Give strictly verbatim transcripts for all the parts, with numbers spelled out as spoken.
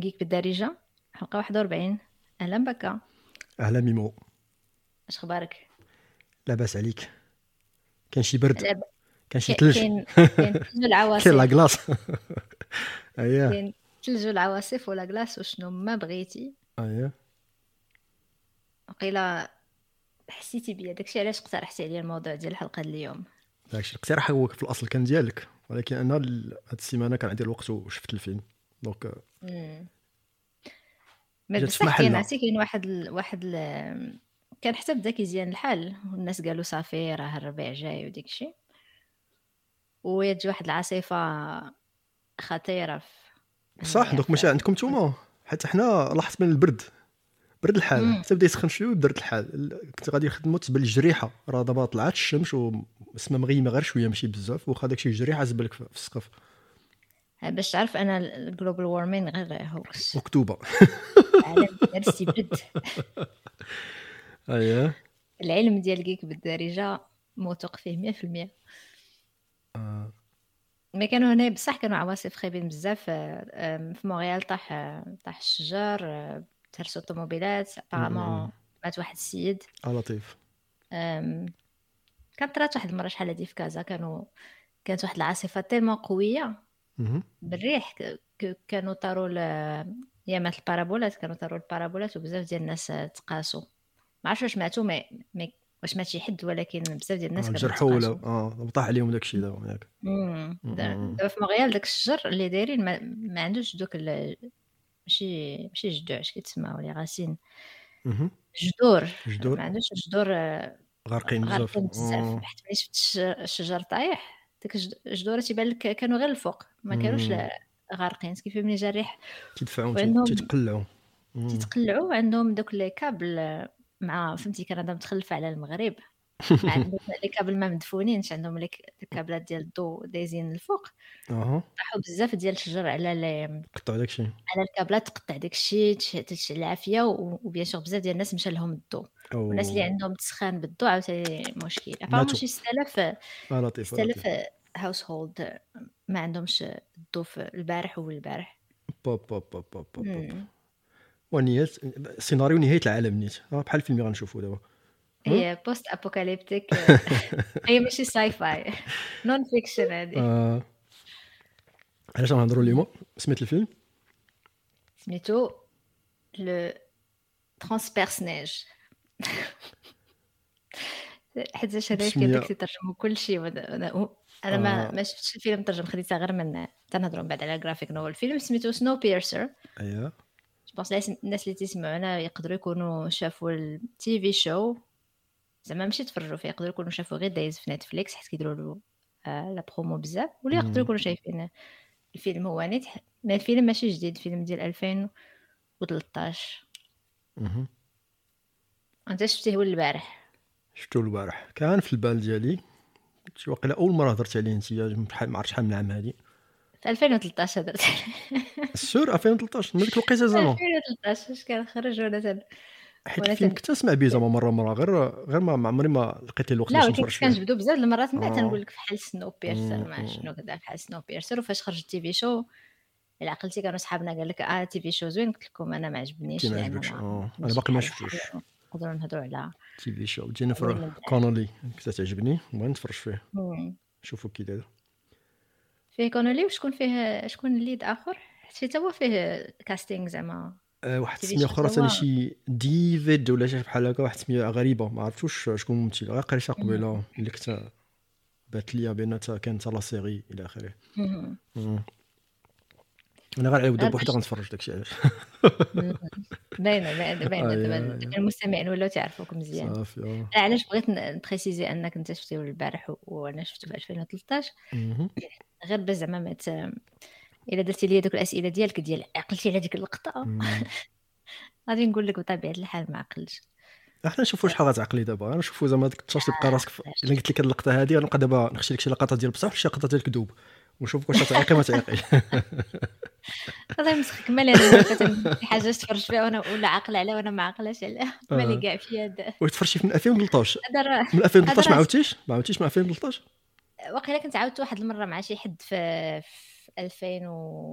جيك بالدارجة حلقة واحد وأربعين. أهلا بك. اهلا ميمو. اش اخبارك؟ لاباس عليك؟ كان شي برد؟ لا ب- كان شي كاين ثلج؟ كاين كاين ثلج كاين لا العواصف. كلاص؟ اييه كاين ثلج العواصف ولا كلاص وشنو ما بغيتي. اييه. وقيلا حسيتي بيا داكشي علاش اقترحتي عليا الموضوع ديال الحلقة اليوم. داكشي الاقتراح هو في الاصل كان ديالك، ولكن انا ال- هاد السيمانه كان عندي الوقت وشفت الفيلم دونك آه، مم. ما جات في بصح كاين محلنا. عرفتي كاين واحد ال... واحد ال... كان حتى بدا كيزيان الحال والناس قالوا صافي راه الربيع جاي وديكشي، ويجي واحد العاصفة خطيرة في صح، هنايا دوك في ماشي عندكم نتوما؟ حتى حنا لاحظت من البرد، برد الحال مم. حتى بدا يسخن شويه وبرد الحال. ال- كنت غادي نخدمو تبان الجريحه، راه دابا طلعت الشمس والسما مغيمه غير شويه ماشي بزاف، واخا داكشي الجريحه زبلك في في السقف. باش تعرف انا الجلوبال وارمين غير هوكس، مكتوبه. العالم دار استبد. اييه. العلم ديال كيك بالدارجة موثوق فيه مية في المية. آه. ما كانوا هنا بصح كانوا عواصف خايبين بزاف. آه، آم، في مونريال طاح آه، طاح الشجر، آه، تهرسوا الطوموبيلات ابارامون، مات واحد السيد. اه لطيف. آم، كانت طرات واحد المره شحال هادي في كازا، كانوا كانت واحد العاصفه تيلمون قويه مهم. بالريح، ك- ك- كانوا طاروا ل- يامات البارابولات، كانوا طاروا البارابولات وبزاف ديال الناس آه، تقاسوا. ما عرفتش واش ماتوا، ما ما- واش مات شي حد، ولكن بزاف ديال الناس اه كانوا جرحوا ولا تقاسوا. اه طاح عليهم داك الشيء دابا ياك. امم دا- مم. دابا في مونريال داك الشجر اللي دايرين ما, ما عندوش دوك ال... ماشي ماشي جذوع، اش كيتسمعوا لي غاسين، مهم. جذور. جدور ما عندوش جذور، آه، غارقين بزاف. غارقين بزاف. اه. حيت ملي شفت الش- الشجر طايح داك الجد- الجذور تيبان لك كانوا غير الفوق، ما كانوش مم. لا- غارقين. كيف ملي جا الريح تيدفعوا وعندهم تيتقلعوا. مم. تيتقلعوا، عندهم دوك لي كابل، آه، مع فهمتي كندا متخلفه على المغرب، ما عندهم لي كابل ما مدفونينش، عندهم لي ك- الكابلات ديال الضو دايزين الفوق. اها طاحوا بزاف ديال الشجر على لي قطعوا داك الشيء. على الكابلات، تقطع داكشي، تش- تشعل العافيه، و- وبيان سور بزاف ديال الناس مشى لهم الضو، والناس اللي او عندهم تسخان بالضو عاوتاني مشكل. ابارمون ماتوا. شي ستة آلاف اه لطيف آه لطيف. ستة آلاف هاوس هولد ما عندهمش الضو في البارح والبارح. بوب بوب بوب بوب بوب بوب. مم. ونيات سيناريو نهايه العالم نيت، اه بحال الفيلم اللي غنشوفو دابا. ها؟ هي بوست ابوكاليبتيك. هي ماشي ساي فاي، نون فيكشن هذه. آه. علاش غنهضروا اليوم؟ سميت الفيلم سميتو لو ترانسبيرسناج. حيت اش هذا كيبدا بسميه. كيترجموا كل شيء. انا انا ما آه. ما شفتش الفيلم مترجم، خديتها غير من تنهضروا من بعد على الجرافيك نوفل. الفيلم سميتو سنو بيرسر. اييه. جو بونس الناس اللي تسمعونا يقدروا يكونوا شافوا التي في شو، زعما ماشي تفرجوا فيه، يقدروا يكونوا شافوا غير دايز في نتفليكس حيت كيديروا له آه لا برومو بزاف، ولا يقدروا مم. يكونوا شايفين الفيلم هو نيت. ما الفيلم ماشي جديد، فيلم ديال ألفين وثلاثطاش. مهم. انت شفتيه هو البارح؟ شفتو البارح كان في البال ديالي، شي واقيلا اول مره هضرت عليه انت، بحال ما عرفت شحال من عام هادي. في ألفين وثلاثطاش هضرت. السور ألفين وثلاثطاش من ديك الوقيته زعما، ألفين وثلاثطاش فاش كان خرج وانا تن... حيت وانا الفيلم تن... كنت نسمع به زعما مره مره، غير غير ما ما عمري ما لقيت لي الوقت لا باش ولكن نتفرج كنت فيه. كنجبدو بزاف المرات من بعد اه. تنقول لك بحال سنو بيرسر، مم. ما مم. شنو كذا بحال سنو بيرسر. وفاش خرج التي في شو الا عقلتي كانوا صحابنا قال لك اه تي في شو زوين، قلت لكم انا ما تي عجبنيش ما لان عجبكش؟ ما اه انا ماشي باقي ما بحال بحال. شفتوش. نقدروا نهضروا على تي في شو وين جينيفر من بعد. كونولي كنت تعجبني، بغيت نتفرج فيه، مم. شوفوا كي داير. فيه كونولي، وشكون فيه شكون الليد اخر؟ حيت فيه تا هو فيه كاستينغ زعما. أه واحد تي في السميه شو اخرى تا ثاني هو. شي ديفيد ولا شي بحال هكا، واحد السميه غريبه ما عرفتوش شكون الممثل، غير قريتها قبيله اللي كنت بات ليا بيناتها كانت لا سيري الى اخره. مم. مم. انا غير على ود غير بوحده باش غنتفرج داكشي علاش. مم. باينه باينه باينه اي دابا اي دابا المستمعين ولاو تعرفوك مزيان. صافي. اه. أنا علاش بغيت ن- نبريسيزي انك انت شفتيه البارح و- وانا شفته في ألفين وثلاثطاش، مهم. غير باش زعما ما ت... الا درتي لي دوك الاسئله ديالك ديال عقلتي على ديك اللقطه، مم. غادي نقول لك بطبيعه الحال ما عقلتش. احنا نشوفوا شحال غتعقلي دابا، انا نشوفوا زعما ديك التاش تبقى راسك ف... عقلاش. الا قلت لك هاد اللقطه هادي غنبقى دابا نخشي لك شي لقطه ديال بصح وشي لقطه ديال كذوب ونشوفك واش تعيقي ما تعيقي. غادي نمسخك مالي انا واقفه تنقول شي حاجه تفرج فيها وانا ولا عاقله عليها وانا ما عاقلاش عليها. مالي اه كاع في هذا. وتفرجتي من ألفين وثلاثطاش؟ هذا راه من هذا ألفين وثلاثطاش ما راه عاودتيش ما عاودتيش من ألفين وثلاثطاش؟ واقيلا كنت عاودت واحد المره مع شي حد في في ألفين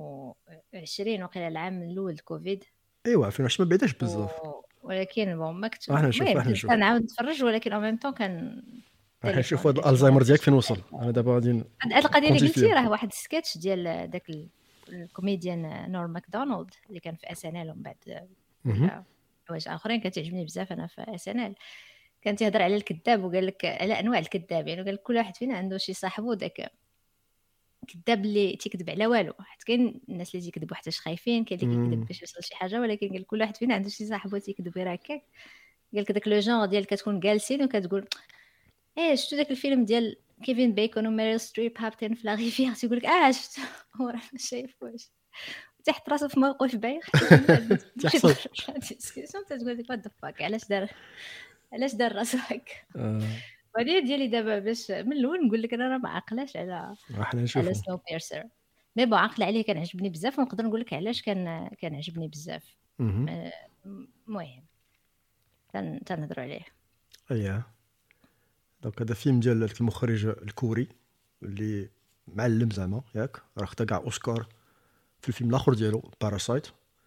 وعشرين وقيلا العام الاول كوفيد. ايوا ألفين وعشرين ما بعداش بزاف، و... ولكن بون ما كنت احنا نشوف المهم احنا جلست نشوف نعاود نتفرج، ولكن او ميم طون كان احنا نشوف تليفون هذا حيت الزهايمر ما ديالك فين كنتش وصل. انا دابا غادي هاد هاد القضيه اللي قلتي كونتيفيه. راه واحد السكيتش ديال داك ال- الكوميديان نور ماكدونالد اللي كان في اس ان ال ومن بعد مهم. ولا حوايج اخرين كتعجبني بزاف انا في اس ان ال. كان تيهضر على الكذاب وقال لك على انواع الكذابين، وقال لك كل واحد فينا عنده شي صاحبو داك كذاب اللي تيكذب على والو، حيت كاين الناس اللي تيكذبوا حتى خايفين، كاين اللي كيكذب مم. باش يوصل شي حاجه، ولكن قال كل واحد فينا عنده شي صاحبو تيكذب غير هكاك. قال لك داك لو جونغ ديال كتكون جالسين وكتقول ايه شفتو داك الفيلم ديال كيفين بيكون وميريل ستريب هابطين في لا ريفير، تيقول لك اه شفتو هو راه ما شايفوش تحت راسو في موقف بايخ تحصل. ديسكسيون تتقول لك وات ذا فاك علاش دار علاش دار راسو هكا. آه، وهذه ديالي دابا باش من الاول نقول لك انا راه ما عقلاش على احنا على نشوفوا. سنو بيرسر، مي بون عقل عليه كان عجبني بزاف، ونقدر نقول لك علاش كان كان عجبني بزاف. مهم. آه، المهم تن تنهضروا عليه. اييه دونك هذا فيلم ديال داك المخرج الكوري اللي معلم زعما ياك، راه خدا كاع اوسكار في الفيلم الاخر ديالو باراسايت.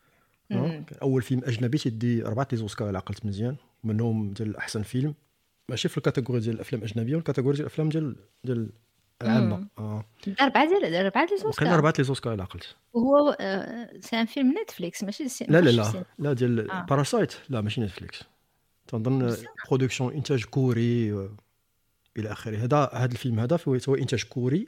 مم. كان اول فيلم اجنبي تيدي اربعه لي اوسكار على عقلت مزيان، منهم ديال احسن فيلم ماشي في الكاتيجوري ديال الافلام الاجنبيه، والكاتيجوري ديال الافلام ديال ديال العامه. مم. اه أربعة ديال أربعة ديال وكان الأوسكار، اربعه لي اوسكار على عقلت. وهو سي ان فيلم نتفليكس ماشي سي... لا لا مخرج في لا السينما. لا ديال اه باراسايت لا ماشي نتفليكس، تنظن بصح برودكسيون انتاج كوري آه، الى اخره. هذا هذا الفيلم هذا هو هو انتاج كوري،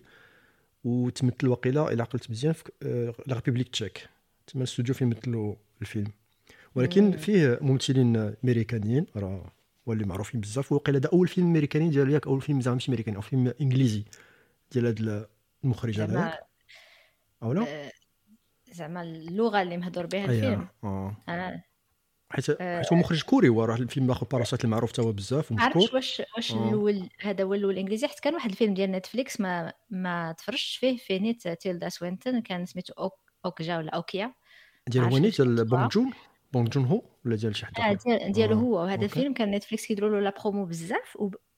وتمثل وقيله الى عقلت مزيان في آه، لا ريبوبليك تشيك، تما الاستوديو فين مثلوا الفيلم. ولكن مم. فيه ممثلين امريكانيين راه واللي معروفين بزاف، وقيله هذا اول فيلم امريكاني ديال ياك، اول فيلم زعما ماشي امريكاني، او فيلم انجليزي ديال هذا المخرج هذا زعما ياك او لا. آه، زعما اللغه اللي مهضور بها اييه الفيلم. اه انا حيت آه، حيت هو مخرج كوري، وراه الفيلم الاخر باراسايت المعروف تا هو بزاف ما عرفتش ومشكور. واش واش اه الاول هذا هو الاول انجليزي، حيت كان واحد الفيلم ديال نتفليكس ما ما تفرجتش فيه في نيت تيلدا سوينتون، كان سميتو أوك اوكجا ولا اوكيا، ديال ما هو عرفتش نيت كيفاش ديال بونغ كيكتبوها. جون بونغ جون هو ولا ديال شي حد اه اخر. ديال ديالو اه هو، وهذا اوكي الفيلم كان نتفليكس كيديروا له لا برومو بزاف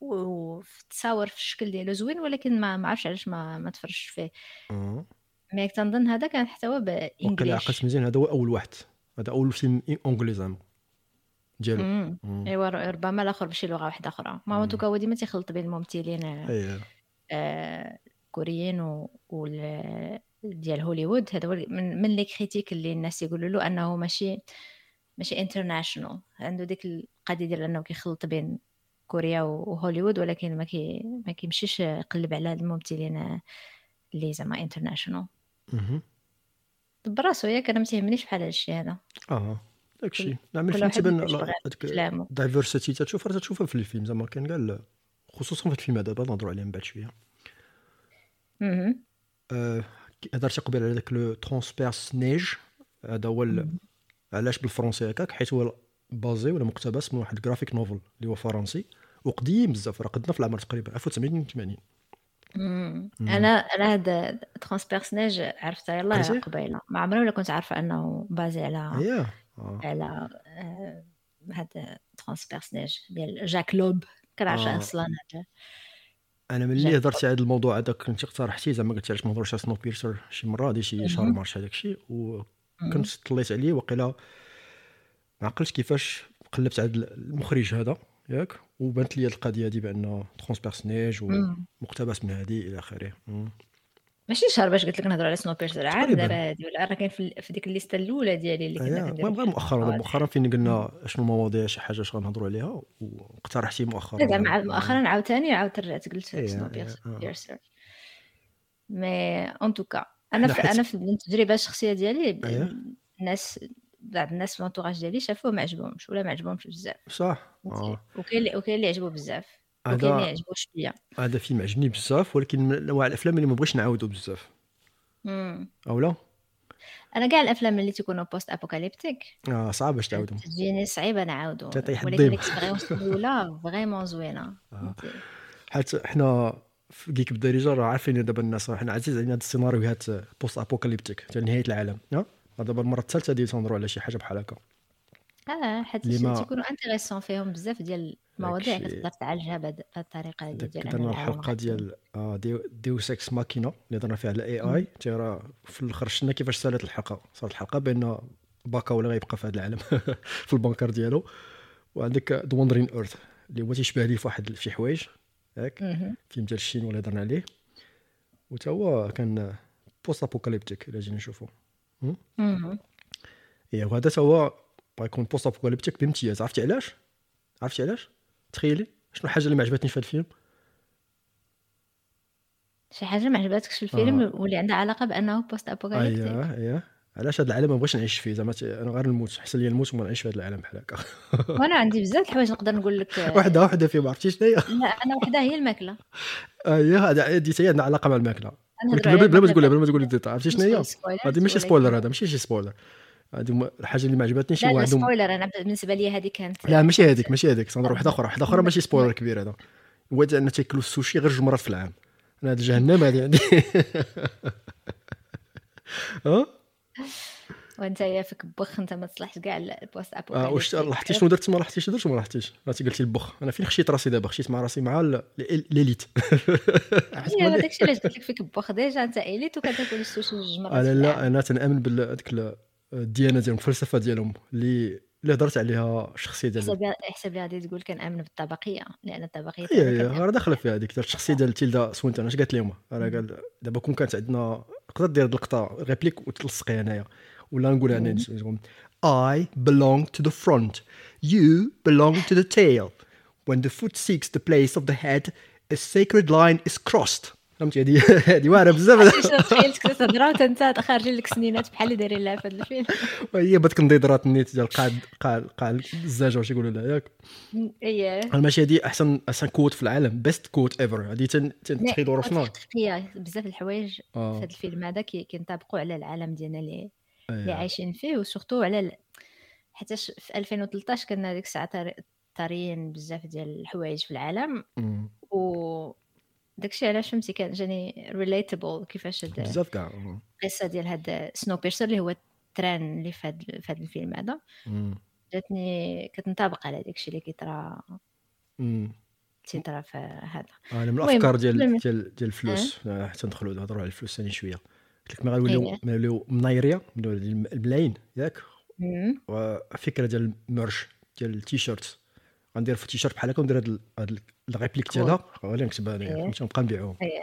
وتصاور في الشكل ديالو زوين، ولكن ما ما عرفتش علاش ما ما تفرجتش فيه. اه مي تنظن هذا كان حتى هو وقيلا عقلت بانجليش. مزيان هذا هو اول واحد، هذا اول فيلم اونغلي زعما ديالو. امم مم. ايوا ربما الاخر بشي لغه واحده اخرى، ما هو مم. توكا هو ديما تيخلط بين الممثلين اييه آه، كوريين و وال- ديال هوليوود. هذا هو من من لي كريتيك اللي الناس يقولوا له انه ماشي ماشي انترناشونال، عنده ديك القضيه ديال انه كيخلط بين كوريا وهوليوود، ولكن ما كي ما كيمشيش يقلب على الممثلين اللي زعما انترناشونال. مهم. براسو ياك انا ما تيهمنيش بحال هادشي هذا. اه داكشي كل نعمل كل فيلم واحد تبان كيفاش بغى هذيك افلامه. دايفرسيتي تشوف راه تشوفها في الفيلم زعما كان كاع، خصوصا في الفيلم هذا دابا نهضروا عليه من بعد شويه. اها آه، هضرتي قبل على داك لو ترونسبيرس نيج، هذا هو ال- علاش بالفرنسي هكاك، حيت هو بازي ولا مقتبس من واحد جرافيك نوفل اللي هو فرنسي وقديم بزاف، راه قدنا في العمر تقريبا ألف وتسعمية وثمانين وثمانين. مم. مم. انا انا هاد ترانسبيرسوناج عرفتها يلاه قريتيه؟ قبيله، ما عمري ولا كنت عارفه انه بازي على اييه اه على آه، هاد ترانسبيرسوناج ديال جاك لوب. كنعرفش اه اصلا هذا انا ملي جاك هضرتي على هذا الموضوع هذا كنت اقترحتي زعما قلتي علاش ما نهضروش على سنو بيرسر شي مره، هادي شي شهر لوب. مارش هذاك الشيء، وكنت طليت عليه وقيلا ما عقلتش كيفاش قلبت على المخرج هذا ياك، وبانت لي هاد القضيه هذه بان ترونسبيرسوناج ومقتبس من هذه الى اخره. مم. ماشي شهر باش قلت لك نهضروا على سنو بيرسر، عام تقريبا دابا هادي ولا راه كاين في ال- في ديك الليسته الاولى ديالي اللي كنا اييه كنديروا المهم غير فيها مؤخرا المواضيع. مؤخرا فين قلنا شنو المواضيع شي حاجه شغل نهضروا عليها واقترحتي مؤخرا زعما هذا. مؤخرا عاوتاني عاود رجعت قلت ايه سنو ايه آه. بيرسر. مي اون توكا حنا انا في حيت انا في التجربه الشخصيه ديالي ب- ايه الناس بعض الناس في لونطوراج ديالي شافوه ما عجبهمش ولا ما عجبهمش بزاف، صح فهمتي؟ اه وكاين اللي وكاين اللي عجبو بزاف وكاين اللي هذا عجبو شويه. هذا فيلم عجبني بزاف، ولكن من انواع الافلام اللي ما بغيتش نعاودو بزاف امم او لا. انا كاع الافلام اللي تيكونوا بوست ابوكاليبتيك اه صعب باش تعاودهم، تجيني صعيبه نعاودو، تطيح ولكن الضيم. الاكسبيريونس الاولى فريمون زوينه، فهمتي؟ حيت حنا في كيك بالدارجه راه عارفين دابا الناس، حنا عزيز علينا هاد السيناريوهات بوست ابوكاليبتيك تاع نهايه العالم. ها دابا المره الثالثه ديال تنهضروا على شي حاجه بحال هكا. اه حتى اللي شي ما تيكونوا انتريسون فيهم بزاف ديال المواضيع داكشي كتقدر تعالجها بهاد الطريقه هادي داك ديال ان درنا العالم الحلقه غادي. ديال آه ديو ديو سكس ماكينه اللي هضرنا فيها على الاي مم. اي تي راه في الاخر شفنا كيفاش سالت الحلقه صارت الحلقه بان باكا ولا غيبقى في هذا العالم في البنكر ديالو. وعندك ذا وندرين ايرث اللي هو تيشبه ليه في واحد في شي حوايج ياك مهم. فيلم ديال الشين ولا هضرنا عليه وتا هو كان بوست ابوكاليبتيك الا جينا نشوفو. مهم. اي وهذا تا هو بايكون بوست ابوكاليبتيك بامتياز. عرفتي علاش؟ عرفتي علاش؟ تخيلي شنو الحاجه اللي ما عجبتنيش في هذا الفيلم. شي حاجه ما عجباتكش في اه الفيلم واللي عندها علاقه بانه بوست ابوكاليبتيك؟ اييه اييه علاش هذا العالم ما بغيتش نعيش فيه زعما ت- انا غير نموت احسن لي نموت وما نعيش في هذا العالم بحال هكا. وانا عندي بزاف الحوايج نقدر نقول لك وحده آه، وحده فيه ما عرفتي شنو هي. لا انا وحده هي الماكله. اييه هذا هذه حتى هي عندها علاقه مع الماكله ولكن نهضروا بلا على بلا ما الماكله تقولها بعد بلا ما تقولي الديتا. عرفتي شنو ندخل هي هذه سبويلرز ماشي ولكن سبويلر هذا ماشي شي سبويلر. هذه هما الحاجه اللي ما عجبتنيش لا هو لا عندهم. سبويلر. انا بالنسبه لي هذه كانت لا ماشي كانت هذيك ماشي هذيك صنعوا واحده اخرى واحده اخرى ماشي سبويلر كبير هذا. هو ان تاكلوا السوشي غير جوج مرات في العام. انا هذا جهنم هذه عندي. ها وانت يا فيك بخ انت ما تصلحش كاع البوست اه واش ابوكاليبتيك. لاحظتي شنو درت ما لاحظتيش درت وما لاحظتيش راسي قلتي البخ. انا فين خشيت راسي دابا خشيت مع راسي مع ال- ال- ليليت. عرفت هي مالي داكشي علاش قلت لك فيك بخ ديجا انت ايليت وكتاكل السوشي جوج مرات انا في لا العام. انا تنامن بالديك الديانه ديالهم الفلسفه ديالهم اللي اللي هضرت عليها الشخصيه ديال حسب حسب لي غادي تقول كنامن بالطبقيه لان الطبقيه هي انا هي كنامن راه داخله فيها هذيك الشخصيه ديال تيلدا سوينتون اش قالت لهم راه قال دابا كون كانت عندنا نقدر دير اللقطه ريبليك وتلصقي هنايا ولا نقولها انا نقول I belong to the front you belong to the tail when the foot seeks the place of the head a sacred line is crossed. فهمتي هذه هذه واعره بزاف. عرفتي شنو تخيلت كنت تهضروا وانت خارجين لك سنينات بحال اللي دايرين لها في هذا الفيلم. وهي بات كنضيضرات النيت ديال قاع قاع قاع الزجاجه واش يقولوا لها ياك. اييه انا ماشي هذه احسن احسن كوت في العالم بيست كوت ايفر هذه تنتخيلوا راسنا حقيقيه بزاف الحوايج في اه هذا الفيلم هذا كي- كينطبقوا على العالم ديالنا اللي اللي اييه عايشين فيه وسورتو على ال... حتى في ألفين وثلاثطاش كنا ديك الساعه طاري- طاريين بزاف ديال الحوايج في العالم أمم. و داكشي علاش فهمتي كان جاني ريليتابل كيفاش هاد بزاف كاع أمم. القصه ديال هاد سنو بيرسر اللي هو التران اللي في هاد في هاد الفيلم هذا أمم. جاتني كتنطبق على داكشي اللي كيطرا أمم. تيطرا في هذا. انا من المهم الافكار ديال قبل ما- ديال ديال اه الفلوس آه، حتى ندخلوا نهضروا على الفلوس ثاني شويه. قلت لك ما غنوليو ايه ما نوليو منايريه من الملايين ياك. مم. وفكره ديال الميرش ديال التيشيرت غندير في التيشيرت بحال هكا وندير هاد ال- هاد الريبليك ديالها غادي نكتبها انايا ايه فهمتي ونبقى نبيعهم ايه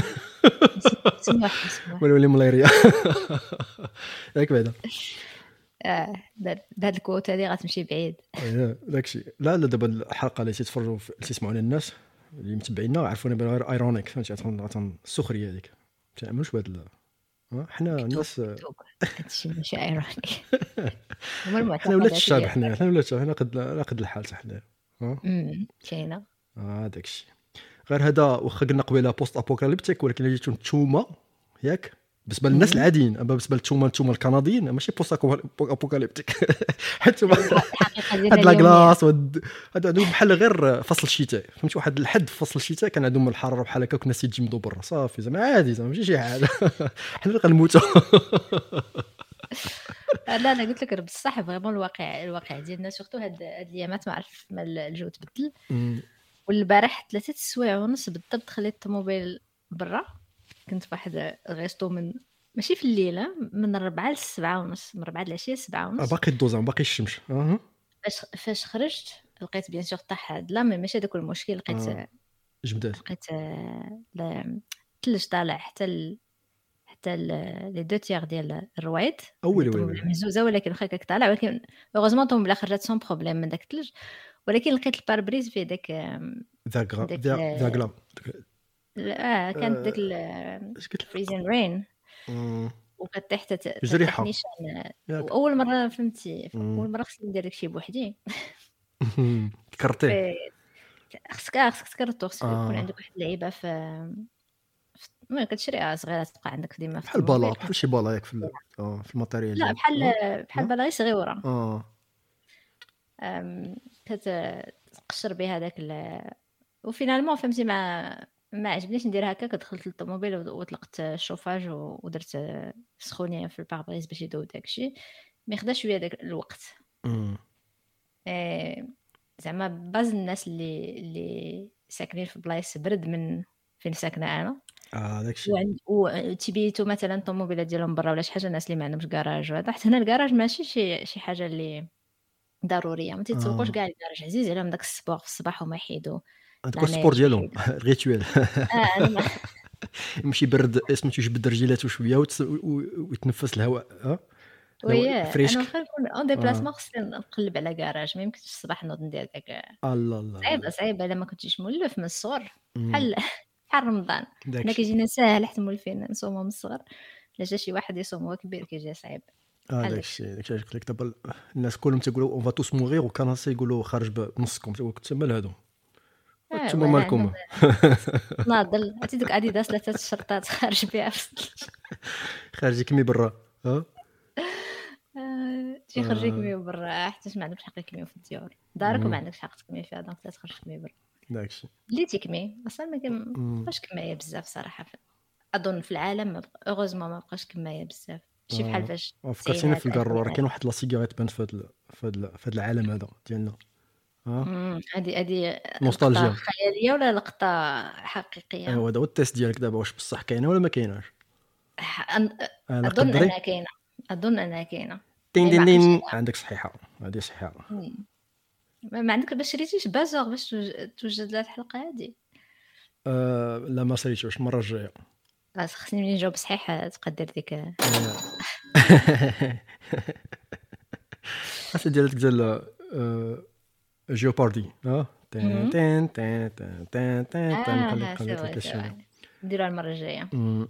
سموح سموح ونولي ملايريه. ياك بعدا اه بهاد الكوت هادي غتمشي بعيد. ايه داكشي. لا لا دابا الحلقه اللي تيتفرجوا في- اللي تيسمعونا الناس اللي متبعينا عرفونا بان غير ايرونيك فهمتي غتن- غتن- السخريه هذيك ما تنعملوش بهاد ال- ها حنا الناس مكتوب هادشي ماشي ايروني. هما حنا ولاد المعتقدات الشعب ديال حنا حنا ولاد الشعب حنا قد لا قد الحال حتى حنا ها امم كاينه اه داكشي. غير هذا واخا قلنا قبيله بوست ابوكاليبتيك ولكن جيتو نتوما ياك بالنسبه للناس مم. العاديين اما بالنسبه لنتوما نتوما الكنديين ماشي بوست ابوكاليبتيك حيت هما الحقيقه ديالنا هاد لا اليوميه كلاص وهاد هاد عندهم بحال غير فصل الشتاء فهمتي واحد الحد في فصل الشتاء كان عندهم الحراره بحال هكا كنا تيجمدوا برا صافي زعما عادي زعما ماشي شي حاجه. حنا اللي غنموتوا. لا لا قلت لك بصح فريمون الواقع الواقع ديالنا سورتو هاد هاد الايامات ما عرف ما الجو تبدل. أمم. والبارح ثلاثة سوايع ونص بالضبط خليت الطوموبيل برا. كنت في واحد غيستو من ماشي في الليله من ربعة لسبعة ونص من ربعة العشيه لسبعة آه، ونص. باقي الدوزه باقي الشمس اها فاش فاش خرجت لقيت بيان سور طاح هاد لا مي ماشي داك المشكل لقيت آه. جبدات لقيت آه، لا- الثلج طالع حتى ال... حتى ال- لي دو تيغ ديال الروايد أولي اللي وي طوموبيل وي مهزوزه ولكن واخا هكاك طالع ولكن اوغوزمون الطوموبيل خرجت سون بروبليم من داك الثلج. ولكن لقيت الباربريز فيه داك آم، ذاك غا داك ذا ال- ذاك لا اه كانت داك آه، اش قلت لك الفريزين رين أمم. وكطيح حتى جوج ريحه نيشان. ياك واول مره فهمتي أمم. اول مره خصني ندير داكشي بوحدي. كرتيه في خصك آه، خصك تكرتو خصك يكون اه عندك واحد اللعيبه في في- المهم كتشريها صغيره تبقى عندك ديما في بحال بالا الطوموبيل. بحال شي بالا ياك في ال- اه في الماتيريال لا ديال بحال اه بحال لا بلاغي صغيره. اه أم، كتقشر بها داك ال... وفينالمون فهمتي ما ما عجبنيش ندير هكا. كدخلت للطوموبيل و- وطلقت الشوفاج و- ودرت سخونيه في الباربريز باش يذوب داكشي. مي خدا شويه داك الوقت. أمم. آه، زعما باز الناس اللي اللي ساكنين في بلايص برد من فين ساكنه انا، اه داكشي. وعند وتيبيتو مثلا الطوموبيلات ديالهم برا ولا شي حاجه، الناس اللي ما عندهمش كراج وهذا، حتى هنا الكراج ماشي شي شي حاجه اللي ضروريه، ما تيتسوقوش اه كاع الكراج، عزيز عليهم داك الصباغ في الصباح وما يحيدوا هذاك هو لا السبور نيج ما ديالهم يحيدوا. الريتوال. اه انا ما يمشي برد سميتو يجبد رجيلاته شويه وتس- و- و- ويتنفس الهواء، اه الهواء وياه انا فريشك. واخا نكون اون اه ديبلاسمون خصني نقلب على كراج، ما يمكنش الصباح نوض ندير داك. الله الله صعيبه الله. صعيبه الا ما كنتيش مولف من الصغر، أمم، بحال بحال رمضان، حنا داكشي. كيجينا ساهل حتى مولفين نصومو من الصغر، الا جا شي واحد يصوم هو كبير كيجي صعيب اه بحال داكشي. داكشي داكشي قلت لك دابا ال- الناس كلهم تيقولوا اون فا توس موغير، وكناسي يقولوا خارج بنصكم، تقول كنت مال هادو اه نتوما ولا عندهم مالكم. ناضل عرفتي ديك اديداس ثلاثه الشرطات خارج بها في خارج كمي برا. اه آه، تيخرج آه، يكميو برا حيت ما عندهمش حق يكميو في الديور، دارك وما أمم، عندكش حق تكمي فيها، دونك تخرج تكمي برا. داكشي. اللي تيكمي اصلا ما كاين- ما أمم، بقاش كمايه بزاف صراحه في- اظن في العالم ما بق- اوغوزمون ما بقاش كمايه بزاف، ماشي بحال آه، فاش آه، فكرتيني التسعينات في الكارو، راه الالفينات. كاين واحد لا سيجاريت بانت في هاد ال- في هاد ال- في هاد العالم هذا ديالنا. اه امم هادي هادي لقطه نوستالجيا. خياليه ولا لقطه حقيقيه؟ ايوا هذا هو التيست ديالك دابا، واش بصح كاينه ولا ما كايناش. ح- أن- انا اظن قدري. انها كاينه، اظن انها كاينه، دين مي ما دين عقلتش دين عليها. عندك صحيحه، هذه صحيحه. مم. ما ما عندك باش شريتيش بازوغ باش توج- توجد لها الحلقه هادي؟ آه لا ما سريتوش المره الجايه. خلاص خصني ملي نجاوب صحيح تقدر ديك. آه. هسه ديالك ديال آه، جيوباردي. اه تين مم. تين تين تين تين تين تين اه نقلب ها قلبت سوا لك الشيء. سوا نديروها المره الجايه.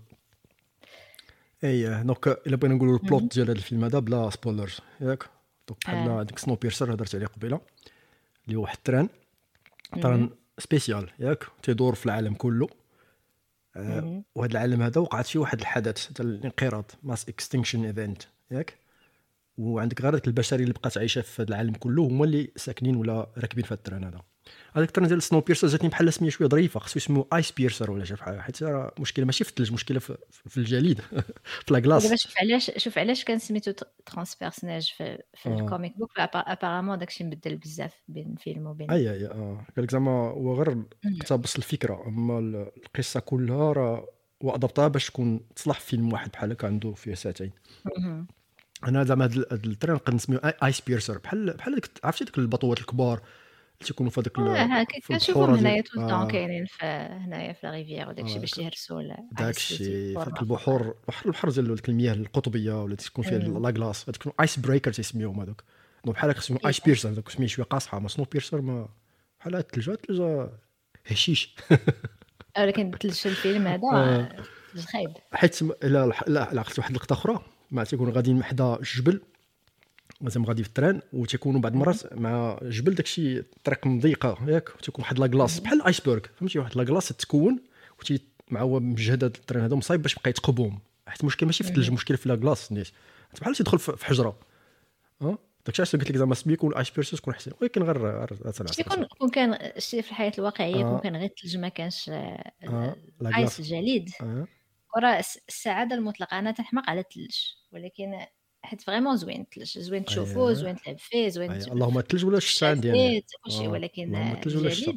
اي دونك الا بغينا نقولوا مم. البلوت ديال هذا الفيلم هذا بلا سبويلرز ياك، دونك بحال اه هذيك سنو بيرسر هضرت عليه قبيله، اللي هو واحد التران، تران مم. سبيسيال ياك تيدور في العالم كله. آه، مم. وهذا العالم هذا وقعت فيه واحد الحدث تاع الانقراض، ماس اكستنكشن ايفنت ياك، وعندك غير ديك البشريه اللي بقات عايشه في هذا العالم كله هما اللي ساكنين ولا راكبين في هذا التران هذا. هذاك التران ديال سنو بيرسر جاتني بحال سميه شويه ظريفه، خصو يسموه ايس بيرسر ولا شي بحال، حيت راه مشكله ماشي في الثلج، مشكله في, في الجليد في لاكلاص. ودابا شوف علاش شوف علاش كان سميتو ترانس بيرسوناج في في اه الكوميك بوك، ابارامون داكشي مبدل بزاف بين الفيلم وبين. اي اي اه قال لك زعما هو غير مم. اقتبس الفكره، اما ال- القصه كلها راه وادابطها باش تكون تصلح في فيلم واحد بحال هكا عنده فيه ساعتين. مهم. انا زعما هاد ال- هاد التران نقدر نسميو ايس بيرسر، بحال بحال ديك عرفتي ديك البطوات الكبار اللي تيكونوا في هذاك اه ال- ها كي- في كنشوفهم البحور ديال هنايا طول الطون آه كاينين في هنايا في لا ريفيير وداكشي آه باش يهرسوا داك الايس اللي الشيء، في تيدور هذيك ما فوق. البحور، بحر البحر ديال ديك المياه القطبيه ولا تكون فيها مم. لاكلاص، هذوك ايس بريكر تيسميوهم هذوك. دونك بحال هكا اسمهم ايس إيه. بيرسر، هذوك سميه شويه قاصحه، ما سنو بيرسر ما بحال الثلجه الثلجه هشيش. ولكن الثلج في الفيلم هذا آه، ثلج خايب. حيت م- لا لا لا عقلت واحد اللقطه اخرى، ما تيكونوا غاديين حدا الجبل، زعما غادي في التران وتيكونوا بعض مم. المرات مع جبل داكشي طريق مضيقه ياك، تيكون واحد لاكلاص مم. بحال الايسبرغ، فهمتي واحد لاكلاص تتكون وتي مع هو مجهد هذا التران هذا مصايب باش بقى يتقبهم، حيت المشكل ماشي في الثلج، مم. المشكل في لاكلاص نيت، بحال تيدخل في في حجره. اه داكشي علاش قلت لك زعما سمي يكون الايس بيرسس تكون احسن، ولكن غير غير شتي تنعس كون كون كان شتي في الحياة الواقعية كون اه كان غير الثلج ما كانش آه، ال- اه ال- الايس لاكلاص الجليد، اه وراه الس- السعادة المطلقة أنا تنحماق على الثلج، ولكن حيت فريمون زوين الثلج، زوين تشوفو اييه زوين تلعب فيه زوين اييه ت- اللهم الثلج ولا الشتا عندي انا. الشاشات كلشي، اه ولكن اللهم الثلج ولا الشتا. الجليد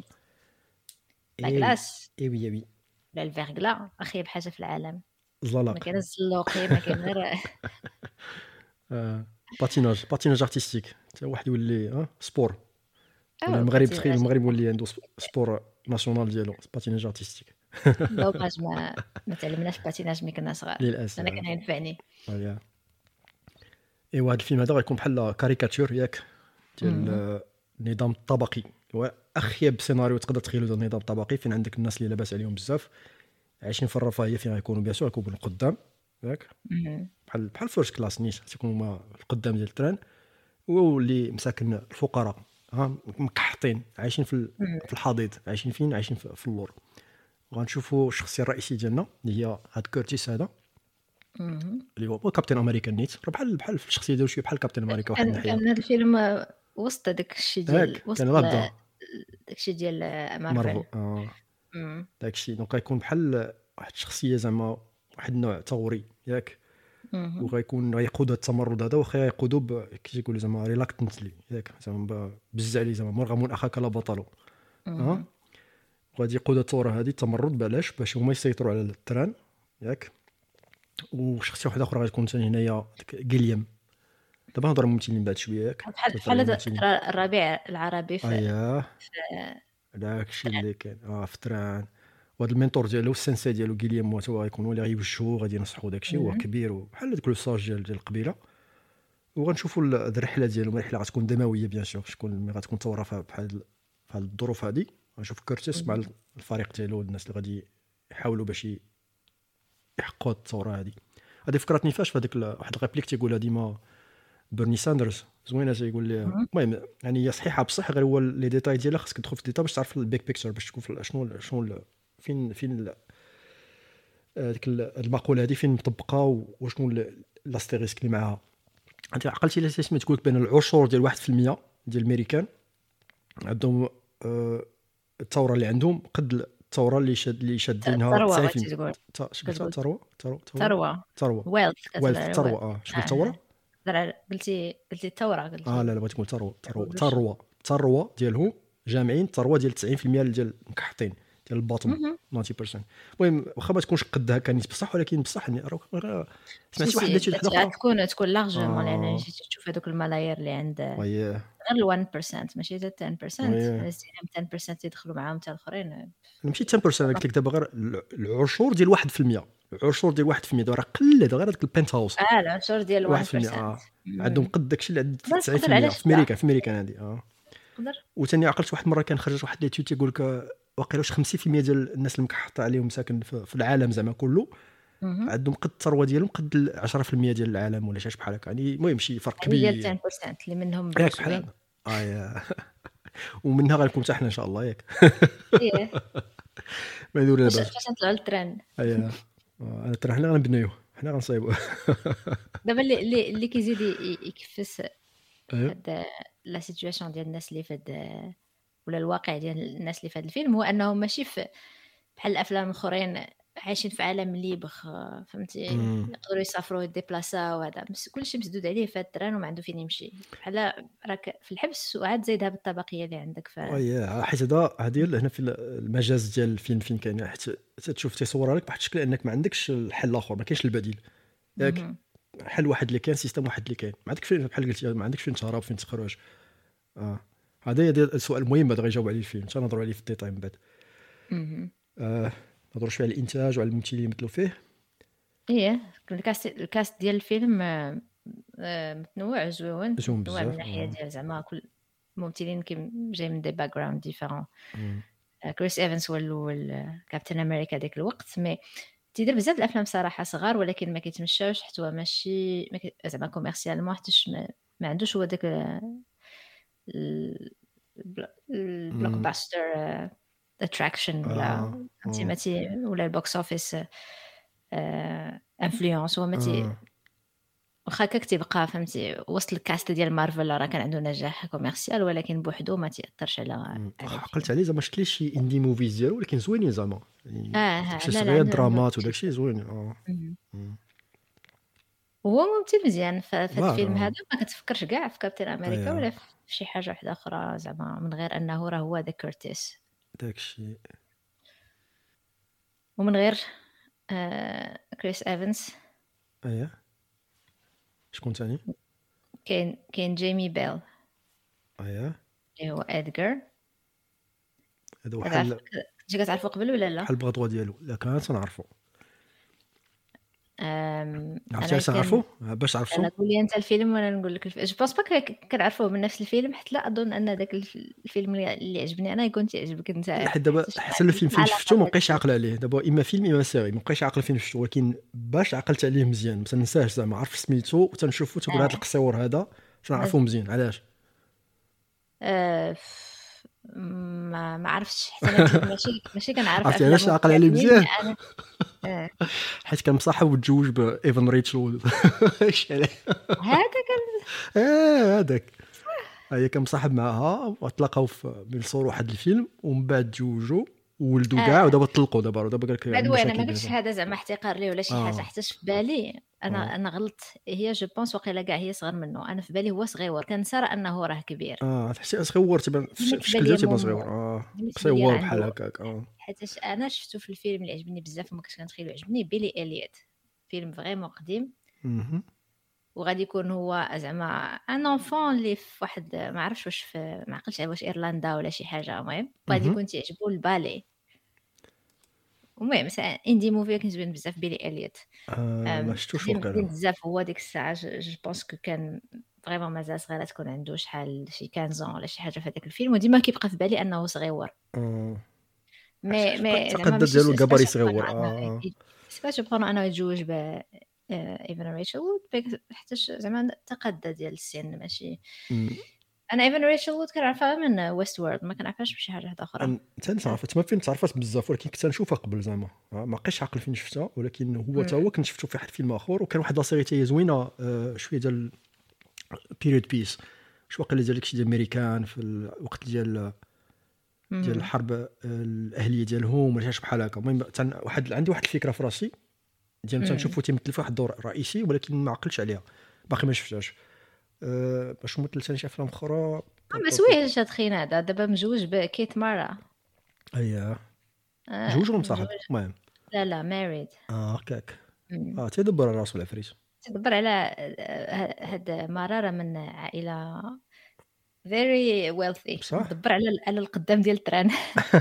لا اي كلاس اي وي وي ولا الفيرغلا أخيب حاجة في العالم، ما زلالاق. كاين الزلوقي ما كاين غير آه. باتيناج باتيناج ارتستيك حتى واحد يولي اه سبور، ولا أو المغرب تخيل باتيناج. المغرب ولي عنده سب- سبور ناسيونال ديالو باتيناج ارتستيك. دوماج ما ما تعلمناش باتيناج ملي كنا صغار، للاسف. أنا كان ينفعني. آه. ايوا هذا الفيلم هذا غيكون بحال كاريكاتور ياك ديال مم. آه، النظام الطبقي، هو اخيب سيناريو تقدر تخيلو ديال النظام الطبقي، فين عندك الناس اللي لاباس عليهم بزاف عايشين في الرفاهيه، فين غيكونوا بيان سور غيكونوا القدام ياك، مم. بحال بحال فيرست كلاس نيت تيكونوا هما القدام ديال التران، واللي مساكن الفقراء ها مكحطين عايشين في ال- مم. في الحضيض، عايشين فين عايشين في في اللور. وغنشوفوا الشخصيه الرئيسيه ديالنا اللي هي هاد كورتيس هذا، مم. اللي هو كابتن امريكا نيت، راه بحال بحال في الشخصيه ديالو شويه بحال كابتن امريكا واحد كان الناحيه. كان هذا الفيلم وسط داك الشيء ديال هاك وسط كان غابدا داك الشيء ديال مارفل مارفل. اه مم. داكشي، دونك غيكون بحال واحد الشخصيه زعما واحد النوع ثوري ياك، مهم. وغيكون غيقود هذا التمرد هذا واخا يقودوا ب- كي تيقولوا زعما ريلاكتنتلي ياك زعما ب- بزعلي زعما مرغم اخاك لا بطل ها مهم. غادي يقود الثوره هذه التمرد بالاش باش هما يسيطروا على التران ياك. وشخصيه واحده اخرى غتكون ثاني هنايا ديك جيليام. دابا نهضر الممثلين بعد شويه ياك بحال تهضر بحال على هذا الممثلين. الربيع العربي في اييه في- داكشي اللي كان اه في التران. وهذا المينتور ديالو السنسي ديالو جيليام هو هو غيكون هو اللي غيوجهو غادي ينصحو داكشي. هو مهم. كبير وبحال داك لو ساج ديال ديال القبيله. وغنشوفوا ال- هاد الرحله ديالهم رحله غتكون دمويه بيان سور شكون ملي غتكون ثوره في بحال بحال الظروف هذه. غنشوف كورتيس مع مهم. الفريق ديالو الناس اللي غادي يحاولوا باش ي- يحققوا هاد الثوره هذه. هذه فكرتني فاش في هذيك ال- واحد الريبليك تيقولها ديما برني ساندرز زوينه تيقول لي مهم. المهم يعني هي صحيحه بصح غير هو لي ديتاي ديالها خاصك تدخل في الديتاي باش تعرف البيك بيكتشر باش تشوف ال- شنو ال- شنو ال- فين فين ال- آه، ديك ال- المقوله هذه فين مطبقه و- وشنو ال- الاستيريسك اللي معاها. انت عقلتي لا سميت تقول بين العشور ديال واحد في المية ديال الامريكان عندهم آه، الثوره اللي عندهم قد الثوره اللي شاد اللي شادينها ثروة تسعين بغيتي بالمية. تقول تا- شو قلتها كتقول ثروه ثروه ثروة ثروه ويلث كتهضر ويلث على ثروه ويلث اه شو قلت ثوره قلتي قلتي الثورة اه قلتي لا لا بغيت نقول ثروه ثروه قول واش ثروه ثروه ديالهم جامعين ثروه ديال تسعين بالمية ديال المكحطين ديال الباطم مهم. تسعين بالمية. المهم واخا ما تكونش قدها كان بصح ولكن بصح يعني راه راه سي سمعتي واحد سي داكشي بلاتي وحده اخرى غتكون تكون لارجومون لان اه جيتي تشوف هذوك الملايير اللي عند غير وي ال واحد بالمية ماشي حتى عشرة بالمية وي هزيهم عشرة بالمية يدخلوا معاهم حتى الاخرين انا ماشي عشرة بالمية انا قلت لك دابا غير العشور ديال واحد في المية. العشور ديال واحد في المية دابا راه قلد غير هذاك البنت هاوس اه العشر ديال واحد واحد في المية. بالمية اه عندهم مم. قد داكشي اللي عند تقدر تسعين تقدر بالمية علاش في لا امريكا في امريكا هذه اه. تقدر وثاني عقلت واحد المره كان خرج واحد ليتيود تيقول لك واقيلا واش خمسين بالمية ديال الناس اللي مكحطه عليهم ساكن في في العالم زعما كله مهم. عندهم قد الثروه ديالهم قد ال عشرة بالمية ديال العالم ولا شي حاجه بحال هكا. يعني المهم شي فرق يعني ديال كبير عشرة بالمية اللي منهم ياك بحال بروسوين هكا اه يا ومنها غنكون حتى حنا ان شاء الله ياك ايه ما يدور فاش لاباس. فاش نطلعوا للتران اييه آه، انا ترى حنا غنبنيوه حنا غنصايبوه دابا اللي اللي اللي كيزيد ي- ي- يكفس اييه هاد لا سيتوياسيون ديال الناس اللي في هاد ولا الواقع ديال الناس اللي في هذا الفيلم هو انهم ماشي في بحال الافلام الاخرين عايشين في عالم ليبر فهمتي أمم. يقدروا يسافروا يديبلاساو وهذا بس كلشي مسدود عليه في هاد التران وما عنده فين يمشي بحال راك في الحبس وعاد زايدها بالطبقيه اللي عندك ف اييه حيت هذا هذه هنا في المجاز ديال الفيلم فين كاين حيت حتى تشوف تصورها لك بواحد الشكل انك ما عندكش الحل الاخر ما كاينش البديل ياك. مهم. حل واحد اللي كاين سيستم واحد اللي كاين ما عندك فين بحال قلتي ما عندكش فين تهرب فين تخرج. اه هذا هي ديال السؤال المهم هذا غيجاوب عليه الفيلم تنهضروا عليه في الديتاي من بعد. مهم. آه نهضروا شويه على الانتاج وعلى الممثلين اللي مثلوا فيه. ايه الكاست الكاست ديال الفيلم آه، آه، متنوع زوين زوين متنوع من بزاف ناحيه آه. ديال زعما كل الممثلين كي جاي من دي باك جراوند ديفيرون أمم. كريس ايفنس هو الاول كابتن امريكا ديك الوقت مي تيدير بزاف د الافلام صراحه صغار ولكن ما كيتمشاوش حتى هو ماشي ما كي- زعما كوميرسيالمون حتىش ما, ما عندوش هو داك البلوك أمم. باستر اتراكشن ولا اه فهمتي اه ما تي ولا البوكس اوفيس انفلونس هو ما تي اه واخا هكاك تيبقى فهمتي وسط الكاست ديال مارفل راه كان عنده نجاح كوميرسيال ولكن بوحدو ما تيأثرش على أمم. على عقلت الفيلم عليه زعما شكلي شي اندي موفيز ديالو ولكن زوينين زعما يعني اه ها داكشي لا لا صغير عنده عنده درامات وداكشي زوين اه. مهم. أمم. وهو ممثل مزيان ف- في هذا لا الفيلم راه هذا ما كتفكرش كاع في كابتن امريكا ولا اييه في شي حاجه واحده اخرى زعما من غير انه راه هو ذا كورتيس داكشي ومن غير آه كريس ايفنس اييه. شكون ثاني؟ كاين كاين جيمي بيل اييه اللي هو ادغار هذا هو كتعرف بحال كنتي كتعرفو قبل ولا لا بحال البغضوا ديالو لا كان تنعرفو. أم... عرفتي انا علاش كان تنعرفو باش انا عرفتو قول لي انت الفيلم وانا نقول لك الف... جو بونس با كنعرفوه من نفس الفيلم حتى لا اظن ان ذاك الف- الفيلم اللي اللي عجبني انا يكون تيعجبك انت حيت دابا حيت حتى الفيلم فين علاقه شفتو ما بهذا بقيتش الفيلم عاقل عليه دابا اما فيلم اما سيري ما بقيتش عاقل فين شفتو ولكن باش عقلت عليه مزيان ما تنساهش زعما عارف سميتو وتنشوفو تقول هذا اه القصور هذا تنعرفو مزيان علاش. آه، ف- ما ما عرفتش حتى انا كنت ماشي ماشي كنعرف عرفتي علاش افلام عاقل عليه مزيانين مزيان انا آه. حيت كان مصاحب وتزوج بايفان ريتشل ايش عليه هذا كان اه هذاك هي كان مصاحب معها وتلاقاو في بنصور واحد الفيلم ومن بعد تزوجوا وولدوا كاع اه ودابا طلقوا دابا ودابا قال لك بعد عندنا وانا مشاكل ما قلتش دابا هذا زعما احتقار ليه ولا شي حاجه اه حتى في بالي انا اه انا غلطت، هي جو بونس واقيلا كاع هي صغر منه، انا في بالي هو صغيور، كنصار انه راه كبير. اه تحسي صغيور تيبان في ديما ش- في تبان شكل لي ديالو تيبان مومو، صغيور اه ديما تبان لي راه صغيور بحال عنده، هكاك اه حيتاش انا شفتو في الفيلم اللي عجبني بزاف وما كنتش كنتخيلو عجبني، بيلي اليوت، فيلم فريمون قديم، مهم. وغادي يكون هو زعما ان انفون اللي في واحد ما عرفتش واش في، ما عقلتش واش ايرلندا ولا شي حاجه، المهم وغادي مهم. يكون تيعجبو البالي. المهم اندي موفي كان زوين بزاف، بيلي اليوت. آه ما أم، شفتوش قديم واقيلا. قديم بزاف هو ديك الساعه، جو بونس كو كان فريمون مازال صغيره، تكون عنده شحال شي خمسة ans ولا شي حاجه في هذاك الفيلم، وديما كيبقى في بالي انه صغيور. اه مي حيت بقى مي زعما التقدد ماشي ديالو سي با الكباري سوربرونون صغيور انه اه ي- سي با سوربرونون انه يتزوج ب ايفن ريتشل وود، حيتاش زعما تقدد ديال السن ماشي. مم. انا ايفن ريتشل وود كنعرفها من ويست وورد، ما كنعرفهاش بشي حاجه واحده اخرى. أن تاني تعرفت ما فين تعرفت بزاف، ولكن كنت نشوفها قبل زعما آه، ما بقيتش عاقل فين شفتها، ولكن هو تا هو كنت شفتو في واحد الفيلم اخر، وكان واحد لا سيري تاهي زوينه آه، شويه ديال بيريود بيس، واش واقيلا ديال داكشي ديال امريكان في الوقت ديال ديال مم. الحرب آه، الاهليه ديالهم ولا شي بحال هكا. المهم تن- واحد عندي واحد الفكره في راسي ديال مم. تنشوفو تيمثل في واحد الدور رئيسي، ولكن ما عقلتش عليها، باقي ما شفتهاش. أه باش ممثل ثاني شي افلام اخرى. ما سويهش هاد خينا هذا، دابا مجوج بكيت مارا. اييه اه جوج ولا مصاحب مجوج. المهم لا لا ماريد. اه هكاك اه تيدبر راسو العفريت. تدبر على آه، هاد مارا راه من عائله very wealthy، بصح مدبر على على القدام ديال التران.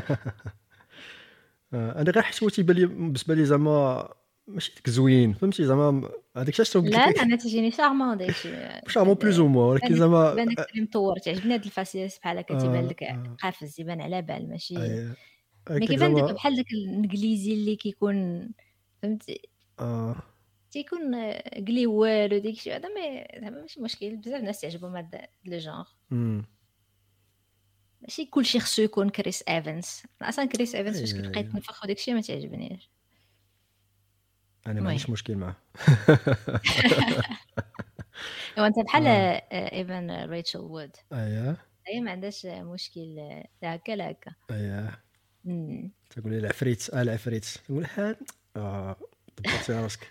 آه انا غير حيت هو تيبان لي بالنسبه لي زعما ماشي ديك زوين، فهمتي زعما هذيك الشيء شنو قلت لا لا لك انا تجيني شارمون داكشي. مش عارف بلوز هاد او موا، ولكن تبان لك زعما تبان لك اللي مطور، تعجبني هاد الفاسيس بحال هكا، تيبان اه لك اه قافز، يبان على بال ماشي. اي مي هكاك كيبان داك زعما بحال داك الانجليزي اللي كيكون، فهمتي، اه تيكون قليوال وديك هذا، ما زعما ماشي مشكل، بزاف الناس تعجبهم هاد لو جونغ. امم ماشي كلشي خصو يكون كريس ايفنس، أنا اصلا كريس ايفنس فاش اي كيبقى اي يتنفخ وداك الشيء ما تعجبنيش. انا ما المهم عنديش مشكل معاه. ايوا انت بحال اه ايفن ريتشل وود، اييه هي ما عندهاش مشكل لا هكا لا هكا. اييه أمم. تقول لي العفريت اه العفريت تقول حال اه دبرتي راسك.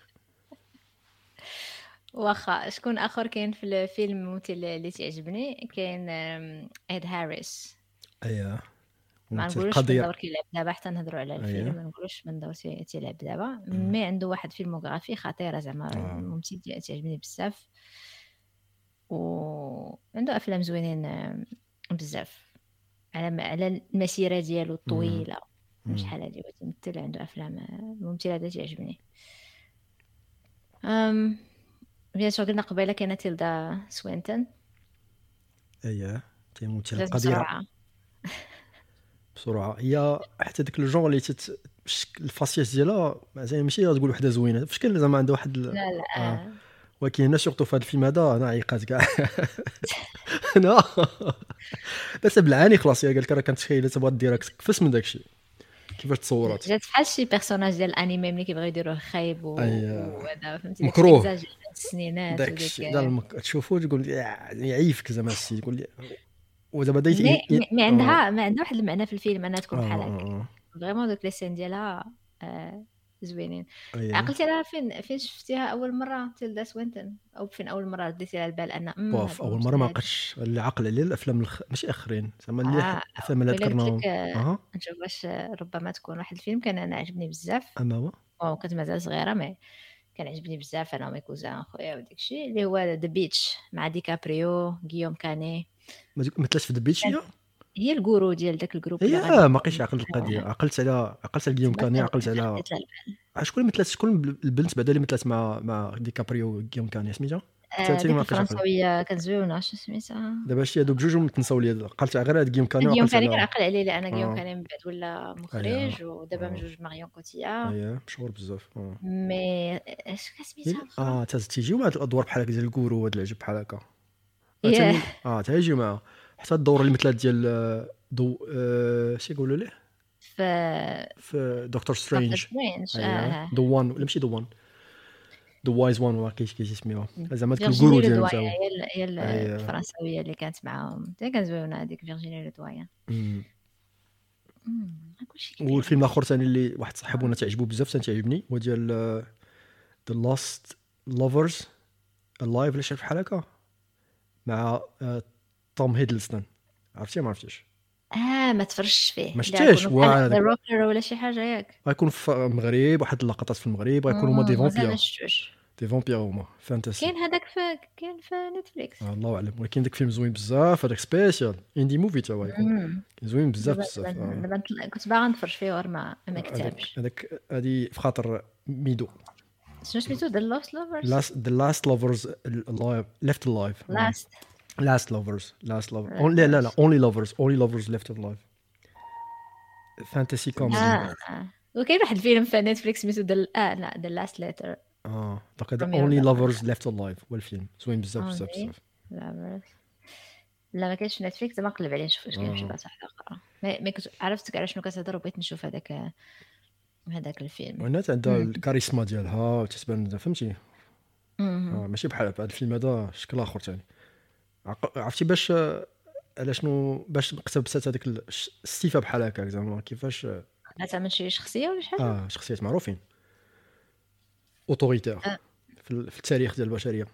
واخا شكون اخر كاين في الفيلم الممثل اللي تعجبني، كاين آم، ايد هاريس. اييه ما ممثل نقولوش من قدير. دور كيلعب دابا حتى نهضروا على الفيلم، اييه ما نقولوش من دور تي- تيلعب دابا، أمم. مي عنده واحد فيلموغرافي خطيره زعما، اه الممثل ديالو تعجبني بزاف، وعنده افلام زوينين آم، بزاف، على على المسيره ديالو أمم. الطويله. أمم. شحال هادي هو تمثل، عنده افلام آه، الممثل هذا تعجبني. أم بيان سور قلنا قبيله كاينه تيلدا سوينتون. اييه تي ممثله جات قديره بسرعه. بسرعه. هي حتى داك الجون اللي تت الشكل- الفاسياس ديالها زعما ماشي تقول وحده زوينه فاش كان زعما عندها واحد ال... لا لا اه آه. ولكن هنا سورتو في هذا الفيلم هذا انا عيقات كاع. انا بس بالعاني خلاص هي قال لك راه كانت تخيل تبغى دير كفس من داكشي كيفاش تصورات. جات بحال شي بيرسوناج ديال الانمي ملي كيبغيو يديروه خايب و- اي وهذا، فهمتي داكشي مكروه اكزاجير السنينات وديك. داكشي كاع المك... تشوفو تقول يا- يعيفك زعما السيد يقول لي ودابا دايت مي ي... ي... مي اه عندها ما عندها واحد المعنى في الفيلم انها اه تكون بحال هكا، اه فريمون دوك لي سين ديالها آه زوينين. اييه عقلتي عليها فين فين شفتيها اول مره تيلدا سوينتون، او فين اول مره رديتي على البال ان امم هاد باف اول مره الممثله ما هادي؟ بقاش اللي عقل عليه الافلام الخ... ماشي اخرين زعما اللي ح- اه الافلام اللي ولا قلت ذكرناهم. لك آه، اها نشوف واش آه، ربما تكون واحد الفيلم كان انا عجبني بزاف، اما هو او كنت مازال صغيره، مي كان عجبني بزاف انا ومي كوزان خويا وداك الشيء، اللي هو ذا بيتش مع ديكابريو غيوم كاني. ما ديك- مثلات في دبيتش هي. كانت هي الجورو ديال داك الجروب اللي غادي هي ما يكون قيش عقلت القضيه، آه، عقلت على عقلت على جيوم تما كاني، كان عقلت كان على رديت لها البال. ع- شكون اللي مثلات شكون البنت بعدا اللي مثلات مع مع ديكابريو جيوم كاني سميتها حتى آه، حتى ديك ما قيش عقل. الفرنساويه كانت زوينه، شنو سميتها؟ دابا شتي هذوك جوج متنساو لي، عقلت غير هاد جيوم كاني غيوم وعقلت كاني على كنعقل عليه لان غيوم اه كاني من بعد ولا اييه مخرج، ودابا اه مجوج ماريون كوتيار. اييه مشهور بزاف اه مي اش كسميتها يل- الاخرى؟ اه تاز تيجيو مع هاد الادوار بحال هكا ديال الكورو وهاد العجب بحال هكا آه، ياه. تاني اه تيجيو معاه. حتى الدور اللي مثلات ديال آه، دو آه شي يقولوا ليه ف في دكتور دكتور سترينج. سترينج اييه اه. ذا وان ولا ماشي ذا وان ذا وايز وان ولا كيش كيش اسميوها زعما داك الكورو فيرجيني ديالهم لودوايا تا هو. هي ال- هي ال- اييه الفرنساويه اللي كانت معاهم، حتى كانت زوينه هذيك فيرجيني لودوايا. أمم. امم كلشي كيبان والفيلم لي. الاخر ثاني اللي واحد صاحبنا تعجبو بزاف ثاني تعجبني هو ديال ذا لاست لوفرز اللايف اللي شاف بحال هكا مع آه، توم هيدلستون، عرفتي ما عرفتيش؟ اه ما تفرجش فيه ما لا شفتيش يكونوا بحال واعر ذا هذاك، روكر ولا شي حاجه ياك. غيكون في المغرب واحد اللقطات في المغرب غيكونوا هما دي مم، مازال ما فامبير، شفتوش. دي فامبير هما فانتاسي. كاين هذاك في كاين في نتفليكس. آه الله اعلم، ولكن داك فيلم زوين بزاف، هذاك سبيسيال اندي موفي تا هو يكون مم. زوين بزاف دابا بزاف. دابا آه. دابا نطلع- كنت باغا نتفرج فيه غير ما ما هذاك كتبش. هذاك هادي في خاطر ميدو شنو سميتو ذا لوست لوفرز last the last lovers alive left alive آه. لاست last lovers last lovers only لا لا لا only lovers only lovers left alive فانتسي كوميدي. اه اه وكاين واحد الفيلم في نتفليكس سميتو ذا اه لا ذا لاست ليتر اه دونك هذا From your only lovers. lovers left alive هو الفيلم زوين بزاف بزاف Only بزاف. lovers. لا ما كاينش في نتفليكس، زعما نقلب عليه نشوف واش كاين في شي آه. بلاصه واحده اخرى. ما ما كنت عرفتك على شنو كتهضر وبغيت نشوف هذاك هذاك الفيلم. وهنات عندها مم. الكاريزما ديالها وتتبان فهمتي. مم. آه ماشي بحال هذا الفيلم هذا شكل اخر ثاني. عرفتي باش على شنو باش اقتبست هذيك الش- الصفه بحال هكاك زعما كيفاش خداتها من شي شخصيه ولا شي حاجه؟ اه شخصيات معروفين اوتوريتير آه. في ال- في التاريخ ديال البشريه.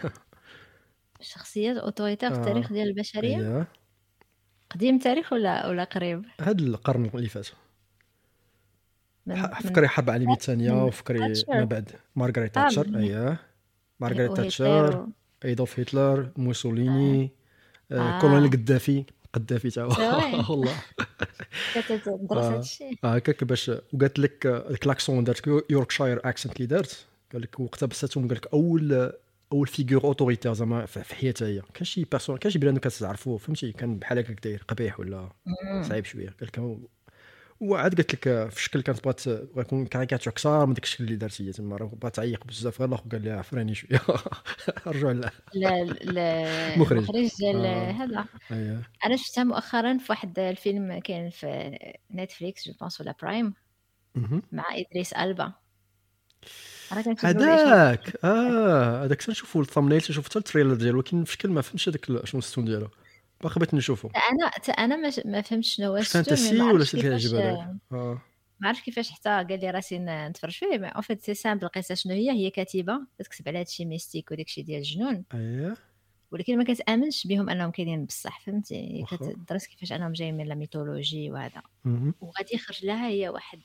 شخصيات اوتوريتير في آه. التاريخ ديال البشريه. اييه قديم تاريخ ولا ولا قريب؟ هاد القرن اللي فات. من ح- من فكري حرب العالميه الثانيه من وفكري تاتشر. ما بعد مارغريت آه، تاتشر. من- اييه مارغريت وهتلر تاتشر و- ايدولف هتلر موسوليني آه. آه. كولونيل قدافي قدافي تا سي هو فري. والله كتدرس آه. هادشي. اه هكاك باش وقالت لك آه، الكلاكسون دارت يوركشاير اكسنت اللي دارت قال لك وقتها بساتهم قال لك اول اول فيغور اوتوريتير زعما في في حياتها هي كان شي بيرسون كان شي بنادم كتعرفوه فهمتي كان بحال هكاك داير قبيح ولا مم. صعيب شويه قال لك هو- وعاد قالت لك آه، في الشكل كانت بغات غيكون كاريكاتور كثار من داك الشكل اللي دارت هي تما راه بغات تعيق بزاف غير الاخر قال لها عفراني شويه رجعوا لا لا لا مخرج. المخرج ديال آه. هذا. اييه انا شفتها مؤخرا في واحد الفيلم كاين في نتفليكس جو بونس ولا برايم مهم. مع ادريس البا. راه كنشوفوا ليه شي- هذاك اه هذاك تنشوفوا الثامنيل تنشوف حتى التريلر ديالو ولكن في شكل ما فهمتش هذاك ال- شنو الستون ديالو باقي بغيت نشوفو تا انا تا انا ما ما فهمتش شنو هو واش الستون، فانتسي ما ولا عرفتش شي اللي كيفاش عجب هذاك اه ما عرفتش كيفاش حتى قال لي راسي ن- نتفرج فيه. مي اون فيت سي سامبل. القصه شنو هي؟ هي كاتبه كتكتب على هادشي ميستيك وداك الشيء ديال الجنون، اييه ولكن ما كتامنش بهم انهم كاينين بصح. فهمتي؟ واخا. كتدرس كيفاش انهم جايين من لا ميثولوجي وهذا، مهم. وغادي يخرج لها هي واحد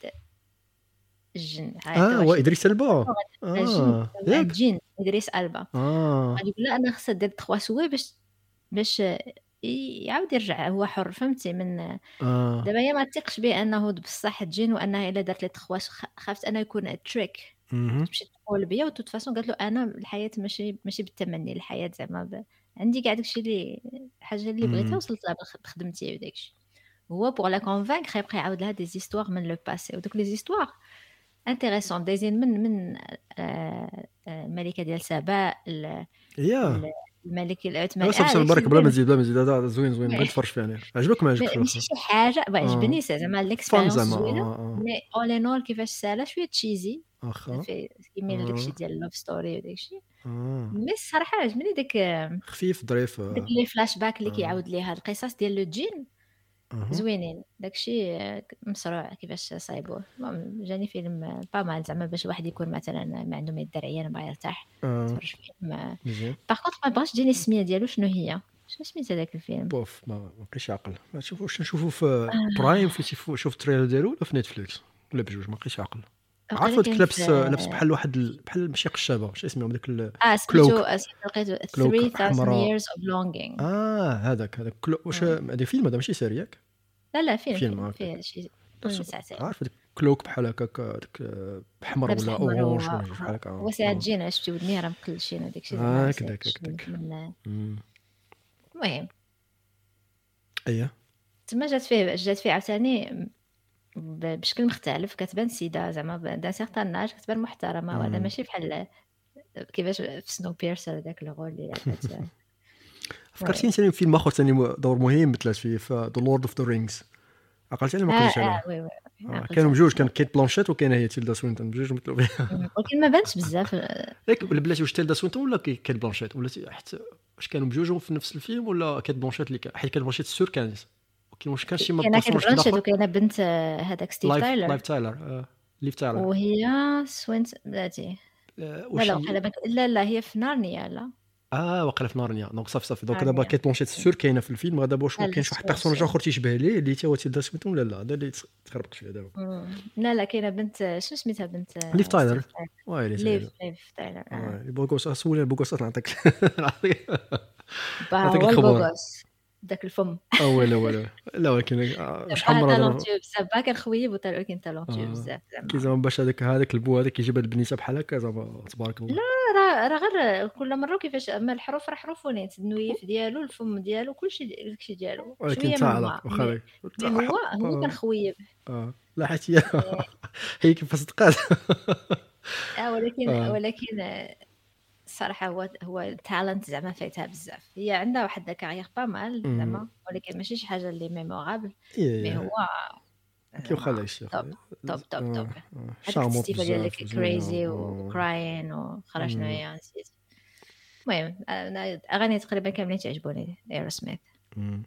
الجن. اه هو ادريس البا الجن اه ياك الجن ادريس البا اه غادي يقول لها انا خصها دير تخوا سوا باش باش يعاود يرجع هو حر. فهمتي؟ من اه دابا هي ما تثقش به انه بصح تجين، وانها الا دارت لي تخوا خافت انه يكون تريك مهم. تمشي تقول بيا. وتوت فاسون قالت له انا الحياه ماشي ماشي بالتمني، الحياه زعما ب... عندي كاع داكشي اللي الحاجه اللي بغيتها مم. وصلت لها بخ- بخدمتي وداكشي. هو بوغ لا كونفانك يبقى يعاود لها دي زيستوار من لو باسي، ودوك لي زيستوار انتريسون دايزين من من آه، آه، الملكه ديال سبا ال- يا ال- الملك ايوا العثماني. صافي صافي داكشي برك بلا ما زوين. تزيد بلا ما تزيد هذا زوين زوين وي. بغيت نتفرج فيه انا عجبك ما عجبكش في ماشي الاخر شي حاجه بغا آه. عجبني سي زعما فان ليكسبيريونس زعما زوينه، اه اه مي اول ان اول كيفاش سالا شويه تشيزي واخا في كيميل داكشي آه. ديال اللوف ستوري وداكشي. اه مي الصراحه عجبني داك خفيف ظريف داك آه. لي فلاش باك اللي آه. كيعاود ليها القصص ديال لو جين أها. زوينين. داكشي مسروع كيفاش صايبوه. المهم جاني فيلم با مال زعما باش واحد يكون مثلا ما عنده ما يدار عيان بغا يرتاح اه يتفرج فيلم. مزيان باغ كونطخ ما بغاش تجيني السميه ديالو شنو هي، شنو سميت هذاك الفيلم؟ بوف ما ما بقيتش عاقل ما تشوفوش نشوفو في برايم في شوف شوف التريلر ديالو ولا في نتفليكس ولا بجوج ما بقيتش عاقل عارف وقيلا هذاك كاين لابس في- لابس بحال واحد ال- بحال ماشي قشابه شو اسمهم داك ال- اه سميتو كلوك. آه، لقيتو كلوك three thousand حمراء. years of longing. اه هذاك هذاك كلو واش هذا فيلم هذا ماشي سيري ياك لا لا فيلم فيلم، فيلم أوكي. فيه شي من ساعتين. عارف هذاك كلوك بحال هكاك هذاك احمر لابس ولا أحمر اورانج و- ولا بحال هكا هو ساعات جينا شفتي ودني راه مقلشين وداكشي آه، زعما هكذاك، ساعات هكذاك. من- مم. المهم اييه تما جات فيه جات فيه عاوتاني ب- بشكل مختلف. كتبان سيده زعما دان سيغتان ناج كتبان محترمه، وهذا مم. ماشي بحال كيفاش في سنو بيرسر داك الغول اللي لعبت. فكرتيني ثاني فيلم اخر ثاني دور مهم مثلت فيه في ذا لورد اوف ذا رينجز عقلتي عليه ما اه قلتش اه عليه وي وي آه، عقلت كانوا عليه. بجوج كان كيت بلانشيت وكاينه هي تيلدا سوينتون بجوج مثلوا فيها مم. ولكن ما بانش بزاف. ياك ولا بلاتي واش تيلدا سوينتون ولا كي- كيت بلانشيت ولا تي- حتى واش كانوا بجوج في نفس الفيلم ولا كيت بلانشيت اللي كان حيت كيت بلانشيت سور كانت ولكن واش كان شي ما كاينه كيت بيرسوناج بلانشيت اخر وكاينه بنت آه، هذاك ستيف لايف تايلر، لايف تايلر آه، ليف تايلر وهي سوينت بلاتي آه، لا واش لا هي وقيلا بك لا لا هي في نارنيا لا اه واقيلا في نارنيا دونك صافي صافي دونك دابا نارنيا كيت بلونشيت سور كاينه في الفيلم دابا واش لا لا كاين شي واحد سور بيرسوناج سور اخر تيشبه ليه اللي تا هو تيدار سميتو ولا لا هذا اللي تخربقت فيه دابا مم. لا لا كاينه بنت شنو سميتها بنت ليف ستيف تايلر تايلر واه لي ليف تايلر ليف تايلر اه واه لي بوغوس سولي البوغوسات نعطيك نعطيك با نعطيك هو الخبر البوغوس داك الفم اه ولا ولا لا ولكن آه، شحال با من مره دابا تالونتيو بزاف با كنخويب ولكن تالونتيو اه بزاف كي زعما زعما باش هذاك هذاك البو هذاك يجيب هاد البنيته بحال هكا زعما تبارك لا الله راه راه غير كل مره كيفاش اما الحروف راه حروف ونيت النويف ديالو الفم ديالو كلشي دي- داكشي ديالو ولكن شويه انت من على هما واخا مي, هذاك مي هو هو اه كنخويب اه لا حيت هي مي هي كيف صدقات اه ولكن اه ولكن آه، الصراحه هو هو التالنت زعما فايتها بزاف هي عندها واحد الكارير با مال أمم. زعما ولكن ماشي شي حاجه اللي ميمورابل ايه مي ايه هو كي واخا زعما داكشي توب اخويا توب ز- توب توب اه اه هذيك شارمونت التستيفه ديال بزاف ديك وزوينه كريزي اه وكراين وخرج شنو أمم. هي نسيت المهم أنا اغاني تقريبا كاملين تعجبوني ايروسميث أمم.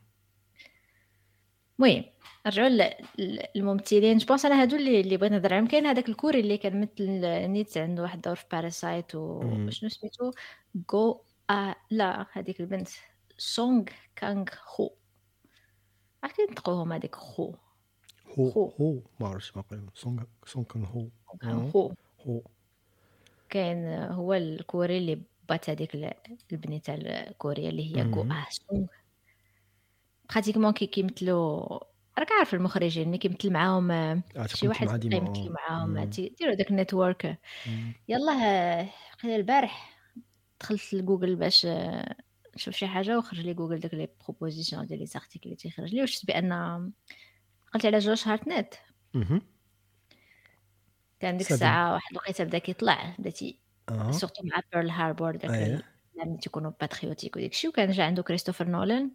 المهم نرجعوا للممثلين جوبونس انا هادو اللي اللي بغيت نهضر عليهم كاين هذاك الكوري اللي كان مثل نيت عنده واحد الدور في باراسايت أمم. وشنو سميتو جو آ لا هذيك البنت سونغ كانغ خو عرفتي نطقوهم هذيك خو هو خو هو ما عرفتش باقي سونغ سونغ كان هو كان اه خو هو كاين هو الكوري اللي بات هذيك ال- البنيته الكوريه اللي هي جو أمم. اه سونغ براتيكمون كي كيمثلوا راك عارف المخرجين اللي كيمثل معاهم آه، اه شي تكون واحد مع كيبقى ديما يمثل اه معاهم أمم. تيديروا داك النيتورك أمم. يلاه قيل البارح دخلت لجوجل باش آه، نشوف شي حاجه وخرج لي جوجل داك لي بروبوزيسيون ديال لي زارتيكل اللي تيخرج لي وشفت بان قلت على جوش هارتنت أمم. كان ديك سبب الساعه واحد الوقيته بدا كيطلع بدا تي اه سورتو مع بيرل هاربور داك ايه ال- اللي تيكونوا باتريوتيك وداك الشيء وكان جا عنده كريستوفر نولان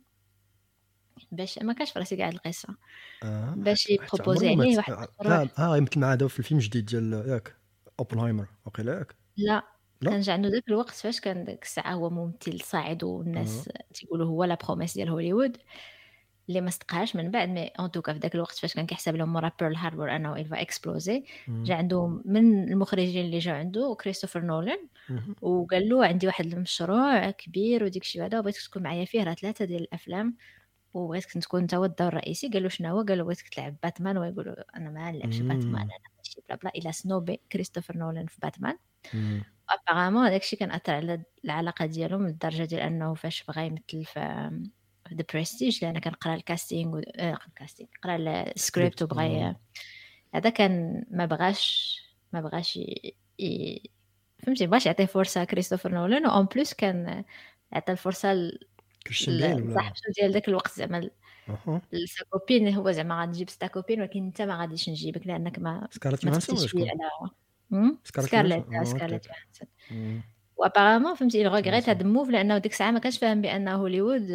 باش ما كانش في راسي كاع القصه اه باش حتى حتى عمره يبروبوزي ما مات عليه واحد آه، المشروع لا اه يمثل معاه دابا في الفيلم الجديد ديال ياك اوبنهايمر وقيلا ياك لا لا كان جا عنده داك الوقت فاش كان ديك الساعه هو ممثل صاعد اه والناس تيقولوا هو لا بروميس ديال هوليوود اللي ما صدقهاش من بعد مي اون توكا في داك الوقت فاش كان كيحسب لهم مورا بيرل هاربور انه الفا اكسبلوزي أمم. جا عنده من المخرجين اللي جا عنده كريستوفر نولان أمم. وقال له عندي واحد المشروع كبير وديك الشيء هذا وبغيتك تكون معايا فيه راه ثلاثه ديال الافلام وبغيتك تكون انت هو الدور الرئيسي قال له شنو هو قال له بغيتك تلعب باتمان ويقول له انا ما نلعبش باتمان أمم. انا ماشي بلا بلا الى سنوبي كريستوفر نولان في باتمان أمم. ابارامون داكشي كان اثر على العلاقه ديالهم للدرجه ديال انه فاش بغى يمثل في ذا بريستيج لان كان قرا الكاستينغ و... آه الكاستينغ قرا السكريبت سكريبت وبغى اه ي- هذا كان ما بغاش ما بغاش ي... ي... فهمتي بغاش يعطيه فرصه كريستوفر نولان وان بليس كان عطى الفرصه ل- كريستيان بيل ل- ولا لصاحبته ديال داك الوقت زعما اها لسا كوبين هو زعما غتجيب ستا كوبين ولكن انت ما غاديش نجيبك لانك ما سكارلت ما يوهانسون ولا تقتيش بيا شكون على هم؟ سكارلت سكارليت يوهانسون آه، اه سكارليت اوكي يوهانسون أمم. وابارامون فهمتي il regrette انتريسون هاد الموف لانه ديك الساعه ما كانش فاهم بان هوليوود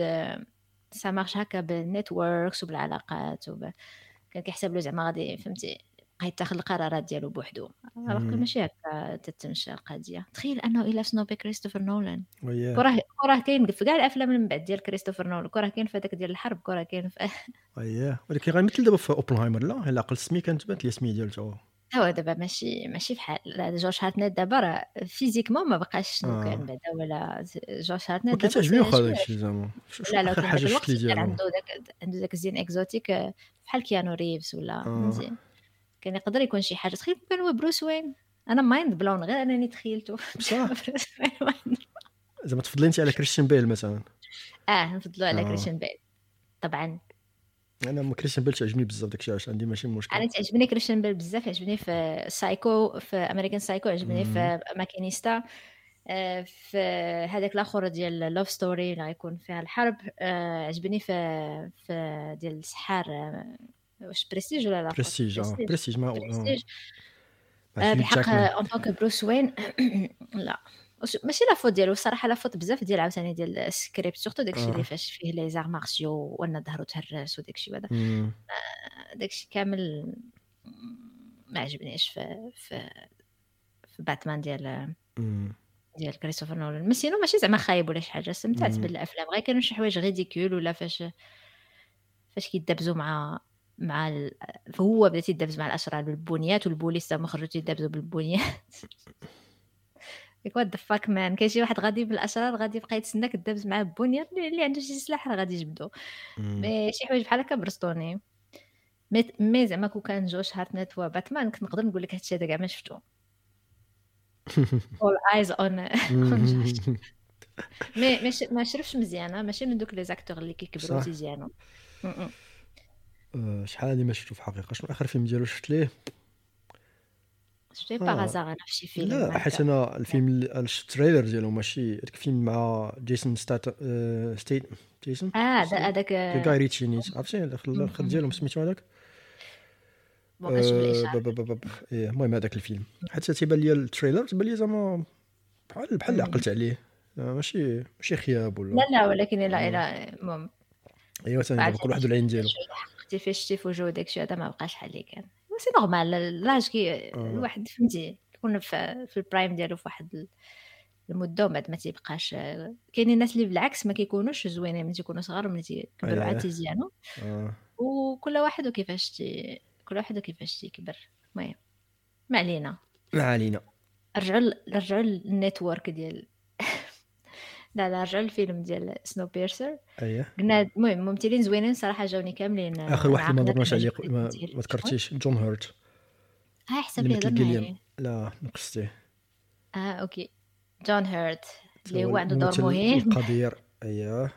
سا مارش هكا بالنيتوركس وبالعلاقات وب... كان كيحسب له زعما غادي فهمتي بقى يتاخذ القرارات ديالو بوحدو الوغ أمم. ماشي هكا تتمشى القضيه تخيل انه الا سنوبي كريستوفر نولان وياه كره كره كاين في كاع الافلام اللي من بعد ديال كريستوفر نولان كره كاين في هذاك ديال الحرب كره كاين في وياه ولكن غيمثل دابا في اوبنهايمر لا الا عقل السميه كانت تبان لي السميه ديالو تا هو هو دابا ماشي ماشي بحال لا، جورج هارتنيت دابا راه فيزيكمون ما بقاش شنو كان اه بعدا ولا جورج هارتنيت ولكن دابا تعجبني سي واخا شويه داكشي زعما شو شو لا لا اخر كان حاجه داك شفت الوقت لي كان ديالو عنده داك عنده داك الزين اكزوتيك آه، بحال كيانو ريفز ولا اه فهمتي كان يقدر يكون شي حاجه تخيل كان هو بروس وين انا مايند بلون غير انني تخيلته بصح بروس وين mind blown. زعما تفضلي انت على كريستيان بيل مثلا اه نفضلو على اه كريستيان بيل طبعا انا ما كريستيان بيل تعجبني بزاف داكشي علاش عندي ماشي مشكل انا تعجبني كريستيان بيل بزاف عجبني في سايكو في امريكان سايكو عجبني أمم. في ماكينيستا آه، في هذاك الاخر ديال لوف ستوري اللي غيكون فيها الحرب آه، عجبني في في ديال السحار آه، واش بريستيج ولا الاخر بريستيج اه بريستيج بريستيج ما اه بريستيج مع آه، هيو بالحق جاكمان اون طونك بروس وين لا وش- ماشي لا فوت ديالو الصراحه لا فوت بزاف ديال عاوتاني ديال السكريبت سورتو داكشي اللي اه فاش فيه لي زار مارسيو وان ظهرو تهرس وداكشي هذا أمم. آه، داكشي كامل ما عجبنيش في في في باتمان ديال أمم. ديال كريستوفر نولان، مي سينو ماشي زعما خايب ولا شي حاجة، استمتعت أمم. بالأفلام، غير كانوا شي حوايج ريديكول ولا فاش فاش كيدابزوا مع مع ال فهو بدا تيدابز مع الأشرار بالبنيات والبوليس تا هما خرجوا تيدابزوا بالبنيات like what the fuck man. كاين شي واحد غادي بالاشرار غادي يبقى يتسنى كدابز معاه بنيان اللي عنده شي سلاح راه غادي يجبدو. مي شي حوايج بحال هكا برستوني. مي مي زعما كون كان جوش هارتنت و باتمان كنت نقدر نقول لك هادشي هذا كاع ما شفتو. all eyes on on جوش. مي ماشي ما شرفش مزيانه ماشي من دوك لي زاكتور اللي كيكبروا صح. تيزيانو. م- م. آه، شحال هادي ما شفتو في الحقيقه. شنو اخر فيلم ديالو شفت ليه؟ شفتي آه. باغازار انا في شي فيلم لا حيت هكا. انا الفيلم اللي شفت التريلر ديالو ماشي داك الفيلم مع جيسون ستات آه، ستيت جيسون اه دا- هذاك كاي ريتشي نيت عرفتي الاخر الاخر ديالهم سميتو هذاك بقاش آه، بالاشاره. ب- ب- ب- ب- ايه المهم هذاك الفيلم حتى تيبان لي التريلر تبان لي زعما بحال بحال اللي مم. عقلت عليه آه، ماشي ماشي خياب ولا لا لا ولكن لا لا المهم ايوا ثاني بعد دابا كل واحد والعين ديالو شويه حققتي فيه شتي في وجهه داكشي هذا ما بقاش حالي كان سي نورمال لاج كي الواحد فهمتي يكون في, في البرايم ديالو في واحد ال- المده ومن بعد ما تيبقاش. كاينين الناس اللي بالعكس ما كيكونوش زوينين ملي تيكونوا صغار ملي تيكبروا عاد ايه تيزيانوا آه. وكل واحد وكيفاش تي... كل واحد وكيفاش تيكبر. المهم ما علينا ما علينا رجعوا ل- رجعوا للنيتورك ديال لا لا رجعوا للفيلم ديال سنو بيرسر. ايه قلنا المهم ممثلين زوينين صراحه جاوني كاملين. اخر واحد اللي ما أنا درناش عاقلة عليه كان ما, عجبني ما ذكرتيش جون هيرت ها حسب اللي لي مثل هضرنا جيليام عليه. لا نقصتيه اه اوكي جون هيرت اللي هو عنده دور الممثل مهم القدير اييه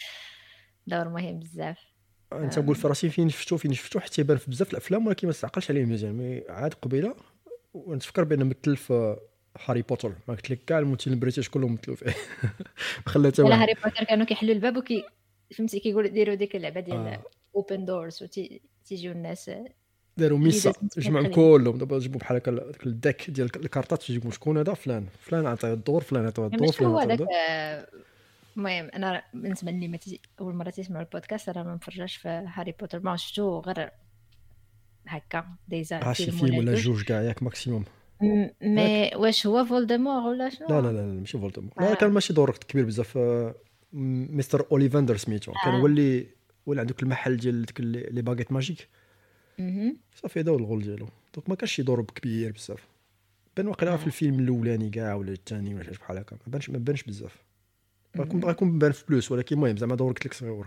دور مهم بزاف. انت نقول في راسي فين شفتو فين شفتو حتى يبان في بزاف الافلام ولكن ما تعقلش عليه مزيان مي عاد قبيله ونتفكر بان مثل في هاري بوتر ما قلت لك كاع الممثلين البريتيش كلهم مثلوا فيه خلى حتى ولا واحد هاري بوتر كانوا كيحلوا الباب وكي فهمتي كيقولوا ديروا ديك اللعبه ديال آه. اوبن دورز وتي تيجيو الناس داروا ميسا اللي دازت جمعوا متقلين. كلهم دابا جيبوا بحال هكا داك الديك ديال الكارطات تيجيبوا شكون هذا فلان فلان عطيه الدور فلان عطيه الدور ماشي فلان هو عطيه داك الدور المهم انا بالنسبه لي متي اول مره تسمعوا البودكاست انا ما مفرجاش في هاري بوتر ما شفتو غير هكا ديزا ها شي فيلم فيلم ولا ولا جوج. جوج كاع ياك ماكسيموم م- مي واش هو فولدمور ولا شنو؟ لا لا لا لا ماشي فولدمور لا آه. كان ماشي دور كبير بزاف آه، م- مستر اوليفاندر سميتو كان هو آه. اللي هو اللي عنده المحل ديال ديك اللي لي باغيت ماجيك مهم. صافي هذا هو الغول ديالو دونك ما كانش شي دور كبير بزاف بان واقيلا في الفيلم الاولاني كاع ولا الثاني ولا شي حاجه بحال هكا ما بانش ما بانش بزاف غيكون غيكون بان في بلوس ولكن المهم زعما دور قلت لك صغيور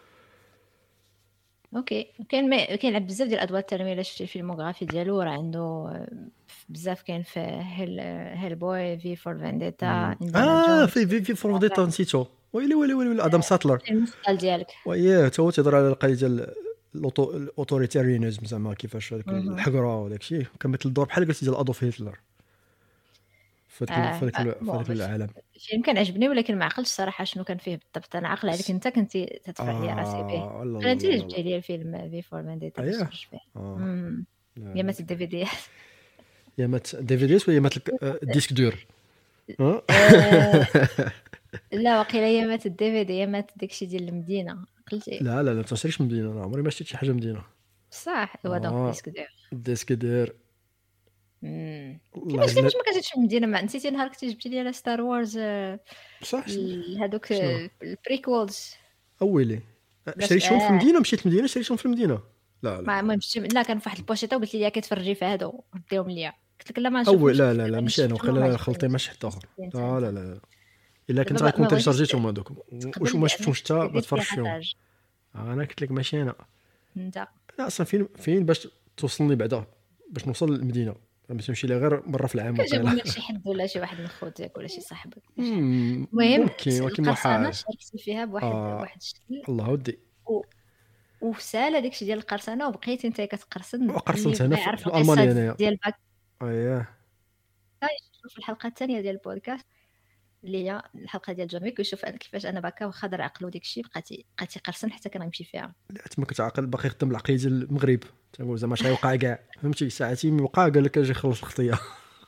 اوكي كاين ما كاين لعب بزاف ديال الادوار التنميه الا شفتي الفيلموغرافي ديالو راه عنده آه، بزاف كاين في هيل هيل بوي في فور فانديتا انديانا اه جونز في في في فور ديتا نسيتو ويلي ويلي ويلي ادم ساتلر المسطل ديالك. وياه تا هو تيهضر على القضيه ديال الأوتو- الاوتوريتاريانيزم زعما كيفاش هذاك مهم. الحقره وداك الشيء كان مثل الدور بحال قلتي ديال ادولف هتلر في هذاك آه، في هذاك آه، في بون، هذاك باش- العالم الفيلم كان عجبني ولكن ما عقلتش صراحه شنو كان فيه بالضبط. انا عاقله عليك انت كنتي تدفع لي راسي به. اه لا انا انت لا اللي لا جبتي لي الفيلم في فور فانديتا باش اييه نتفرج فيه. اه امم لا، يا مات الدي في دي. يا مات دي في ديس ولا مات لك آه، ديسك دور ها آه، لا وقيلا يا مات الدي في دي يا مات داكشي ديال المدينه قلتي لا لا لا تنشريش مدينه انا عمري ما شريت شي حاجه مدينه صح هو دونك اه ديسك دير. ديسك دير امم والله كيفاش كيفاش عجبني ما كتجيش في المدينه ما نسيتي نهار كنتي جبتي لي على ستار وورز آه، صح ال- هادوك شنو البريكولز. اويلي باش شريتهم في آه، المدينه مشيت للمدينه شريتهم في المدينه لا لا ما المهم شتي لا كان في واحد البوشيطه وقلت لي كتفرجي في هادو رديهم ليا قلت لك لا ما اول نشوفهمش لا لا لا أنا ماشي انا شفتهم وما وقيلا خلطي عجبونيش. مع شي حد اخر انت لا انت لا لا الا كنت دابا ما غيكون بغيتيش تيليشارجيتهم هذوك واش تقبل ما بأن شفتهمش حتى ما دير تفرجش فيها فيهم حاجه انا قلت لك ماشي انا انت انا اصلا فين فين باش توصلني بعدا باش نوصل للمدينه ما تمشي لها غير مره في العام كنجيبهم وقيلا لك شي حد ولا شي واحد من خوتك ولا شي صاحبك. مم، المهم ممكن ولكن القرصانه محال شاركتي فيها بواحد آه واحد الشكل الله ودي و... وسالا داكشي ديال القرصانه وبقيتي انت كتقرصن. وقرصنت اللي هنا بغى في يعرف في القصه المانيا انايا ديال باك اييه يشوف الحلقه الثانيه ديال البودكاست اللي هي الحلقه ديال جون ويك ويشوف أنا كيفاش انا باكا واخا دار عقلو داكشي بقاتي بقاتي قرصن حتى كان غيمشي فيها. لا تما كنت عاقل باقي خدام العقليه ديال المغرب تنقول زعما اش غيوقع كاع فهمتي ساعتين من وقع قال لك اجي خلص الخطيه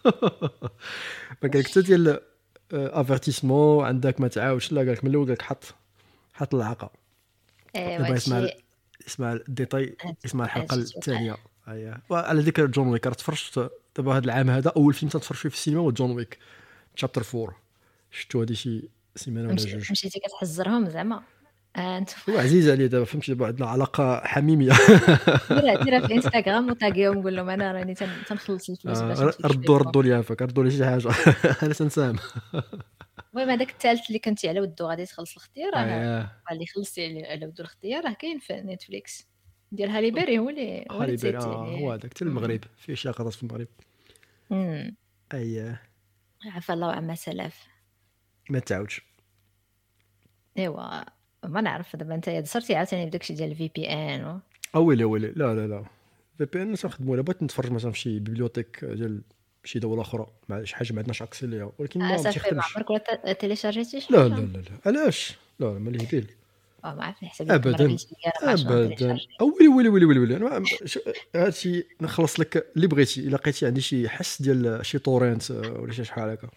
ما قال لك حتى ديال افيرتيسمون عندك ما تعاودش لا قال لك من الاول قال لك حط حط العاقه ايوا دابا اسمع هادشي اسمع الديتاي اسمع الحلقه هادشي توقع. الثانيه اييه وعلى ذكر جون ويك راه تفرجت دابا هذا العام هذا اول فيلم تنتفرج فيه في السينما هو جون ويك شابتر أربعة شفتو هذه شي سيمانه ولا مشي- جوج مشيتي كتحزرهم زعما انت هو عزيز عليه دابا فهمتي دابا عندنا علاقه حميميه ديرها ديرها في انستغرام وتاغيهم قول لهم انا راني تن- تنخلص الفلوس باش آه، نتفرج ردوا فيكم. ردوا لي عافاك ردوا لي شي حاجه انا تنساهم المهم هذاك الثالث اللي كنتي على ودو غادي تخلص الاختيار راه اييه اللي خلصتي على على ودو الاختيار راه كاين في نتفليكس ديال هالي بيري هو اللي هو اللي هالي بيري تزايدتي آه هو عليه. هذاك حتى المغرب فيه شي لقطات في المغرب امم اييه عفا الله عما سلف. ما تعاودش ايوا ما نعرف دابا انت صرتي عاوتاني بداكشي ديال الفي بي ان و... اويلي اويلي لا لا لا في بي ان تنخدموا الا بغيت نتفرج مثلا في شي بيبليوتيك ديال شي دوله اخرى مع شي حاجه ما عندناش اكسي ليها ولكن ما صافي ما تيخدمش. عمرك ولا تيليشارجيتي شي لا حاجه؟ لا لا لا علاش لا لا ما ليه هبيل اه ما عرفت نحسب لك مره ابدا قلتي لي راه ما عرفتش ابدا نتيليشارجي. اويلي ويلي ويلي ويلي ويلي انا ش- هادشي نخلص لك اللي بغيتي الا لقيتي عندي شي حس ديال شي تورنت آه، ولا شي شحال هكا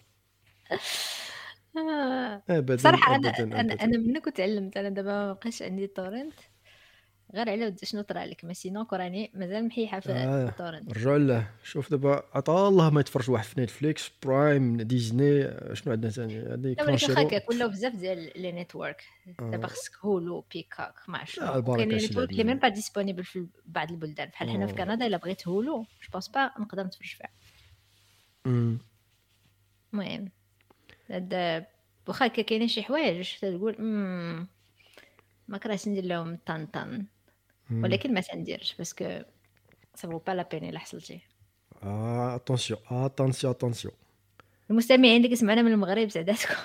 آه، ابدا صراحه انا ابدا انا ابدا انا منك تعلمت انا دابا ما بقاش عندي تورنت غير على ود شنو طرا لك ما سينو راني مازال محيحه في اه التورنت. رجعوا له شوف دابا عطا الله ما يتفرج واحد في نتفليكس برايم ديزني آه، شنو عندنا ثاني هذه لا ولكن كرانشيرو خاكك ولاو بزاف ديال لي نيتورك دابا آه. خصك هولو بيكاك ما عرف لا شنو البركه وكاين لي شي نيتورك اللي لعبنا ميم با ديسپونيبل في بعض البلدان بحال حنا في آه. كندا الا بغيت هولو جو بونس با نقدر نتفرج فيها. أمم. المهم هاد واخا هكا كاينين شي حوايج تقول امم ما كرهتش ندير لهم طنطن أمم. ولكن ما تنديرش باسكو سا فو با لا بين الا حصلتي. اه اتونسيون اتونسيون اتونسيون المستمعين اللي كيسمعنا من المغرب سعداتكم.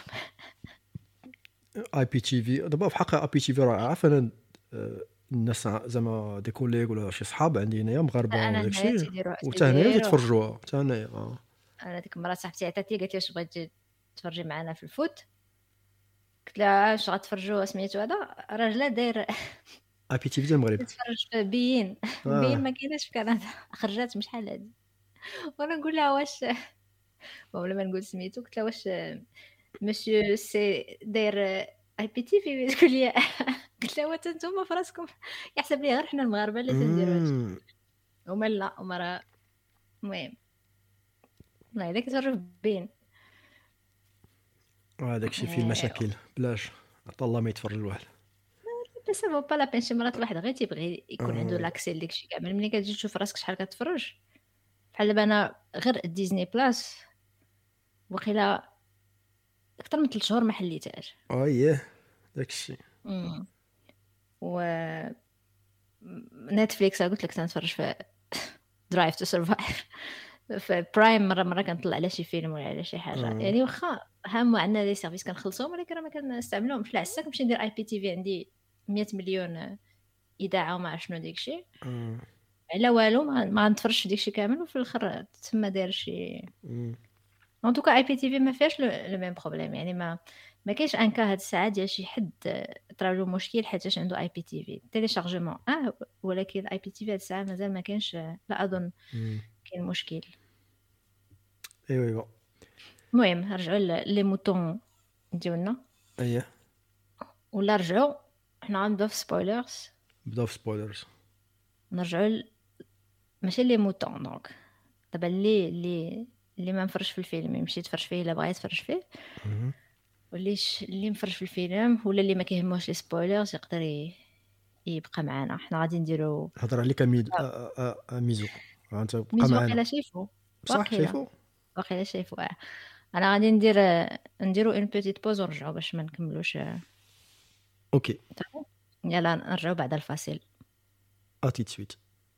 اي بي تي في دابا في حق اي بي تي في راه عارف انا آه، الناس زعما دي كوليغ ولا شي صحاب عندي هنايا مغاربه انا وداك هنايا الشيء تيديروا وحتى هنايا تيديروا تيتفرجوها حتى هنايا اه انا ديك المره صاحبتي عطاتني قالت لي واش بغيتي تفرجي معنا في الفوت قلت لها اش غتفرجوا سميتو هذا راجله داير اي بي تي في ديال المغرب تتفرج في بيين آه. بيين ما كايناش في كندا خرجات من شحال هادي وانا نقول لها واش ولا ما نقول سميتو قلت لها واش مسيو سي داير اي بي تي في تقول لي قلت لها واش نتوما في راسكم يحسب لي غير حنا المغاربه اللي تنديروا هادشي أمم. هما لا هما راه المهم والله الا كتعرف بين هذاك الشيء فيه المشاكل بلاش عطا الله ما يتفرج الواحد بس هو با لا بين شي مرات الواحد غير تيبغي يكون آه. عنده لاكسي لداكشي كامل ملي كتجي تشوف راسك شحال كتفرج بحال دابا انا غير ديزني بلاس وقيلا اكثر من ثلاث شهور ما حليتهاش. اه اييه داك الشيء امم و نتفليكس قلت لك تنتفرج في درايف تو سرفايف في برايم مره مره كنطلع على شي فيلم ولا على شي حاجه آه. يعني واخا هما عندنا دي سيرفيس كنخلصوهم ولكن راه ما كنستعملوهمش لا عساك نمشي ندير اي بي تي في عندي مية مليون اذاعه وما عرف شنو داكشي آه. على والو ما, ما نتفرجش في داكشي كامل وفي الاخر تما داير شي أمم. ان توكا اي بي تي في ما فيهاش لو ميم بروبليم يعني ما ما كاينش ان كا هاد الساعه ديال شي حد طرا له مشكل حيتاش عنده اي بي تي في تيليشارجمون اه ولكن الاي بي تي في هاد الساعه مازال ما كاينش لا اظن أمم. كاين مشكل. ايوا ايوا المهم نرجعوا لي موطون ديالنا اييه ولا رجعوا حنا غنبداو في سبويلرز بداو في سبويلرز نرجعوا ل... ماشي لي موطون دونك دابا اللي اللي اللي ما مفرش في الفيلم يمشي يتفرج فيه الا بغا يتفرج فيه أمم. واللي ش... اللي مفرش في الفيلم ولا اللي ما كيهموش لي سبويلرز يقدر ي... يبقى معنا حنا غادي نديرو هضر عليك ميد آه، آه، آه، ميزو ها انت بقى ميز معنا واقيلا شايفو صح واقيلا شايفو واقيلا شايفو آه. انا غادي ندير نديرو اون بيتيت بوز ونرجعوا باش ما نكملوش اوكي يلا نرجعوا بعد الفاصل. اتي تسويت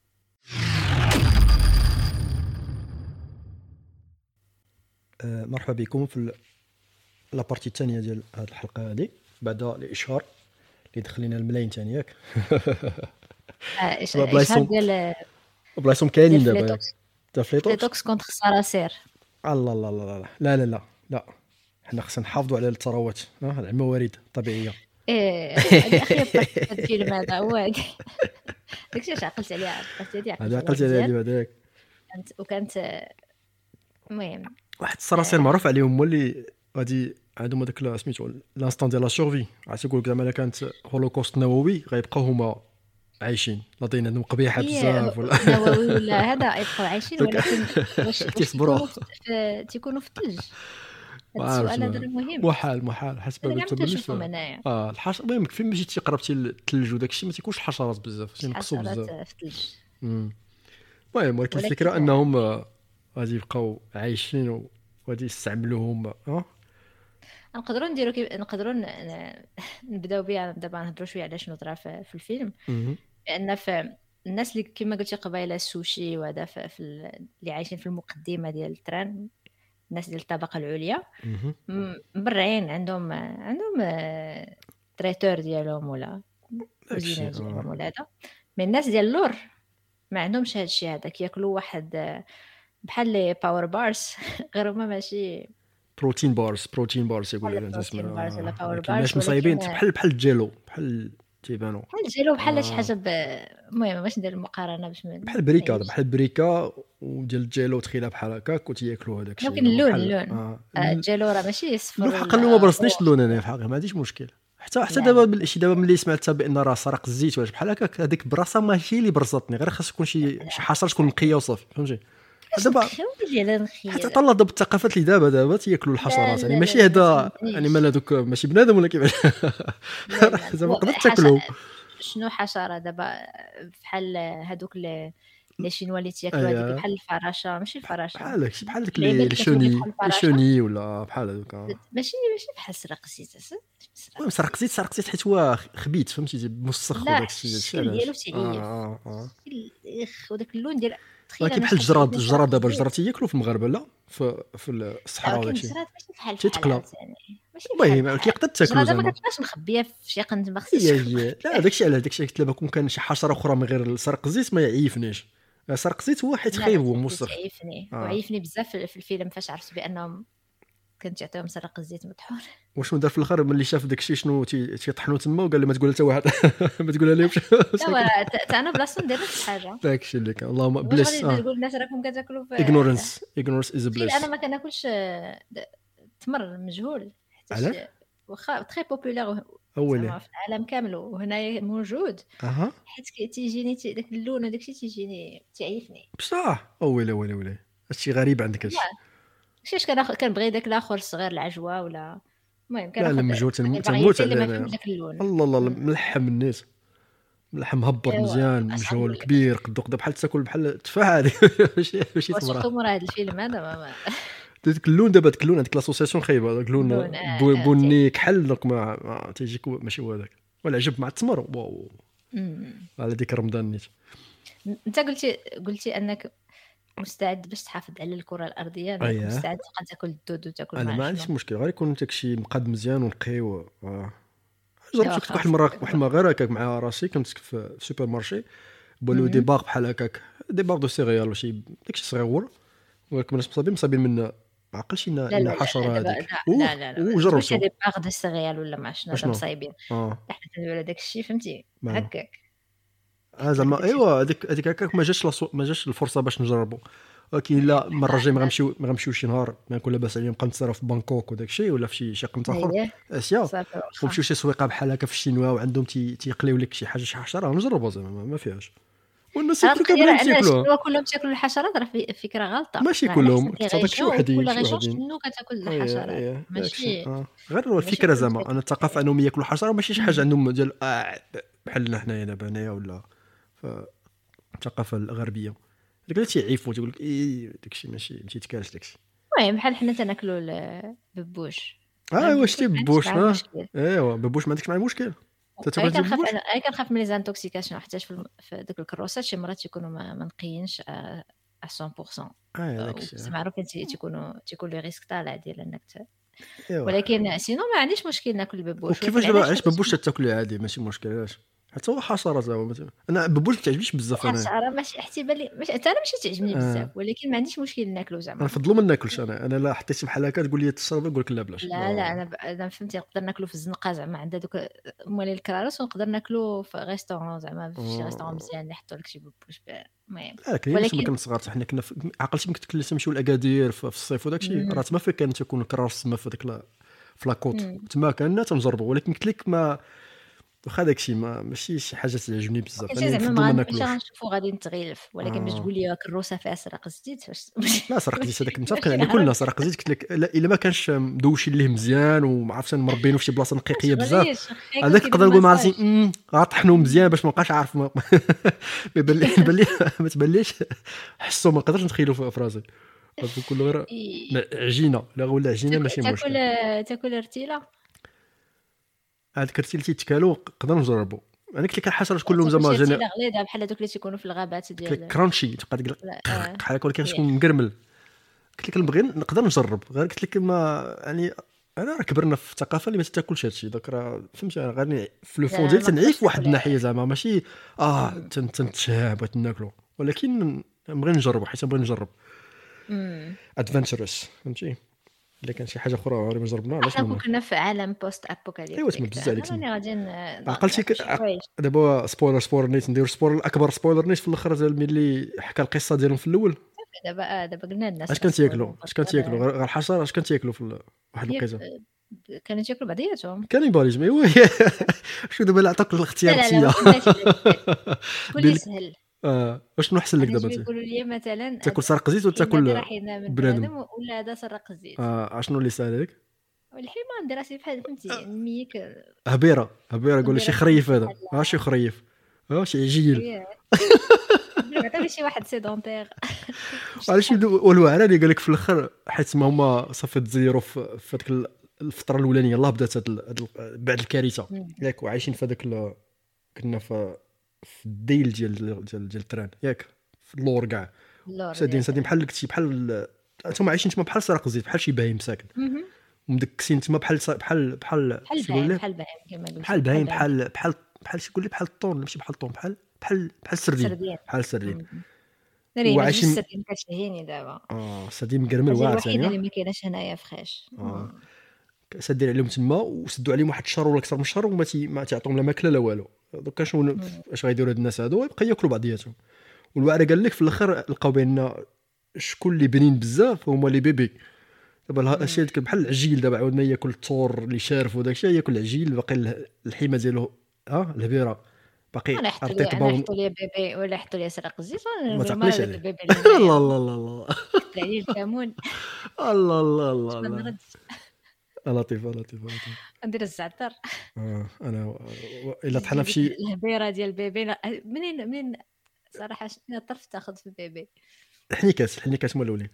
آه، مرحبا بكم في لابارتي الثانيه ديال هذه الحلقه هذه بعد الاشهار اللي دخلينا الملايين ثاني ياك ايش دابا ايش بلايصهم ديال بلايصهم كاينين ديال دابا فليتوكس تا فليتوكس فليتوكس كونتر صراصير الله الله الله الله لا لا لا لا حنا خصنا نحافظوا على الثروات ها على الموارد الطبيعيه ايه هذه اخي هذا الفيلم هذا هو هذا داكشي اش عقلت عليه عقلت عليه هذا عقلت على هذه هذاك كانت وكانت المهم واحد الصراصير معروف عليهم هما اللي غادي عندهم هذاك سميتو لانستون ديال لا سورفي عرفتي يقول لك زعما الا كانت هولوكوست نووي غيبقاو هما عايشين لاطين عندهم قبيحه بزاف ولا نووي ولا هذا يبقاو عايشين ولكن واش تيصبروا تيكونوا في تيكونوا في الثلج هذا ما عرفتش السؤال هذا ما مهم. محال محال حسب انا هذا كاع ما التبلش كنشوفهم انايا اه الحشر المهم فين مشيتي تقرب شي الثلج وداك الشيء ما تيكونش الحشرات بزاف شي تينقصوا حشرات بزاف. في الثلج. امم المهم ولكن ولكن الفكره انهم آه، غادي يبقاو عايشين و- وغادي يستعملوهم اه نقدروا نديروا كيف نقدروا ن- ن- نبداو بها دابا نهضروا شويه على شنو طرا في في الفيلم. مهم. لان في الناس اللي كما قلتي قبيله السوشي وهذا في في ال- اللي عايشين في المقدمه ديال التران، الناس ديال الطبقه العليا مهم. م- مبرعين، عندهم عندهم آه، تريتور ديالهم ولا داكشي كوزينه ديالهم اه ولا هذا. من الناس ديال اللور ما عندهمش هذا الشيء هذا، كياكلوا واحد آه، بحال لي باور بارز غير هما ماشي بروتين بارز بروتين بارز يقول بحال لك انت البروتين اسمها بارز ولا آه. باور ولكن بارز، ماش مصايبين ولكن بحال بحال الجيلو بحال تيبانو بحال الجيلو بحال شي آه. حاجه ب- المهم باش ندير المقارنه باش من بحال بريكا مايجيش. بحال بريكا وديال الجيلو تخيلها بحال هكاك وتياكلوا هذاك الشيء ممكن اللون بحال اللون اه آه، الجيلو راه ماشي صفر اللون حقا ولا ما برسنيش روج. اللون انا في حقيقه ما عنديش مشكل حتى حتى لا دابا لا بال- شي دابا ملي سمعت بان راه سرق الزيت واش بحال هكاك هذيك براسها ماشي اللي برزتني غير خاص تكون شي شي حشره تكون نقيه وصافي فهمتي باش دابا نخيو ديال حتى نخيل. طلع دابا الثقافات اللي دابا دابا تياكلوا لا الحشرات لا يعني لا ماشي لا ما هذا تفهمنيش. يعني مال هذوك ماشي بنادم ولا كيفاش لا لا زعما هو تقدر حشرة تاكلو شنو حشرة دابا بحال هادوك اللي لي شينوا اللي تياكلوا هذيك اييه بحال الفراشة، ماشي الفراشة، بحال هادشي بحال داك لي الحليبات لي اللي كتولي شوني بحال لي الفراشة. شوني ولا بحال هذوك آه. ماشي ماشي بحال سرق الزيت أس- مسرق. المهم سرق زيت سرق زيت حيت هو خبيت فهمتي مسخ لا وداك الشيء داك الشيء الشكل ديالو علاش تعيف، اه اه اه الشكل- اخ وداك اللون ديال تخيل ولكن انا بحال شحال شي الجراد حد الجراد سرق دابا الزيت. الجراد تياكلوا في المغرب لا في في لا الصحراء ولكن وداك الشيء الجراد ماشي بحال بحال تيتقلى عاوتاني ماشي بحال المهم بحال كيقدر تاكلو الجراد ما زعما كتبقاش مخبيه في شي قند ما خصيش هي تكون هي لا داك الشيء على داك الشيء قلت لك كون كان شي حشره اخرى من غير سرق الزيت ما يعيفنيش سرق الزيت هو حيت لا خايب لا هو تي- مسخ تعيفني اه وعيفني بزاف في في الفيلم فاش عرفت بانهم كنت يعطيهم سرق الزيت مطحون. وشنو دار في الاخر ملي شاف داك الشيء شنو تي- تيطحنوا تما وقال له ما تقول حتى واحد ما تقولها لهمش لا ولا ت- انا بلاصتو ندير نفس الحاجه. داك الشيء اللي كان اللهم واش بليس غادي اه تقول الناس راكم كتاكلوا في ignorance ignorance is a تخيل انا bliss ما كناكلش آه، د- تمر مجهول حيتاش علاش واخا تري بوبولير اولي زعما في العالم كامل وهنايا موجود، اها حيت كي- تيجيني تي- داك اللون وداك الشيء تيجيني تعيفني. بصح اولي اولي اولي هادشي غريب عندك هادشي لا ماشي كناخ كنبغي داك الاخر الصغير العجوه ولا المهم لا لا كناخذ مجهول تنموت الفاريتي تنموت اللي ما على فيهمش داك اللون. الله الله الله، مم. ملحم الناس ملحم مهبر ايوا مزيان اصعب مجهول ولا كبير قدو قدا بحال تاكل بحال التفاح هذه ماشي ماشي وسورتو تمره مورا هذا الفيلم هذا ما ما- داك اللون دابا داك اللون عندك لاسوسياسيون خايبه داك اللون اللون آه، بو- آه، بني كحل دونك ما ما تيجيك هو- ماشي هو هذاك والعجب مع التمر واو مم. على ديك رمضان نيت انت قلتي قلتي انك مستعد باش تحافظ على الكره الارضيه، انك اييه مستعد تبقى تاكل الدود وتاكل انا مع ما شنو. عنديش مشكل غير يكون داك الشيء مقاد مزيان ونقي و آه. جربت ايوا كنت واحد خلاص المره واحد المره غير هكاك مع راسي كنت في في سوبر مارشي بولو دي مم. باغ بحال هكاك دي باغ دو سيريال وشي داكشي صغيور ولكن الناس مصابين مصابين من ما عقلش ان لا لا ان لا حشره دابا هذيك لا لا لا لا وجربته واش هذه باغ دو سيريال ولا ما شنو هذا اشنو مصايبين اه حنا كنديروا على داك الشيء فهمتي ما هكاك اه حيت لك زعما داك الشيء ايوا هذيك هذيك هكاك ما جاش لاسو- ما جاش الفرصه باش نجربوا ولكن لا المره الجايه ما غنمشيو ما غنمشيو شي نهار ما نكون لاباس عليا نبقى نتصرف في بانكوك وداك الشيء ولا في شي شي قنت اخر اييه اسيا صافي واخا ونمشيو شي سويقه بحال هكا في الشينوا وعندهم تي تيقليو لك شي حاجه شي حشره نجربها زعما ما- ما فيهاش والناس انا ياكلوا متخيله كاملين ان تياكلوها الشنوا كلهم تاكلوا الحشرات راه في- فكره غلطه، ماشي راه على كلهم حسب تعطيك شي الريجيون وحدين وكل شي ريجيون وحدين شنو كتاكل ايه الحشرات ايه داكشي ماشي اه غير هو ماشي الفكره كلهم زعما تياكلوا انا الثقافه انهم ياكلوا حشره ماشي شي حاجه عندهم ديال آه بحالنا حنايا دابا هنايا ولا ف- الثقافه الغربيه اللي كنت تيعيفوا تيقول لك ايه داكشي ماشي ما تيتكالش داكشي المهم بحال حنا تناكلوا الببوش، انا اه الببوش واش تي ما عنديش ببوش معاه اه مشكل. ايوا ببوش ما عندكش معاه مشكل انت اي تاكل ديال كنخاف ببوش انا اي كنخاف من لي زانتوكسيكاسيون حيت في الم- في ديك الكروسات شي مرات تيكونوا ما ما نقيينش ا مية بالمية اه داكشي وبس آه. معروفين تي- تيكونوا تيكون لي ريسك طالع ديال انك ت... ايوا ولكن سينو ما عنديش مشكل ناكل الببوش. وكيفاش ولكن دابا علاش علاش حيت ببوش تاكل عادي ماشي مشكل علاش حتى هو حشره زعما مثلا انا ببوش ما تعجبنيش بزاف انا الحشره ماشي احتمال لي ماشي حتى انا ماشي تعجبني اه بزاف، ولكن ما عنديش مشكل ناكلو انا زعما. نفضلو ما ناكلش انا انا لا حطيتي بحال هكا تقول لي تشرب نقول لك لا بلاش لا لا ما انا ب... انا فهمتي نقدر ناكلو في الزنقه زعما عند دوك مولي الكرارس، ونقدر ناكلو في ريستورون زعما في شي ريستورون آه. مزيان اللي يحطوا لك شي ببوش ب- المهم. لا كاين ولكن ولكن كنا صغار حنا كنا في... عقلتي يمكن كنا نمشيو لاكادير في في الصيف وداك الشيء مم. راه تما فين كان تيكون الكراس تما في داك لا... في لاكوت مم. تما كنا تنجربوا ولكن قلت لك ما واخا داكشي ما ماشي شي حاجه تعجبني بزاف كنتي انا زعما نفضل ما ما غنمشي ناكلوش. غنشوفو غادي نتغلف، ولكن باش آه. تقول لي الكروسه فيها سرق الزيت فاش لا سرق زيت هذاك متفقين ماشي عليه كلنا، الهرب. سرق زيت قلت لك لا الا ما كانش مدوشين ليه مزيان وما عرفتش مربينه في شي بلاصه نقيقيه بزاف، شغليش خايكو هذاك كيدير نقدر نقول ما عرفتي مساج. أمم، غطحنو مزيان باش ما بقاش عارف ما ما يبان لي يبان لي ما تبانليش حسو ما نقدرش نتخيلو في في راسي غتكون كله غير إي. عجينه. لا ولا عجينه تاكل ماشي تاكل مشكل. تاكل رتيله. هاد الكرتيل تيتكالو نقدر نجربو. انا قلت لك الحشرات كلهم تاكل زعما شي جاني رتيله غليظه بحال هذوك اللي تيكونوا في الغابات قلت لك ديال كرانشي تبقى ديك لا اه بحال هكا ولكن ياك. تكون مقرمل. قلت لك نبغي نقدر نجرب غير قلت لك ما يعني انا راه كبرنا في الثقافه اللي ما تاكلش هادشي داك راه فهمتي انا غير في لو لا فون لا ديال ما تنعيف نقدرش واحد ناكل. الناحيه زعما ماشي اه مم. تن- تنتشاب بغيت ناكلو، ولكن نبغي نجربو حيت نبغي نجرب مم. ادفنتشرس فهمتي. الا كان شي حاجه اخرى عمري ما جربنا علاش احنا كون ما. كنا في عالم بوست ايوا ابوكاليبتيك تما بزز عليك تاعنا تما راني غادي ن- عقلتي ناكل شي ك... حوايج. دابا سبويلر سبويلر نيت ندير سبويلر الاكبر سبويلر نيت في الاخر ديال ملي حكى القصه ديالهم في الاول. دابا آه، دابا قلنا للناس اش راه كان تياكلوا سبويلر اش كان تياكلوا باسكو غير غير الحشره اش كان تياكلوا في ال- واحد ياك الوقيته كانوا تياكلوا بعضياتهم. كانيباليزم ايوا شو دابا اللي عطاك لا الاختيار لا لا ما تيا فهمناش قول لي بين سهل. اه واش نحسن لك انا دابا يجيو انت يقولوا لي مثلا تاكل هاد سرق زيت ولا الحين هذا راه تاكل حيدنا من بنادم؟ بنادم ولا هذا سرق الزيت. آه اشنو اللي ساهل لك؟ والحين ما ندير راسي بحال فهمتي نميك هبيره هبيره قول لي شي ندير خريف راسي هذا ها شي خريف ها شي عجيل بحال عطيني شي واحد سيدونتير. علاش والوعره اللي قال لك في الاخر حيت ما هما صافي تزيروا في في هذيك ال- الفتره الاولانيه الله بدات هاد ال- هاد ال- بعد الكارثه ياك وعايشين في هذاك ال- كنا في في الديل ديال ديال ديال التران ياك في اللور كاع سادين سادين بحال قلتي بحال انتم عايشين تما بحال سرق الزيت بحال شي بهيم ساكن ومدكسين تما بحال بحال بحال بحال شي يقول البهايم لك بحال البهايم كما قلت بحال بهيم بحال بحال بحال شي يقول لي بحال الطون ماشي بحال الطون بحال بحال بحال السردين سردين. بحال السردين ناري ما تجيش وعايشين السردين كتشهيني دابا. اه سردين مقرمل الحاجه واعر الوحيده اللي ثانيه ما كايناش هنايا في خاش. اه سادين عليهم تما وسدوا عليهم واحد الشهر ولا اكثر من شهر وما تي ما تعطيهم لا ماكله لا والو. دوكا شنو اش غيديروا هاد الناس هادو يبقى ياكلوا بعضياتهم. والوعره قال لك في الاخر لقاو بان شكون اللي بنين بزاف هما لي بيبي. دابا الاشياء ديك بحال العجيل دابا عاودنا ياكل الثور اللي شارف وداك الشيء ياكل العجيل باقي الحيمه ديالو ها الهبيره باقي انا حطوا ارتيط لي انا باون حطوا لي بيبي ولا حطوا لي سرق الزيت ما نقول تعقليش مال عليه. البيبي الله الله الله الله كتب عليه الكمون الله الله الله ما الله نردش لطيفه لطيفه لطيفه. ندير الزعتر. اه انا الا طحنا في شي الهبيره ديال البيبي لا، منين منين صراحه شنو الطرف تاخذ في البيبي حنيكات الحنيكات هما الاولين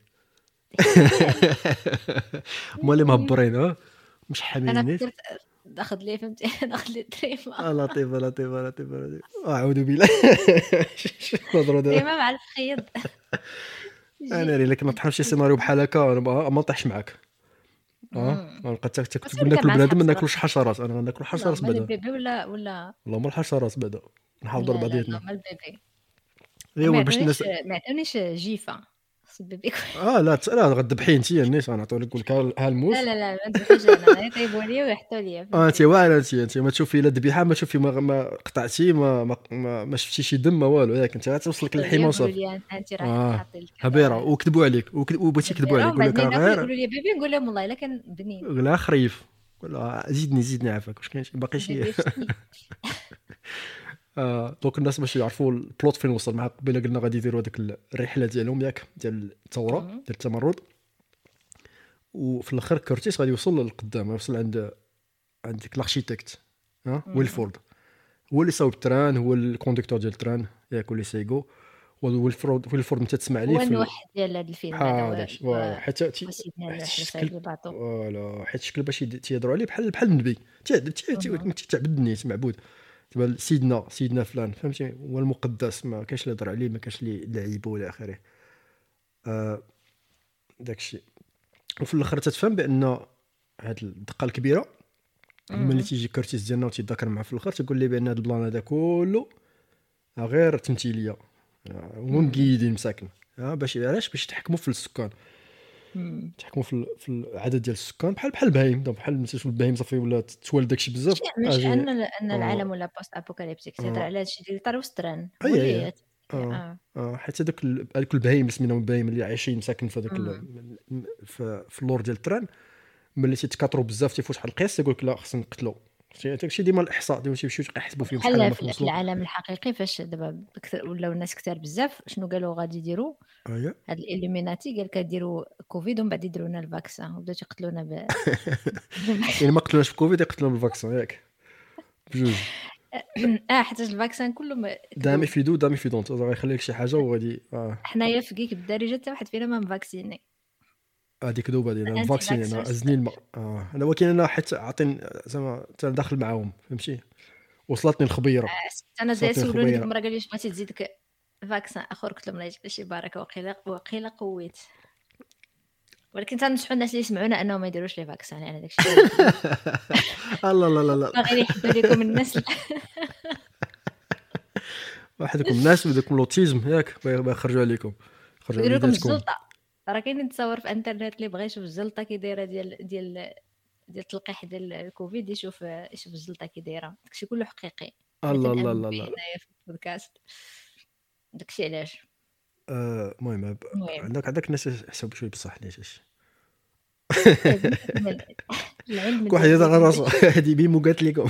هما اللي مهبرين ها مش انا حاملين. فكرت ناخذ لي فهمتي ناخذ لي تريما آه لطيفه لطيفه لطيفه لطيفه. اعوذ بالله نضرب دابا تريما مع الخيط. انا الا كنا طحنا في شي سيناريو بحال هكا انا ما ما نطيحش معاك اه غنبقى حتى بس تقول نبدا ناكل مع بنادم ما الحشرات. ناكلوش حشرات انا غناكل حشرات مال بعدا البيبي ولا ولا والله ما الحشرات بعدا نحاولوا لا لا بعضياتنا. لا مال البيبي. ايوا ما باش عطونيش الناس ما عطونيش جيفه خص البيبي. اه لا ت- لا غتذبحي انت الناس غنعطيو لك لك ها الموس. لا لا لا ما نذبحوش انا يطيبوا لي ويحطوا لي اه انت واعره انت انت ما تشوفي لا ذبيحه ما تشوفي ما, ما قطعتي ما ما, ما, ما شفتي شي دم ما والو ياك انت غتوصلك للحيمه يقولوا وصافي. لي انت راه اه حاطي لك هبيره وكذبوا عليك وكذ- وبغيتي يكذبوا عليك يقول لك راه غير يقولوا لي بيبي نقول لهم والله الا كان بنين لا خريف ولا زيدني زيدني عافاك واش كاين شي باقي شي بيبي فشني. آه دونك الناس باش يعرفوا البلوت فين وصل معاك قبيله قلنا غادي يديروا هذيك الرحله ديالهم ياك ديال الثوره مم. ديال التمرد وفي الاخر كورتيس غادي يوصل للقدام يوصل عند عند ديك الاركيتكت ها مم. ويلفورد هو اللي صاوب التران هو الكوندكتور ديال التران ياك اللي سايقو ويلفورد ويلفورد متى تسمع هو ليه في ال- النوح ديال هذا الفيلم بحال هذا هذاك هو فوالا حيت تي- هو سيدنا حيت نوح الشكل صايب الباطو. فوالا حيت الشكل باش يد- تيهضروا عليه بحال بحال النبي تيعبد مهم. تيعبد الناس معبود دابا سيدنا سيدنا فلان فهمتي هو المقدس ما كاينش اللي يهضر عليه ما كاينش اللي لعيبه ولا اخره آه داك الشيء. وفي الاخر تتفهم بان هاد الدقه الكبيره ملي مهم. تيجي كورتيس ديالنا وتيذكر معاه في الاخر تيقول لي بان هاد البلان هذا كله غير تمثيليه آه، هما مم. مقيدين مساكن ها باش علاش باش يتحكموا في السكان مم. تحكموا في ال- في العدد ديال السكان بحال بحال البهايم دابا بحال ملي تشوف البهايم صافي ولا تولد داكشي بزاف مش اجي ان ان آه. العالم ولا بوست ابوكاليبتيك تهضر آه. على هادشي ديال طار وستران هو أي اللي أي. اه اه اه حيت هذوك ال- هذوك البهايم اللي سميناهم البهايم اللي عايشين مساكن في هذاك ال- في, في اللور ديال التران ملي تيتكاثروا بزاف تيفوت واحد القياس تيقول لك لا خصنا نقتلوا داكشي ديما الاحصاء ديما تيمشيو يحسبوا فيهم شحال بحال هما في في خلصوا. العالم الحقيقي فاش دابا كثر ولاو الناس كثار بزاف، شنو قالوا غادي يديروا اييه هاد الإليميناتي؟ قال كديروا كوفيد ومن بعد يديروا لنا الفاكسان وبداو تيقتلونا ب يعني ما قتلوناش بكوفيد يقتلون بالفاكسين ياك بجوج. اه حيت الفاكسان كله ما- دامي كذوب. في دو دامي في دونت غيخلي لك شي حاجه وغادي اه حنايا في كيك بالدارجه حتى واحد فينا ما مفاكسيني. هذيك كذوبه ديال انا انتي فاكسين انا فاكسرز. ازني الماء اه انا ولكن انا حيت عاطين زعما حتى داخل معاهم فهمتي وصلتني الخبيره انا زي وصلتني سولوني ديك الخبيره. المره قال لي بغيتي تزيدك فاكسان اخر، قلت لهم لا يجيب شي بركه وقيله وقيله قويت. ولكن تنصحوا الناس اللي يسمعونا انهم ما يديروش لي فاكسان، يعني داكشي لا لا لا لا باغي يحدوا لكم الناس. وحدكم الناس وداكم لوتيزم ياك باغي يخرجوا عليكم خرجوا يديروا لكم وليداتكم. الجلطه. راه كاين تصور في انترنت اللي بغى يشوف الجلطه كي دايره ديال ديال ديال التلقيح ديال الكوفيد، يشوف يشوف الجلطه كي دايره. داكشي كله حقيقي، ما الله الله تنامن الله به الله هنايا في البودكاست. داكشي علاش آه، المهم ب- المهم عندك عندك الناس يحسب شويه بصح ليش هادشي كذب. العلم كل واحد ديال يهضر على بيدي. راسو هادي بيمو قالت لكم.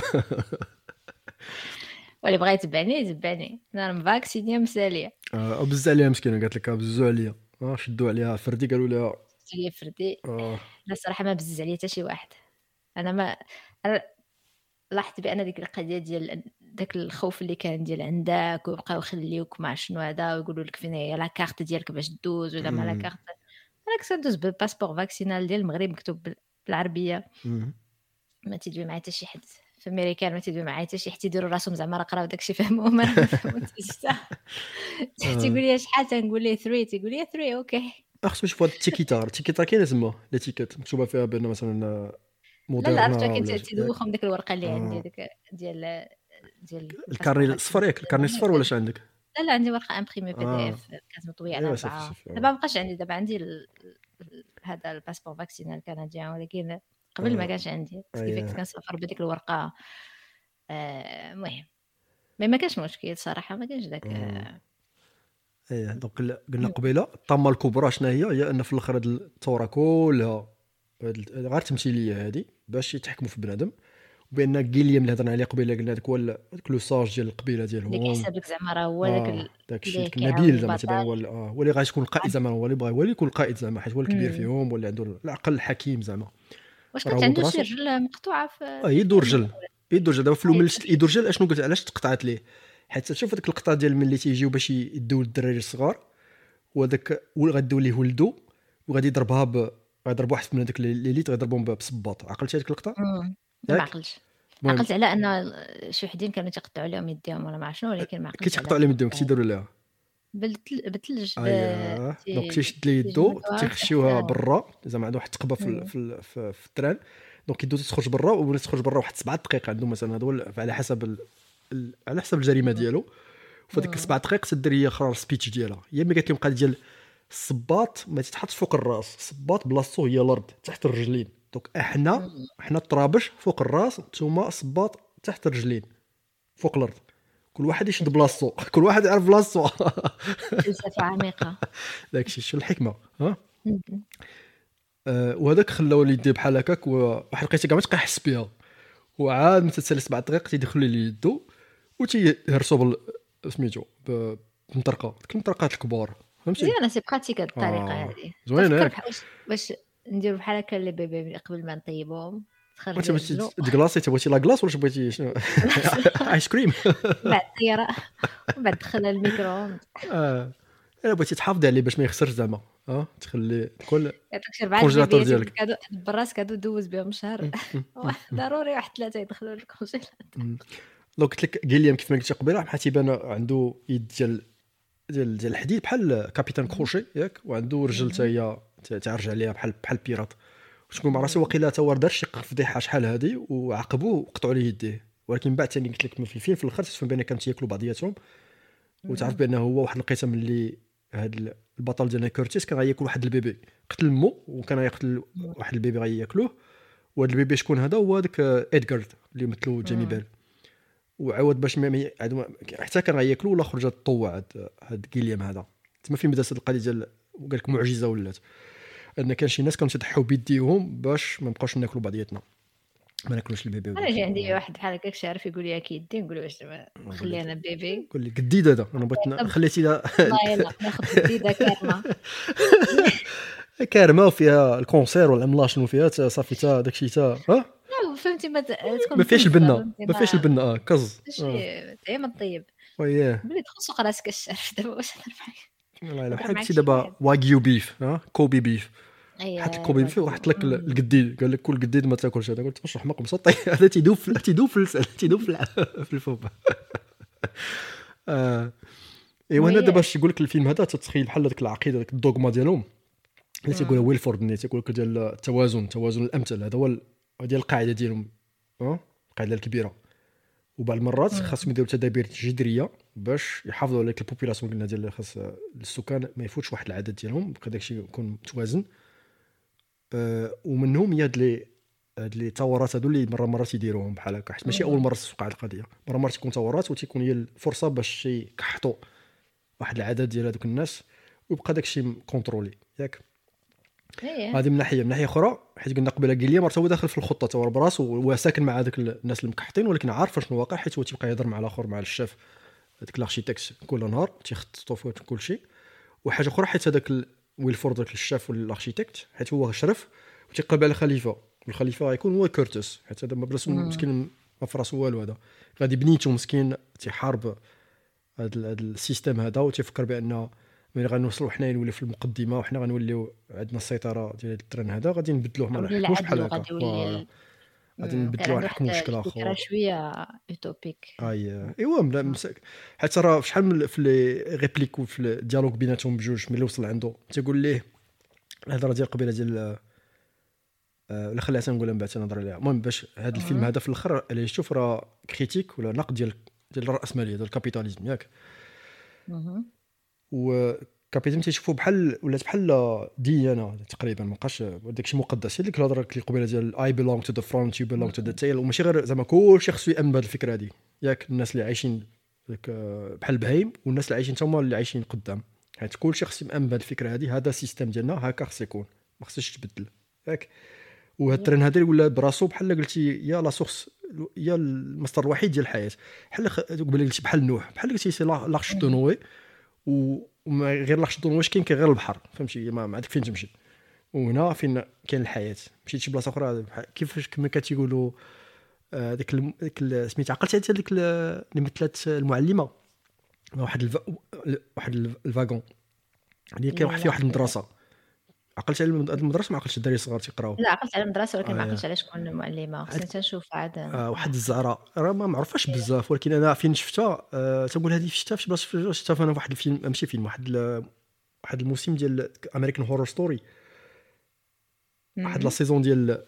واللي بغى يتبعني يتبعني، انا مفاكسينيه مساليه. آه، بزز عليها مسكينه قالت لك بززوا عليا اه شدوا عليها فردي قالوا لها هي فردي. اه لا صراحه ما بزز عليا حتى شي واحد. انا ما أنا لاحظت بان ديك القضيه ديال داك الخوف اللي كان ديال عندك ويبقاو يخليوك مع شنو هذا ويقولوا لك فين هي لا كارت ديالك باش دوز ولا ما لا مم. كارت. انا كنت ندوز بالباسبور فاكسينال ديال المغرب مكتوب بال- بالعربيه. مم. ما تيدوي معايا حتى شي حد في امريكان، ما تيدوي معايا حتى شي حد يديروا راسهم زعما راه قراو داكشي فهموا ما نفهموا حتى حتى. تيقول لي شحال تنقول ليه ثلاثة، تيقول لي ثلاثة اوكي. اخص باش فواحد التيكيتا التيكيتا كاينه تما ليتيكيت مكتوبه فيها بان مثلا لا لا عرفت، موديرنا ولكن ولا تيدوخهم ديك الورقه اللي عندي آه. ديك ديال ديال الكارني الباسبور الصفر ياك الكارني فاكسينال. الصفر ولا اش عندك؟ لا لا عندي ورقه امبريمي بي دي اه اف كانت مطويه على ايوا صافي اربعه. صافي دابا ما بقاش عندي، دابا عندي ال... ال- هذا الباسبور فاكسينال كنديان، ولكن قبل ما آه. كانش عندي كنت كيف كنت اييه كنسافر بديك الورقه. آه، المهم مي ما كانش مشكل صراحه، ما كانش داك آه. ايه دونك ال- قلنا قبيله الطامه الكبرى شنو هي هي ان في الاخر هاد الثوره كلها هاد ال- غير تمثيليه هادي باش يتحكموا في بنادم، وبان كيليام اللي هضرنا عليه قبيله قلنا داك هو ال- داك لو ساج ديال القبيله اللي ديالهم كيحسب لك زعما راه هو داك اه ال- داك الشيء اللي داك كيعاون النبيل زعما تيبان هو البطل. ال- اه هو اللي غادي يكون القائد زعما هو اللي بغا هو اللي يكون القائد زعما حيت هو الكبير مم. فيهم واللي عنده العقل الحكيم زعما واش راه كانت هو عنده شي براسو رجل مقطوعه في اه في يدو الفيلم؟ رجل يدو رجل دابا في آه، الأول يدو يدو رجل اشنو قلت علاش تقطعت ليه حيت شوف هذيك اللقطه ديال ملي تيجيو باش يديو الدراري الصغار وهذاك غاديو ليه ولدو وغادي يضربها ب غيضرب واحد من هذوك ليليت غيضربهم بصباط عقلتي هذيك اللقطه مم. ما ياك عقلتش. المهم عقلت على ان شي وحدين كانوا تيقطعوا عليهم يديهم ولا ما عرف شنو، ولكن ما كي عقلتش على تيقطعوا عليهم يديهم القطع. كي تيديروا لها بالتل... بالثلج ب اييه دونك تي- تيشد ليه يدو تيجمدوها تيخشيوها تحت. برا زعما عنده واحد التقبه في ال- مم. في ال- في, في التران دونك يدو تخرج برا وملي تخرج برا واحد سبعة دقائق عندهم مثلا هذا هو ال- على حسب ال... ال... على حسب الجريمه ديالو فديك مم. السبع دقائق تدير هي اخرى السبيتش ديالها هي ملي قالت لهم قال ديال الصباط ما تتحطش فوق الراس الصباط بلاصتو هي الارض تحت الرجلين دونك احنا مم. احنا الطرابش فوق الراس نتوما الصباط تحت الرجلين فوق الارض كل واحد يشد بلاصتو كل واحد يعرف بلاصتو فلسفه عميقه. داكشي شو الحكمه ها مم. أه وهذاك خلاو اللي بحال هكاك وواحد لقيتي كاع ما تبقى يحس بها وعاد متى تسالي سبع دقائق تيدخل ليه يدو وتيهرسو بال سميتو بمطرقه ديك المطرقات الكبار فهمتي مزيانه سي براتيك هاد الطريقه اه هادي. زوينه تفكر ياك بحال واش واش نديرو بحال هكا لي بيبي قبل ما نطيبهم تخرج انت ليه بغيتي رجلو تكلاصي تبغيتي لا كلاص ولا بغيتي شنو ايس كريم بعد الطياره ومن بعد دخلها الميكرو. اه الا بغيتي تحافظي عليه باش ما يخسرش زعما اه تخلي كل يعطيك شي ربعه الكونجيلاتور البيبيات ديالك كادو براسك كادو دوز بهم شهر. م- م- م- م. ضروري واحد ثلاثه يدخلوا للكونجيلاتور. م. لو قلت لك غيليام كيف ما قلتي قبيله بحال تيبان عنده يد ديال ديال ديال الحديد بحال كابيتان كروشي ياك وعنده رجل حتى هي تعرج عليها بحال بحال بيراط شكون مع راسي وقيلا تا هو دار شي فضيحه شحال هادي وعاقبوه وقطعوا ليه يديه ولكن بعد ثاني قلت لك في الفيلم في الاخر تفهم بان كانوا تياكلوا بعضياتهم وتعرف بانه هو واحد القيته من اللي هاد البطل ديالنا كورتيس كان غياكل واحد البيبي قتل مو وكان غيقتل واحد البيبي غياكلوه وهاد البيبي شكون هذا هو داك ادغارد اللي مثلو جيمي بيل وعاود باش ما حتى كان غياكلو ولا خرج الطوع هاد هاد غيليام هذا تما فين بدات القضيه ديال قال لك معجزه ولات ان كان شي ناس كانوا تضحوا بيديهم باش ما نبقاوش ناكلوا بعضياتنا ما ناكلوش البيبي انا وداك جي الشيء. عندي واحد بحال هكاك شارف يقول لي كيدي، نقول له واش دابا نقول خلي لك انا بيبي. نقول لك جديد هذا، انا بغيت ن- طب خليتي لا والله يلا ناخذ جديده كارما. كارمه وفيها الكونسير ولا ملا شنو فيها تا صافي تا داكشي تا ها لا فهمتي ما ت- تكون ما فيهاش مكزه، البنه، فهمتي ما فيهاش ما البنه اه كز اه ماشي ديما طيب. وياه. بلي دخل سوق راسك الشارف دابا واش نهضر معاك، والله الا نهضر بحال معاك قلتي شي دابا واحد. واغيو بيف ها كوبي بيف، حط لك اي كوبي بيف وحط الواغيو لك أمم. الجديد، قال لك كل جديد ما تاكلش هذا، قلت واش حماق مسطي هذا تيدوب في- تيدوب في اللسان تيدوب في الع- في الفم. آه. ايوا هنا دابا وي اش يقول لك الفيلم هذا، تتخيل بحال هذيك العقيده ديك الدوغما ديالهم اللي تيقولها أمم. ويلفورد، اللي تيقول لك ديال التوازن، توازن الامثل، هذا هو ال- ديال القاعده ديالهم، ها القاعده الكبيره. وبعض المرات أمم. خاصهم يديروا تدابير جذريه باش يحافظوا على البوبولاسيون، قلنا ديال خاص السكان ما يفوتش واحد العدد ديالهم، بقى داكشي يكون متوازن. أه ومنهم هي هاد لي هاد لي تورات هادو اللي مره مره تيديروهم بحال هكا، حيت ماشي اول أمم. مره توقع القضيه، مره مره تكون تورات وتيكون هي الفرصه باش يكحطوا واحد العدد ديال هذوك الناس ويبقى داكشي كونترولي ياك. ايه هذه من ناحيه. من ناحيه اخرى حيت قلنا قبيله قال لي مرته هو داخل في الخطه تور براسو، هو ساكن مع هذوك الناس المكحطين، ولكن عارف شنو واقع، حيت هو تيبقى يهضر مع الاخر مع الشاف هذاك الاركيتكت كل نهار تيخططوا في كل شيء. وحاجه اخرى حيت هذاك ال- ويلفورد داك الشاف ولا الاركيتكت حيت هو شرف وتيقلب على خليفه، والخليفه غيكون هو كورتس، حيت هذا ما براسو أمم. مسكين ما فراسو والو، هذا غادي بنيتو مسكين تيحارب هذا هذا السيستم هذا، وتيفكر بان ملي غنوصلوا حنا نوليو في المقدمه وحنا غنوليو عندنا السيطره ديال الترن هذا، غادي نبدلوه، ما غادي نحكموش بحال العدل هكا وغادي يولي فوالا، ال... غادي أمم. كان نبدلوها عنده واحد نحكموا بشكل الفكره اخر. شويه يوتوبيك. اي ايوا ملا مسك، حتى راه فشحال من في لي ريبليك وفي الديالوج بيناتهم بجوج ملي وصل عنده تيقول ليه الهضره ديال قبيله ديال آه، ولا خليها نقولها من بعد تنهضر عليها. المهم باش هذا الفيلم أمم. هذا في الاخر اللي شوف راه كريتيك ولا نقد ديال ديال الراسماليه ديال الكابيتاليزم ياك. أمم. وكابيتاليزم تيشوفوا بحال ولات بحال ديانه تقريبا، ما بقاش داكشي مقدس. هي ديك الهضره اللي قبيله ديال اي بيلونغ تو ذا فرونت يو بيلونغ تو ذا تيل، وماشي غير زعما كلشي خصو يامن بهذه الفكره هذه ياك، الناس اللي عايشين داك آه، بحال البهايم والناس اللي عايشين تما اللي عايشين قدام، حيت كلشي خصو يامن بهذه الفكره هذه، هذا السيستم ديالنا هكا خص يكون، ما خصش تبدل ياك. وهاد الترن هذا اللي ولا براسو بحال قلتي يا لا سورس، يا المصدر الوحيد ديال الحياه، بحال خ- قبل قلتي بحال نوح، بحال قلتي سي لاخش دو نوي، و- وما غير لاخش دو نوي واش كاين كاين غير البحر، فهمتي ما ما عندك فين تمشي، وهنا فين كاين الحياه. مشيت شي بلاصه اخرى بحال- كيفاش كما كتيقولوا آه، ديك الم- ديك ال- سميتها عقلتي انت ديك ال- اللي مثلت المعلمه، واحد الف... واحد الفاغون اللي كاين واحد في لا واحد المدرسه، عقلت على المد- المدرسه، ما عقلتش الدراري الصغار تيقراو. لا عقلت على المدرسه، ولكن ما آه عقلتش على شكون المعلمه، خصني تنشوف عاد. آه واحد الزهره راه ما معروفاش بزاف، ولكن انا فين شفتها آه تنقول هذه شفتها في شي بلاصه، شفتها انا في واحد الفيلم، ماشي فيلم، واحد ال- واحد الموسم ديال امريكان هورور ستوري، واحد لا أمم. سيزون ديال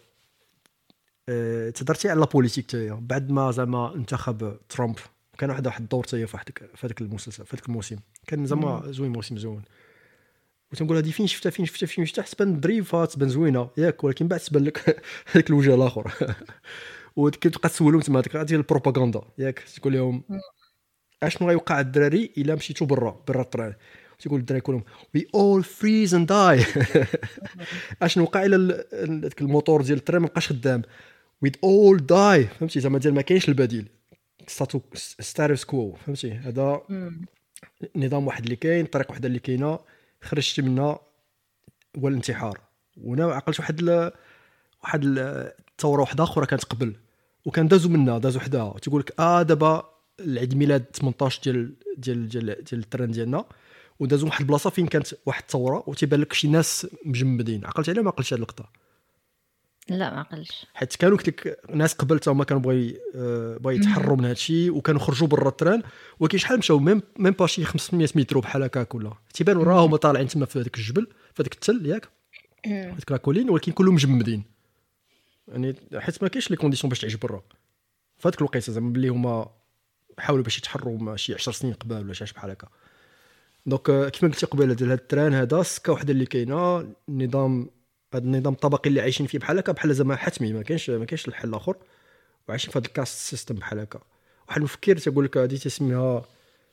آه تهضرتي على لا بوليتيك تاهي بعد ما زعما انتخب ترامب، كان واحد واحد الدور تاهي في واحد في هذاك المسلسل في هذاك الموسم، كان أمم. زعما زوين، موسم زوين. وتنقول هذه فين شفتها فين شفتها فين شفتها تبان ظريفه تبان زوينه ياك، ولكن بعد تبان لك هذاك الوجه الاخر وكتبقى تسولهم تما هذيك ديال البروباغندا ياك، تقول لهم أمم. اشنو غيوقع الدراري الا مشيتو برا برا الطران، تيقول الدراري كلهم وي اول فريز اند داي. اشنو وقع الا ال- داك الموتور ديال التران ما بقاش خدام، وي اول داي، فهمتي زعما ديال ما كاينش البديل، ستاتو ستاتوس كوو، فهمتي هذا أمم. نظام واحد اللي كاين، طريق واحده اللي كاينه، خرجتي منها هو الانتحار. وانا عقلت واحد ال... واحد ال- الثوره واحده اخرى كانت قبل وكان دازوا منها دازوا حداها، تيقول لك اه دابا العيد ميلاد ثمنطاش ديال ديال ديال ديال الترند ديالنا، ودازوا واحد البلاصه فين كانت واحد الثوره وتيبان لك شي ناس مجمدين. عقلت عليها ما عقلتش هذه اللقطه، لا ما عقلش. حيت كانوا قلت لك ناس قبل تا هما كانوا بغا آه، بغا يتحروا من هذا الشيء وكانوا خرجوا برا التران، ولكن شحال مشاو ميم ميم با شي خمسمية متر بحال هكاك، ولا تيبانوا راهم طالعين تما في هذاك الجبل في هذاك التل ياك، أمم. هذيك لاكولين، ولكن كلهم مجمدين، يعني حيت ما كاينش لي كونديسيون باش تعيش برا في هذيك الوقيته، زعما باللي هما حاولوا باش يتحروا ما شي عشر سنين قبل ولا شي حاجه بحال هكا. دونك آه، كيما قلتي قبيله ديال هذا التران هذا سكه وحده اللي كاينه، النظام هذا النظام الطبقي اللي عايشين فيه بحال هكا بحال زعما حتمي ما كاينش ما كاينش الحل الاخر، وعايشين في هذا الكاست سيستم بحال هكا. واحد المفكر تيقول لك هذه تسميها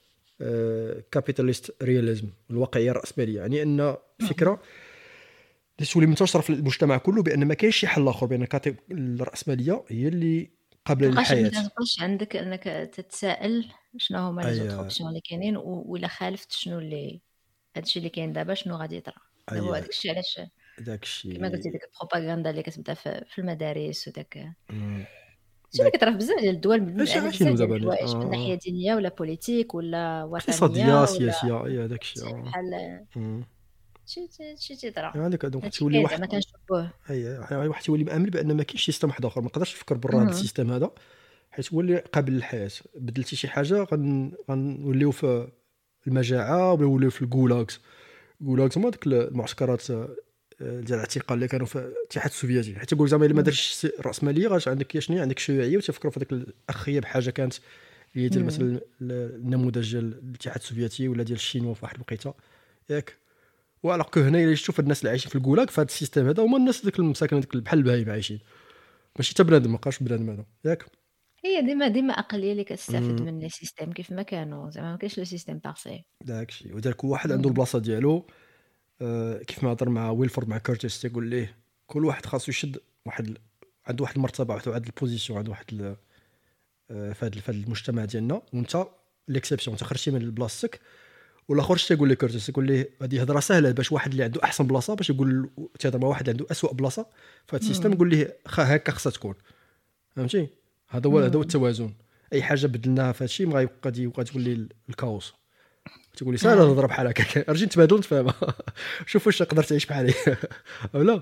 كابيتاليست رياليزم، الواقعيه الراسماليه، يعني ان فكره اللي تولي منتشره في المجتمع كله بان ما كاينش شي حل اخر، بان كاتي الراسماليه هي اللي قابله تبقاش ما للحياه. تبقاش عندك انك تتساءل شنو هما لي زوت اي اوبسيون اللي كاينين، ولا خالفت شنو اللي هادشي اللي كاين دابا شنو غادي يطرا. دابا هو اي هذاك الشيء علاش داك كما قلتي الشيء. ديك البروباغندا اللي كتبدا في, في المدارس وداك مم. الشيء اللي داك كيطرا في بزاف ديال الدول من- اش على عايشين بزاف ديال دابا نيت. الحوايج اه من اه ناحيه دينيه ولا بوليتيك ولا اقتصاديه وطنيه ولا سياسيه اي داك الشيء. اه بحال مم. شي شي تيطرا. هذاك دونك هادشي تولي كاين واحد. زعما كنشوفوه. اي واحد تولي مامن بان ما كاينش سيستم واحد اخر، ما نقدرش نفكر برا هذا مهم. السيستم هذا، حيت هو اللي قابل للحياه. بدلتي شي حاجه غن غنوليو في المجاعه ولا نوليو في الجولاكس. جولاكس هما ديك المعسكرات آه، ديال الاعتقال اللي كانوا في الاتحاد السوفيتي. حيت يقول زعما الا ما درتش الراسماليه غاش عندك يا شنو عندك شيوعيه، وتفكروا في هذيك الاخيه بحاجه كانت اللي هي ديال مم. مثلا النموذج ديال الاتحاد السوفيتي ولا ديال الشينوا في واحد الوقيته ياك. وعلى كو هنا الا شفتوا الناس اللي عايشين في الجولاك في هذا السيستم هذا هما الناس ديك المساكن ديك بحال البهايم عايشين، ماشي حتى بنادم، ما بقاش بنادم هذا ياك. هي ديما ديما اقليه اللي كتستافد مم. من لي سيستيم كيف ما كانوا، زعما ما كاينش لو سيستيم بارسي. داك الشيء. وذلك كل واحد عنده البلاصه ديالو. آه كيف ما هضر مع ويلفورد مع كورتيس تيقول ليه كل واحد خاصو يشد واحد ال- عنده واحد المرتبه، عنده واحد البوزيسيون، عنده واحد ال- آه، في هذا في هذا المجتمع ديالنا، وانت ليكسيبسيون، انت خرجتي من بلاصتك. والاخر شتي يقول لي كورتيس يقول ليه هذه هضره سهله باش واحد اللي عنده احسن بلاصه باش يقول تهضر مع واحد عنده اسوء بلاصه في هذا السيستم، يقول ليه خا هكا خصها تكون. فهمتي؟ هذا هو هذا هو التوازن. اي حاجه بدلناها في هذا الشيء ما غادي يبقى تقول لي الكاوس، تقول لي ساهله آه. نضرب بحال هكا ارجي نتبادل نتفاهمها. شوف واش تقدر تعيش بحالي ولا.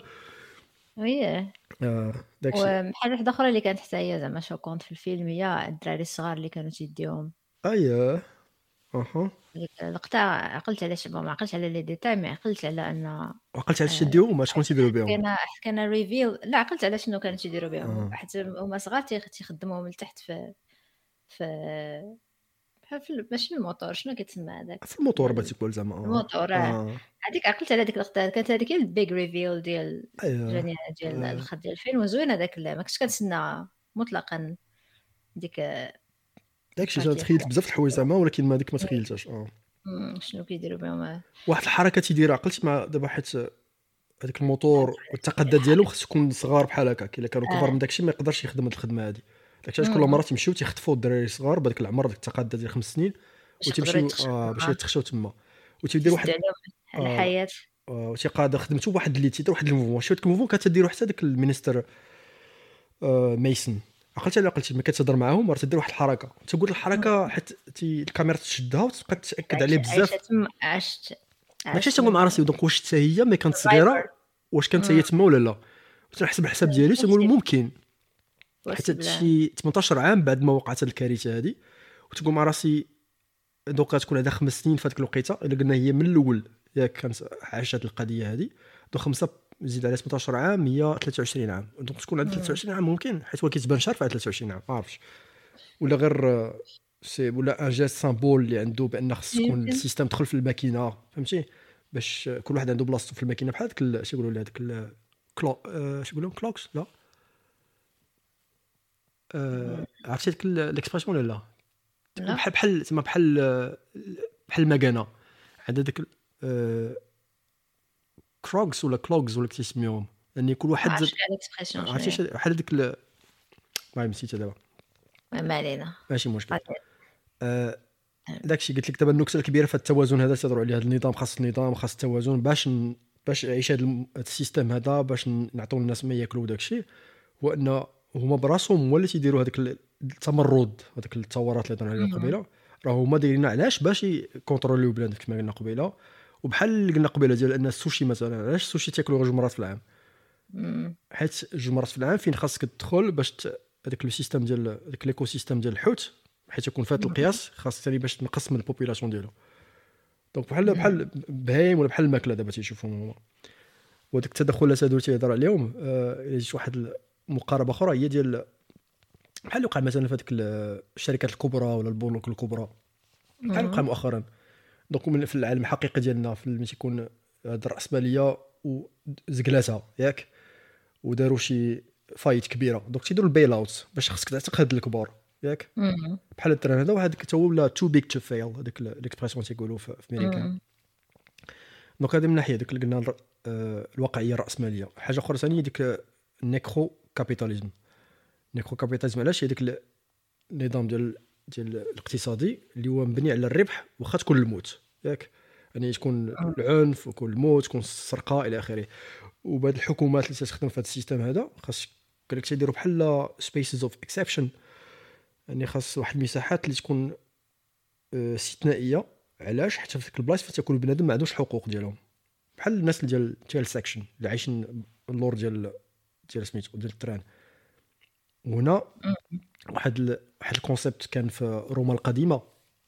وي آه داك الشيء. وبحال واحده اخرى اللي كانت حتى هي زعما شوكونت في الفيلم هي الدراري الصغار اللي كانوا تيديهم اييه اها. ديك اللقطه. عقلت علاش ما عقلتش على لي ديتاي، مي عقلت على ان وعقلت على الشيء ديالهم ما شكون تيديروا بهم. كان كان ريفيل. لا عقلت على شنو كانوا تيديروا بهم، آه. حيت هما صغار تيخ- تيخدموهم لتحت في في بحال في ال- ماشي الموتور، شنو كيتسمى هذاك في الموتور بغيتي تقول زعما. آه. الموتور. آه. اه هذيك عقلت على ديك اللقطه، كانت هذيك هي البيج ريفيل ديال اييه جاني ديال آه. الخط ديال الفيلم. وزوين هذاك، ما كنتش كنتسنى مطلقا ديك داك الشيء البارتي تخيلت بزاف د الحوايج زعما، ولكن ما ديك ما مم. تخيلتهاش. اه مم، شنو كيديروا بهم. واحد الحركه تيدير عقلت مع دابا، حيت هذاك الموتور والتقدات ديالو خص يكون صغار بحال هكاك. الا كانوا كبار آه. من داكشي ما يقدرش يخدم هاد الخدمه هذه. داكشي علاش كل مم. مره تيمشيو تيخطفوا الدراري الصغار بهذاك العمر، ديك التقادات ديال خمس سنين، باش يقدروا وتمشيو يتخشوا آه باش معاه، يتخشاو تما. وتيدير واحد تيسدوا عليهم آه الحياه. آه وتيقاد خدمته بواحد اللي تيدير واحد الموفمون. شي ديك الموفمون كتديروا حتى داك المينستر آه ميسن. عقلت على عقلتي ما كتهضر معاهم راه تدير واحد الحركه، تقول الحركه حيت تي الكاميرا تشدها وتبقى تاكد عليه عايشه بزاف. تما، عشت ماشي عشت تنقول مع راسي دونك واش حتى هي ملي كانت Survivor. صغيره واش كانت هي مم. تما ولا لا. تنحسب الحساب ديالي تنقول ممكن، حيت possible. هادشي ثمانطاش عام بعد ما وقعت هاد الكارثه هادي. وتقول مع راسي دوكا تكون عندها خمس سنين في هذيك الوقيته، الا قلنا هي من الاول ياك كانت عاشت هاد القضيه هادي، دو خمسه زيد على ثمانطاش عام هي ثلاثة وعشرين عام. دونك تكون عندها ثلاثة وعشرين عام ممكن، حيت هو كيتبان شهر في ثلاثة وعشرين عام ما عرفتش، ولا غير آه، سي ولا ان جيست سامبول اللي عنده بان خص تكون يمكن. السيستم دخل في الماكينه. فهمتي؟ باش آه، كل واحد عنده بلاصتو في الماكينه بحال داك ال- شي يقولوا لها داك ال- كلو آه، شي يقولوا كلوكس لا آه، عرفتي ديك الاكسبرسيون ولا لا؟ تقول لا بحال بحال تما بحال آه، بحال المكانه عندها داك آه، كروكس ولا كلوكس ولا كيسميوهم، يعني كل ما واحد عرفتش على الاكسبرسيون عرفتي شنو هي. شي- بحال ديك ال- المهم نسيتها دابا ما علينا. ماشي مشكل. قادر. آه، داكشي قلت لك دابا النكته الكبيره في التوازن هذا تهضروا عليه. هذا النظام خاص النظام خاص التوازن باش ن... باش يعيش هذا الم- هذا السيستم هذا، باش ن- نعطيو الناس ما ياكلوا وداكشي. هو ان هما براسهم هما اللي تيديروا هذاك ال- التمرد، هذاك الثورات اللي هضرنا عليها مم. قبيله، راه هما دايرين علاش باش يكونتروليو بلاد كما قلنا قبيله. وبحال اللي قلنا قبيله ديال ان السوشي مثلا، علاش السوشي تاكلوا غير جوج مرات في العام؟ مم. حيت جوج مرات في العام فين خاصك تدخل باش ت- هذاك لو سيستم ديال هذاك ليكو سيستم ديال الحوت حيت يكون فات القياس، خاص ثاني باش تنقص من البوبولاسيون ديالو. دونك بحال بحال بهايم ولا بحال الماكله دابا تيشوفهم هما. وديك التدخلات هادو تيهضر عليهم. آه، الا جيت واحد المقاربه اخرى هي ديال بحال اللي وقع مثلا في هذيك الشركات الكبرى ولا البنوك الكبرى، بحال اللي وقع مؤخرا. دونك من- في العالم الحقيقي ديالنا في ملي تيكون هاد الراسماليه وزقلاتها ياك وداروا شي فايت كبيره، دونك تيديروا البيل اوت باش خصك تعتق هاد الكبار ياك. مم. بحال الدراري هذا واحد حتى هو ولا تو بيك تو فيل، هذيك الاكسبرسيون تيقولوا في في امريكا. مم. دونك هذه من ناحيه ديك اللي قلنا الر- آه الواقعيه الراسماليه. حاجه اخرى ثانيه ديك النيكرو كابيتاليزم. النيكرو كابيتاليزم علاش؟ هي ديك النظام ديال ديال الاقتصادي اللي هو مبني على الربح واخا تكون الموت، ياك يعني تكون العنف وكون الموت تكون السرقه الى اخره. وبهاد الحكومات اللي تخدم في هذا السيستم هذا خاص قالك تيديروا بحال سبيسز اوف اكسبشن، يعني خاص واحد المساحات اللي تكون استثنائيه. علاش؟ حتى في ديك البلايص فين تكون بنادم ما عندوش حقوق ديالهم، بحال الناس ديال ديال سيكشن اللي عايشين اللور ديال ديال سميتو ديال التران. وهنا واحد ال... واحد الكونسيبت كان في روما القديمه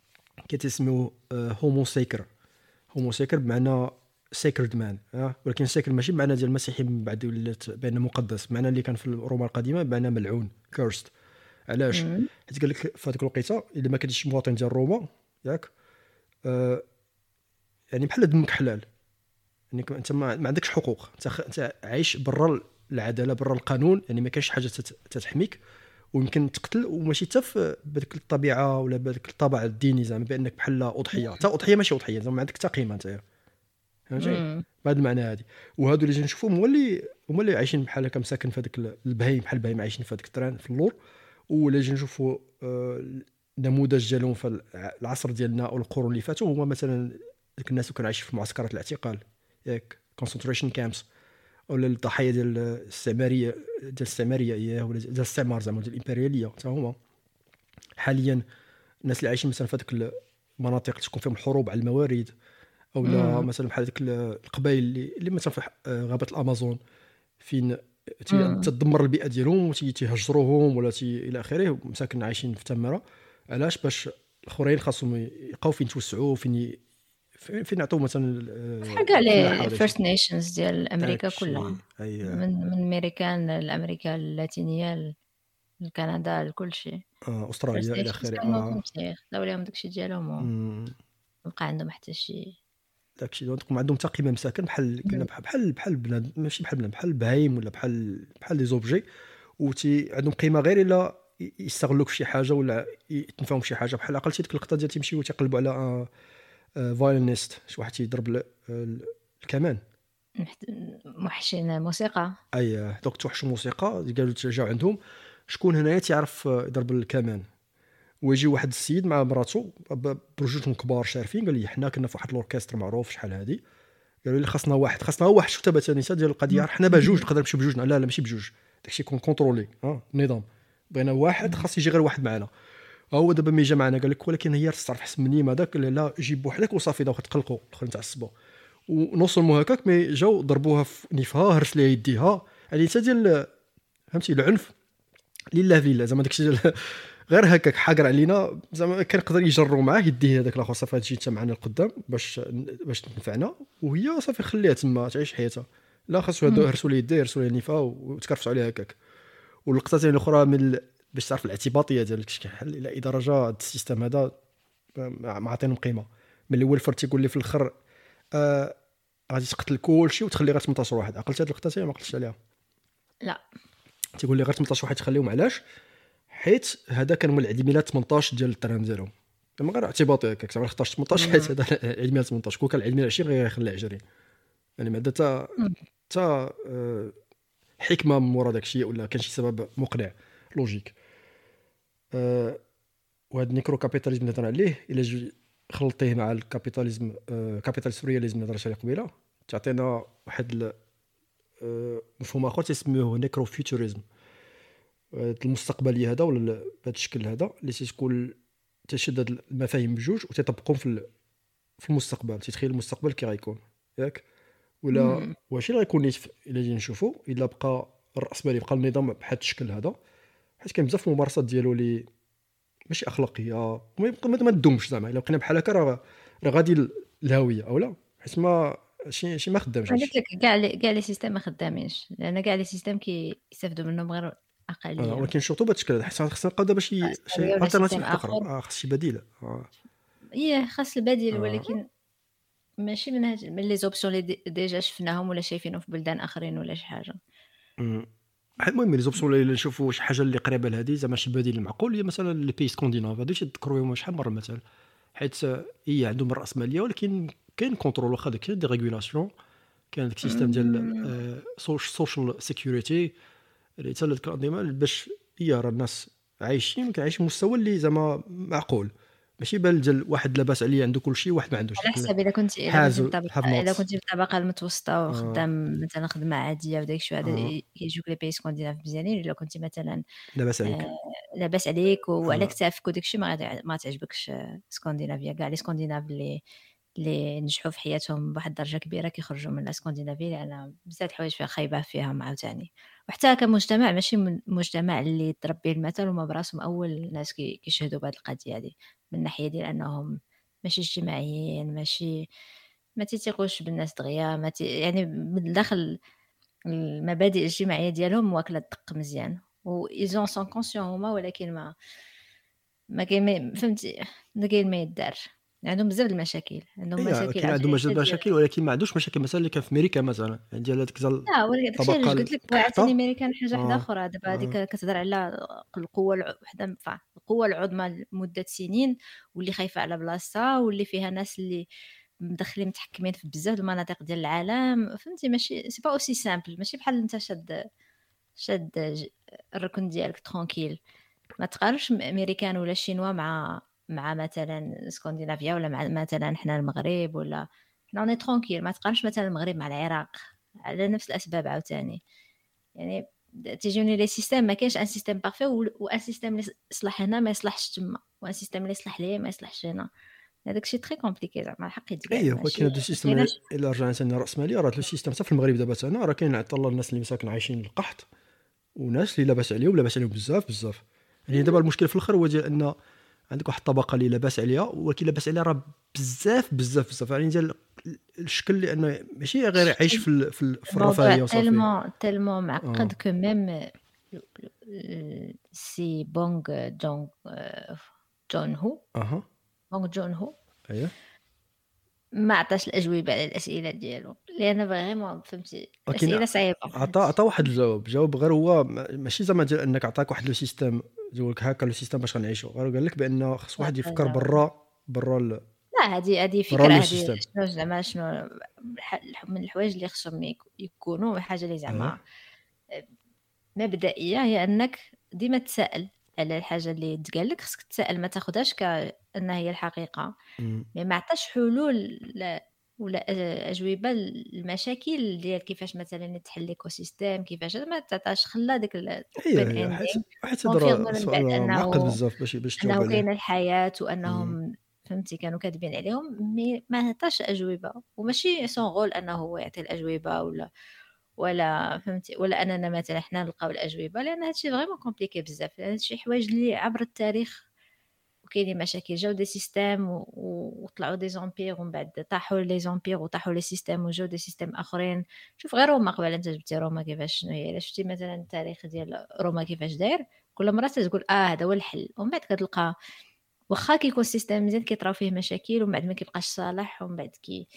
كيتسموا هومو سيكر. هومو سيكر بمعنى سيكرد مان، اه ولكن سيكر ماشي بمعنى ديال المسيحي من بعد ولات بان مقدس، بمعنى اللي كان في روما القديمه بمعنى ملعون كيرست. علاش؟ حيت قال لك في هذيك الوقيته الا ما كنتيش مواطن ديال روما ياك آه يعني بحال دمك حلال، يعني انت ما عندكش حقوق، انت خ... انت عايش برا العداله برا القانون، يعني ما كاينش حاجه تت... تتحميك ويمكن تقتل. وماشي حتى في بهذيك الطبيعه ولا بهذاك الطابع الديني زعما بانك بحال اضحيه، حتى اضحيه ماشي اضحيه زعما ما عندك حتى قيمه انت، فهمتي بهذا المعنى هذه. وهادو اللي نشوفهم هما اللي هما اللي عايشين بحال هكا مساكن في هذاك البهايم، بحال البهايم عايشين في هذاك التران في اللور. ولا جي نشوفوا النموذج ديالهم في العصر ديالنا او القرون اللي فاتوا هما مثلا ديك الناس اللي كانوا عايشين في معسكرات الاعتقال ياك كونسنتريشن كامبس، ولا الضحايا ديال الاستعماريه ديال الاستعماريه اياه ولا ديال الاستعمار زعما ديال الامبرياليه حتى هما. حاليا الناس اللي عايشين مثلا في هذيك المناطق اللي تكون فيهم الحروب على الموارد، او لا مثلا بحال ديك القبائل اللي اللي مثلا في غابه الامازون فين تدمر البيئه ديالهم وتيهجروهم ولا تي الى اخره، مساكن عايشين في تمره. علاش؟ باش الاخرين خاصهم يلقاو فين توسعوا فين فين نعطيو مثلا حاجه على فيرست نيشنز ديال امريكا كلها، من من امريكان لامريكا اللاتينيه لكندا لكل شيء، اه استراليا الى اخره. اه داو لهم داكشي ديالهم وبقى عندهم حتى شي داكشي دونك ما عندهم حتى قيمه مساكن بحال قلنا بحال بحال بنادم، ماشي بحال بنادم بحال بهايم ولا بحال بحال دي زوبجي، وتي عندهم قيمه غير الا يستغلوك في شي حاجه ولا يتنفعوا في شي حاجه. بحال عقلتي ديك اللقطه ديال تيمشيو تيقلبوا على فايولينيست، شي واحد تيضرب الكمان محشن موسيقى. اي دوك توحشوا موسيقى قالوا جاو عندهم شكون هنايا تيعرف يضرب الكمان، ويجي واحد السيد مع مراته برجوجهم كبار شارفين، قال لي حنا كنا في واحد الاوركستر معروف شحال هادي، قالوا لي خاصنا واحد خاصنا واحد شفتها باتانيسه ديال القضيه، حنا بجوج نقدر نمشيو بجوجنا. لا لا ماشي بجوج، داكشي يكون كونترولي اه النظام، بغينا واحد خاص يجي غير واحد معنا. هو دابا ملي جا معنا قال لك ولكن هي تصرف حسن مني ما داك لا جيب وحدك وصافي داك تقلقوا الاخرين تعصبوا ونوصلوا هكاك مي جاو ضربوها في نيفها هرس ليها يديها، يعني حتى ديال فهمتي العنف لله في لله زعما داكشي غير هكاك حاقر علينا زعما كان يقدر يجروا معاه يديه هذاك الاخر صافي تجي انت معنا القدام باش باش تنفعنا، وهي صافي خليها تما تعيش حياتها. لا خاصو هادو هرسوا ليه يديه هرسوا ليه نيفها وتكرفسوا عليها هكاك. واللقطه ثاني الاخرى من باش تعرف الاعتباطيه ديالك شحال الى اي درجه هذا السيستم هذا ما عطينهم قيمه. من الاول فرد تيقول لي في الاخر آه غادي تقتل كلشي وتخلي غير ثمنطاش واحد. عقلت هذه اللقطه ما عقلتش عليها. لا تيقول لي غير ثمنطاش واحد تخليهم، علاش؟ حيت هذا كان من العيد ميلاد ثمنطاش ديال الترام ديالهم، زعما غير اعتباطي هكاك زعما اختار ثمنطاش حيت هذا عيد ميلاد ثمنطاش، كون كان العيد ميلاد عشرين غيخليه عشرين، يعني ما حتى حتى حكمه من ورا داك الشيء ولا كان شي سبب مقنع لوجيك. أه وهذا النيكرو كابيتاليزم اللي هضر عليه الا خلطيه مع الكابيتاليزم أه كابيتاليست رياليزم اللي هضرت عليه قبيله تعطينا واحد مفهوم اخر تسميوه نيكرو فيوتوريزم. المستقبلي هذا ولا بهذا الشكل هذا اللي تيكون تشد هاد المفاهيم بجوج وتطبقهم في في المستقبل، تتخيل المستقبل كي غيكون ياك ولا واش اللي غيكون الا جينا نشوفوا الا بقى الراسمالي بقى النظام بهذا الشكل هذا، حيت كاين بزاف الممارسات ديالو اللي ماشي اخلاقيه ما تدومش زعما الا بقينا بحال هكا راه غادي الهاويه اولا، حيت ما شي شي ما خدامش. قلت لك كاع كاع لي سيستم ما خدامينش لان كاع لي سيستم كيستافدوا منهم غير اقليه. اه ولكن شرطو بهذا الشكل حيت خصنا نلقاو دابا شي شي التيرناتيف اخرى. اه خص شي بديل. اه ايه خاص البديل آه. ولكن ماشي من هاد من لي زوبسيون اللي ديجا شفناهم ولا شايفينهم في بلدان اخرين ولا شي حاجه. امم المهم لي زوبسيون اللي نشوفوا شي حاجه اللي قريبه لهذه زعما شي بديل معقول هي مثلا لي بي سكونديناف هادو تذكروهم شحال مره مثلا، حيت هي عندهم الراسماليه ولكن كاين كونترول واخا داك دي ريغولاسيون كان داك السيستم ديال سوشيال سيكوريتي اللي حتى ديك الانظمه باش هي راه الناس عايشين كيعيشوا مستوى اللي زعما معقول، ماشي بال ديال واحد لاباس عليه عنده كل شيء واحد ما عندوش. على حسب الا كنتي الا كنتي حاز في الطبقه have الا nots. كنتي في الطبقه المتوسطه آه. وخدام مثلا خدمه عاديه وداك الشيء هذا آه. كيجيوك لي بي سكونديناف مزيانين. الا كنتي مثلا لاباس عليك. آه، لاباس عليك وعلى آه. كتافك وداك الشيء ما غادي- ما تعجبكش آه، اسكندنافيا. كاع لي سكندناف اللي اللي نجحوا في حياتهم بواحد الدرجه كبيره كيخرجوا من اسكندنافيا لان بزاف الحوايج فيها خايبه فيها عاوتاني. وحتى كمجتمع ماشي من- مجتمع اللي تربيه المثل وما براسهم اول ناس كي- كيشهدوا بهذه القضيه هذه من ناحيه ديال انهم ماشي اجتماعيين، ماشي ما تيثيقوش بالناس دغيا، ما تي يعني من الداخل المبادئ الاجتماعيه ديالهم واكله الدق مزيان و ils en sont conscients هما، ولكن ما ما كاين ما فهمتي ما كاين ما يدار. عندهم بزاف د المشاكل، عندهم اي مشاكل كاين عندهم عاوتاني حتى مجال ديال مشاكل ولكن ما عندوش مشاكل مثلا اللي كان في امريكا مثلا يعني ديال هذيك زال لا ولكن داكشي علاش الطبقه قلت لك عاوتاني التحته. امريكان حاجه وحده اه اخرى. دابا هذيك اه كتهضر على القوه الع- وحده فا القوه العظمى لمده سنين واللي خايفه على بلاصتها واللي فيها ناس اللي مدخلين متحكمين في بزاف د المناطق ديال العالم. فهمتي ماشي سي با اوسي سامبل، ماشي بحال انت شاد شاد ج- الركن ديالك ترونكيل. ما تقارنش م- امريكان ولا شينوا مع مع مثلا اسكندنافيا ولا مع مثلا حنا المغرب ولا حنا اوني ترونكيل. ما تقارنش مثلا المغرب مع العراق على نفس الاسباب عاوتاني. يعني تيجوني لي سيستيم ما كاينش ان سيستيم بارفي وان سيستيم اللي يصلح هنا ما يصلحش تما وان سيستيم اللي يصلح ليا ما يصلحش هنا. هذاك الشيء تري كومبليكي زعما الحق يتقال. اي هو ماشي كاين هذا ما السيستم كايناش الا رجعنا ثاني راس مالي راه السيستم حتى في المغرب دابا انا راه كاين حتى الله الناس اللي مساكن عايشين القحط وناس اللي لاباس عليهم لاباس عليهم بزاف بزاف. يعني دابا المشكل في الاخر هو ديال ان عندك واحد الطبقه اللي لاباس عليها ولكن لاباس عليها راه بزاف بزاف بزاف يعني ديال الشكل لانه ماشي غير يعيش في ال- في ال- في الموضوع الرفاهيه وصافي. تيلمون تيلمون معقد اه كو ميم سي بونغ جونغ جون هو اها بونغ جون هو اييه ما عطاش الاجوبه على الاسئله ديالو لان فريمون فهمتي ولكن اسئله صعيبه. عطا عطا واحد الجواب جاوب غير هو ما- ماشي زعما ديال انك عطاك واحد لو سيستيم ديال لك هكا لو سيستيم باش غنعيشوا غير قال لك بان خص واحد يفكر برا برا ال- لا هذه هذه برا فكره، لو هذه سيستيم. شنو زعما شنو الح- من الحوايج اللي خصهم يك- يكونوا حاجه اللي زعما ايه مبدئيه هي انك ديما تسائل على الحاجه اللي تقال لك. خصك تسائل ما تاخذهاش كانها هي الحقيقه، أمم. مي ما عطاش حلول لا ولا أ- اجوبه للمشاكل ديال كيفاش مثلا يتحل ليكو سيستيم كيفاش ما تعطاش خلا داك الاوبن هي هي حيت اندينغ. حيت كونفيرمي هذا من سؤال بعد معقد انه بزاف باش باش تجاوب انه عليه. كاينه الحياه أمم. وانهم فهمتي كانوا كاتبين عليهم، مي ما عطاش اجوبه. وماشي سون غول انه هو يعطي الاجوبه ولا ولا فهمتي ولا اننا مثلا حنا نلقاو الاجوبه، لان هادشي فريمون كومبليكي بزاف. لان هادشي حوايج اللي عبر التاريخ وكاينين مشاكل. جاو دي سيستيم و- و- وطلعوا دي زومبير ومن بعد طاحوا لي زومبير وطاحوا لي سيستيم وجاو دي سيستيم اخرين. شوف غير روما قبل انت جبتي روما كيفاش شنو هي. الا شفتي مثلا التاريخ ديال روما كيفاش داير كل مره تقول اه هذا هو الحل، ومن بعد كتلقى واخا كيكون السيستيم مزيان كيطراو فيه مشاكل ومن بعد ما كيبقاش صالح ومن بعد كي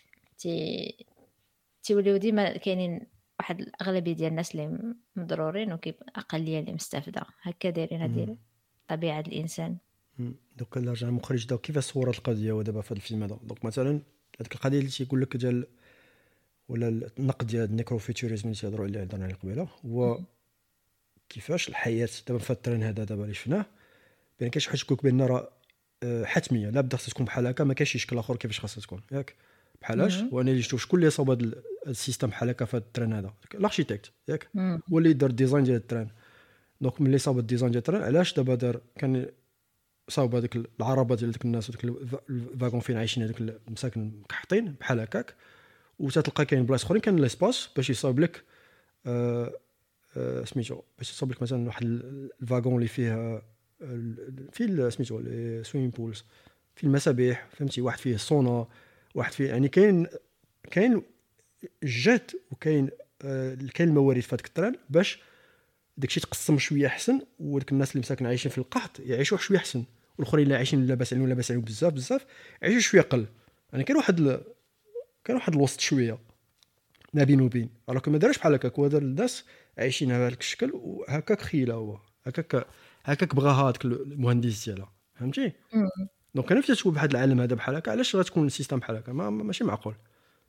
تي تيوليو ديما كاينين واحد الاغلبيه ديال الناس اللي مضرورين وكيب اقليه اللي مستافده. هكا دايرين أمم. هذه طبيعه الانسان. أمم. دوك الا رجع المخرج دا كيفاش صور هاد القضيه هو دابا في هذا الفيلم هذا. دونك مثلا هذيك القضيه اللي تيقول لك ديال ولا النقد ديال النيكروفيتوريزم اللي تيهضروا عليه هضرنا عليه قبيله هو كيفاش الحياه دابا في الترين هذا دابا اللي شفناه بان كاين شي حاجه تقولك بان راه آه، حتميه لا بدا خصها تكون بحال هكا ما كاينش شي شكل اخر كيفاش خاصها تكون ياك بحالاش. مم. وانا اللي شفتو شكون اللي صوب هذا السيستم بحال هكا في هذا الترين هذا الاركيتكت ياك مم. هو اللي دار الديزاين ديال الترين. دونك ملي صاوب الديزاين ديال الترين علاش دابا دار كان صاوب هذيك العربه ديال ديك الناس وديك الفاغون فين عايشين هذوك المساكن مكحطين بحال هكاك وتتلقى كاين بلاصه اخرين كان ليسباس باش يصاوب لك آه آه سميتو باش يصاوب لك مثلا واحد الفاغون اللي فيه في سميتو لي سويمين بولز في المسابح فهمتي واحد فيه الصونا واحد فيه يعني كاين كاين الجهد وكاين آه كاين الموارد في هذاك التران باش داكشي تقسم شويه احسن وداك الناس اللي مساكن عايشين في القحط يعيشوا شويه احسن والاخرين اللي عايشين لاباس عليهم لاباس عليهم بزاف بزاف يعيشوا شويه قل. يعني كاين واحد ال... كاين واحد الوسط شويه ما بين وبين راك ما دارش بحال هكاك وهذا الناس عايشين بهذاك الشكل وهكاك خيله هو هكاك هكاك بغى هذاك المهندس ديالها فهمتي. مم. دونك انا فاش تشوف بواحد العالم هذا بحال هكا علاش غتكون السيستم بحال هكا ما ماشي معقول.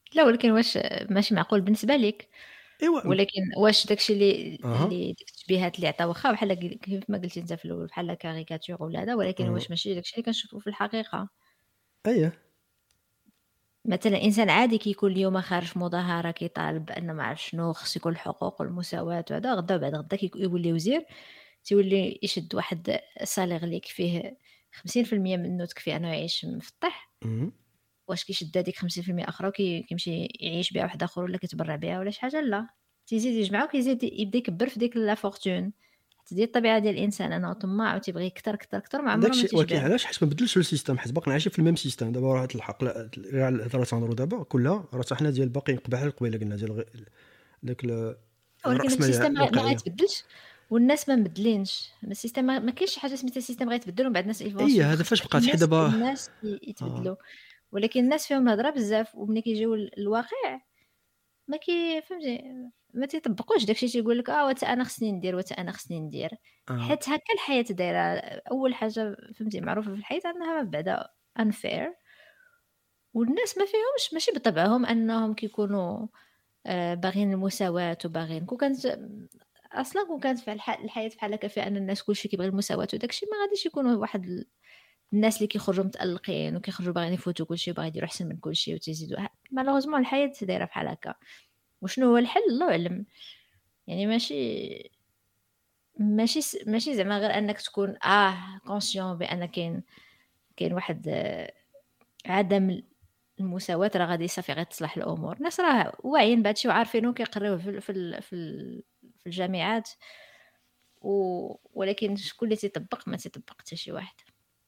لا ولكن واش ماشي معقول بالنسبة ليك؟ ايوا ولكن واش داكشي اللي اها اللي ديك التشبيهات اللي عطا واخا بحال قل- كيف ما قلتي انت في الاول بحال كاريكاتور ولا هذا، ولكن أه. واش ماشي داكشي اللي كنشوفو في الحقيقة؟ ايه مثلا انسان عادي كيكون اليوم خارج في مظاهرة كيطالب بان ما عرف شنو خص يكون الحقوق والمساواة وهذا، غدا بعد غدا كيكو- يولي وزير، تيولي يشد واحد الصالير اللي يكفيه خمسين في المية منه تكفي انه يعيش مفطح. مم. واش كيشد هذيك خمسين في المية اخرى وكي كيمشي يعيش بها واحد اخر ولا كيتبرع بها ولا شي حاجه؟ لا، تيزيد يجمع وكيزيد يبدا يكبر في ديك لا فورتون. حتى دي الطبيعه ديال الانسان انه طماع وتيبغي يكثر اكثر اكثر، ما عمره ما داكشي، ولكن تيشبع. علاش؟ حيت ما بدلش السيستم، حيت باقي عايشين في الميم سيستم. دابا راه هاد الحق لا- كاع الهضره تنهضروا دابا كلها راه حنا ديال باقي بحال قبيله قلنا ديال غ- داك ال- ولكن داك الراسماليه السيستم ما ما الواقعيه. غيتبدلش والناس ما مبدلينش. السيستم ما ما كاينش شي حاجه سميتها السيستم غيتبدل ومن بعد الناس يفون اي سويفر، هذا خص فاش بقات حيت الناس دابا الناس ي- اه يتبدلوا. ولكن الناس فيهم الهضره بزاف وملي كيجيو للواقع ما كي فهمتي، ما تيطبقوش داكشي. تيقول لك اه وتا انا خصني ندير وتا انا خصني ندير. اه حيت هكا الحياه دايره. اول حاجه فهمتي معروفه في الحياه انها بعدا unfair، والناس ما فيهمش ماشي بطبعهم انهم كيكونوا آه، باغيين المساواة وباغيين. كون كانت اصلا كون كانت في الح- الحياه بحال هكا فيها ان الناس كلشي كيبغي المساواة وداكشي، ما غاديش يكونوا واحد ال- الناس اللي كيخرجوا متألقين وكيخرجوا باغيين يفوتوا كلشي وباغيين يديروا احسن من كلشي وتزيدوا. مالوغوزمون الحياه دايره بحال هكا. وشنو هو الحل الله اعلم. يعني ماشي ماشي س ماشي زعما غير أنك تكون آه conscient بأن كاين كاين واحد آه، عدم المساواة، راه غادي صافي غتصلح الأمور. الناس راه واعيين بهذا الشيء وعارفينه وكيقريوه في ال في ال في ال في الجامعات و ولكن شكون اللي تيطبّق؟ ما تيطبّق حتى شي واحد.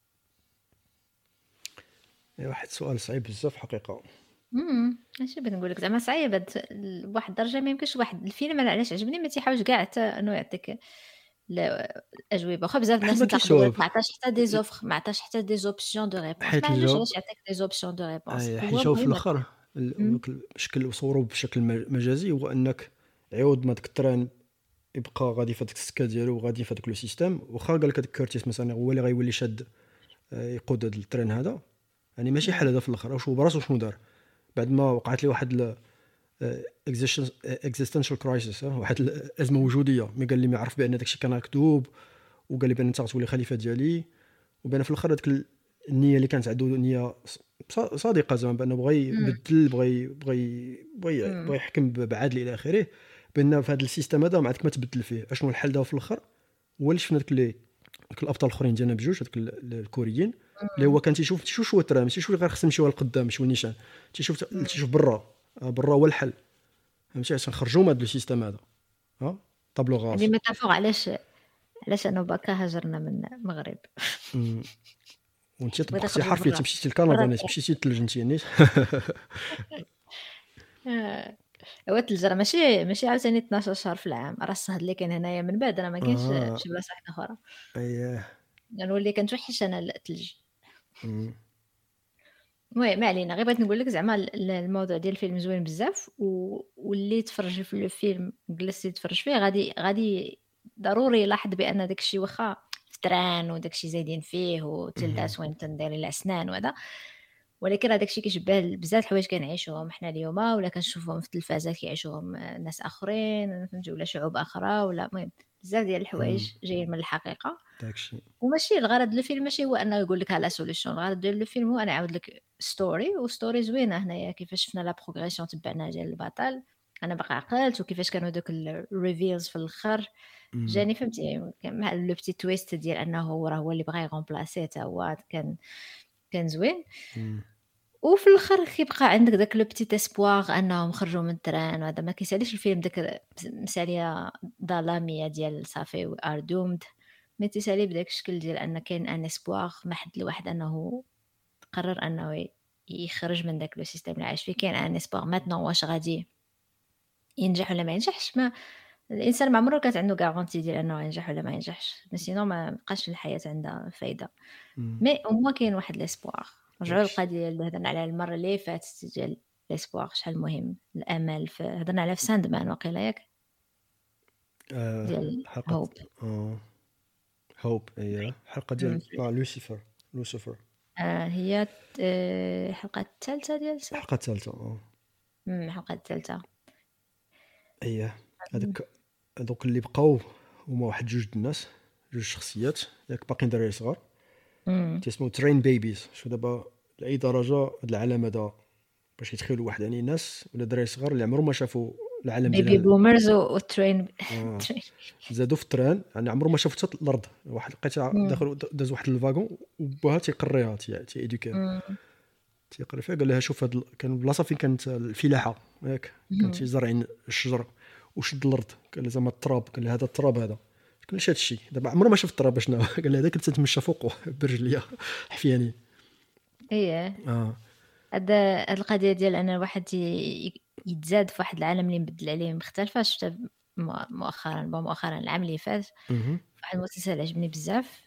إيه، واحد السؤال صعيب بزاف حقيقه. إمم، ماشي بغيت نقول لك زعما صعيب هاد ال بواحد الدرجة ما يمكنش واحد الفيلم. أنا علاش عجبني ما تيحاولش كاع حتى أنه يعطيك ال الأجوبة. واخا بزاف حيت الناس ما انتقدوا، يقول لك كيشوف ما عطاش حتى دي زوفر، ما عطاش حتى دي زوبسيون دو ريبونس. حيت ما عندوش الجواب علاش يعطيك دي زوبسيون دو ريبونس. اي حيت هو الجواب في المهم الاخر ال- إمم، داك الشكل وصوروه بشكل م- مجازي هو انك عوض ما داك التران يبقى غادي في هذاك السكه ديالو وغادي في هذاك لو سيستيم، واخا قال لك هذاك كورتيس مثلا هو اللي غيولي شاد آه، يقود هذا التران هذا. يعني ماشي حل إمم، هذا في الاخر واش هو براسو شنو دار بعد ما وقعت لي واحد اكزيستنشال كرايسيس، واحد الازمه وجوديه. مي قال لي ما عرف بان داك الشيء كان مكتوب، وقال لي بان انت غتولي خليفه ديالي، وبان في الاخر هذيك النيه اللي كانت عنده نيه ص- صادقه زعما بانه بغى إمم، يبدل، بغى بغى بغى إمم، بغى يحكم بعدل الى اخره. بان في هذا السيستم هذا ما عندك ما تبدل فيه. اشنو الحل دابا في الاخر؟ هو اللي شفنا داك اللي داك الابطال الاخرين ديالنا بجوج، هذوك ال- الكوريين، اللي إمم، هو كان تيشوف تيشوف شو الترا، ماشي شو اللي غير خصنا نمشيو للقدام، ماشي هو النيشان. تيشوف إمم. تيشوف برا، آه، برا هو الحل. فهمتي؟ عشان نخرجوا من هذا السيستم هذا. ها طابلو هذه غاز. ميتافور علاش علاش أنا وباكا هاجرنا من المغرب. أمم. وانت بغيت طبقتي نخرجوا حرفيا، برا تمشيتي برا لكندا نيت، الدار. مشيتي للثلج انت نيت. آه. هو الثلج راه ماشي ماشي عاوتاني اثنا عشر شهر في العام، راه الصهد اللي كاين هنايا من بعد راه ما كاينش في اه شي بلاصة واحدة أخرى. اييه. غنولي كنتوحش أنا الثلج. أمم. المهم ما علينا، غير بغيت نقول لك زعما ال ال الموضوع ديال الفيلم زوين بزاف و واللي تفرج في الفيلم جلس يتفرج فيه غادي غادي ضروري يلاحظ بأن داك الشيء واخا فتران وداك الشيء زايدين فيه أمم. وتلداس وين تنديري الأسنان وهذا، ولكن راه داك الشيء كيشبه ل بزاف الحوايج كنعيشوهم حنا اليوم ولا كنشوفوهم في التلفازة كيعيشوهم ناس آخرين فهمتي، ولا شعوب أخرى ولا المهم بزاف ديال أمم. الحوايج جايين من الحقيقة. داكشي. وماشي الغرض ديال الفيلم ماشي هو أنه يقول لك ها لا solution. الغرض ديال الفيلم هو أنا نعاود لك story وstory زوينة هنايا كيفاش شفنا لا progression تبعناها ديال البطل. أنا باقا عقلت وكيفاش كانوا دوك الreveals في الآخر. أمم. جاني فهمتي كان مع لو بتي تويست ديال أنه هو راه هو اللي بغا يغومبلاسيه حتى هو كان كان زوين. أمم. وفي الآخر كيبقى عندك داك لو بتي espoir أنهم خرجوا من التران وهذا. ما كيساليش الفيلم داك مسالية ظلامية ديال صافي we are doomed. مي تيسالي بداك الشكل ديال أن كاين ان espoir ما حد الواحد أنه قرر أنه ي يخرج من داك لو سيستيم اللي عايش فيه. كاين ان espoir maintenant واش غادي ينجح والّا ما ينجحش. ما الإنسان ما عمره كانت عنده garantie ديال أنه ينجح والّا ما ينجحش، mais sinon ما بقاش الحياة عندها فايدة. أمم. mais au moins كاين واحد l'espoir. نرجعوا داكشي. للقضية اللي هضرنا عليها المرة اللي فاتت ديال l'espoir شحال مهم، الأمل. ف هضرنا عليها في Sandman واقيلا ياك؟ آه ديال حلقه hope. اه هوب، اييه الحلقه إمم، ديال ف لا لوسيفر. لوسيفر آآ هي آآ الحلقة الثالثة ديال الس الحلقه الثالثه اه. الحلقه الثالثه. اييه هذاك دوك اللي بقاو هما واحد جوج د الناس، جوج شخصيات ياك باقيين دراري صغار تيسمو ترين بيبيز. شو دابا لاي درجه هذا العالم هذا باش يتخيلوا واحد يعني ناس ولا دراري صغار اللي عمرهم ما شافوا العالم ديال بيبي بومرز وترين آه. زادوا في التران يعني عمرهم ما شافوا حتى الارض. واحد لقيتها داخل داز واحد الفاغون وبوها تيقريها تي تي ايدوكي تيقري فيها. قال لها شوف هاد كان بلاصه فين كانت الفلاحه ياك كان تيزرعين الشجر وشد الارض. قال لها زعما التراب. قال لها هذا التراب هذا كل شيء هذا الشيء دابا عمره ما شاف التراب شنو. قال لها هذا كنت نتمشى فوقه برجليا حفياني. ايه اه هذا هاد القضيه ديال انا واحد يتزاد في واحد العالم اللي مبدل عليه مختلفه. شفت مؤخرا مؤخرا العام اللي فات واحد المسلسل عجبني بزاف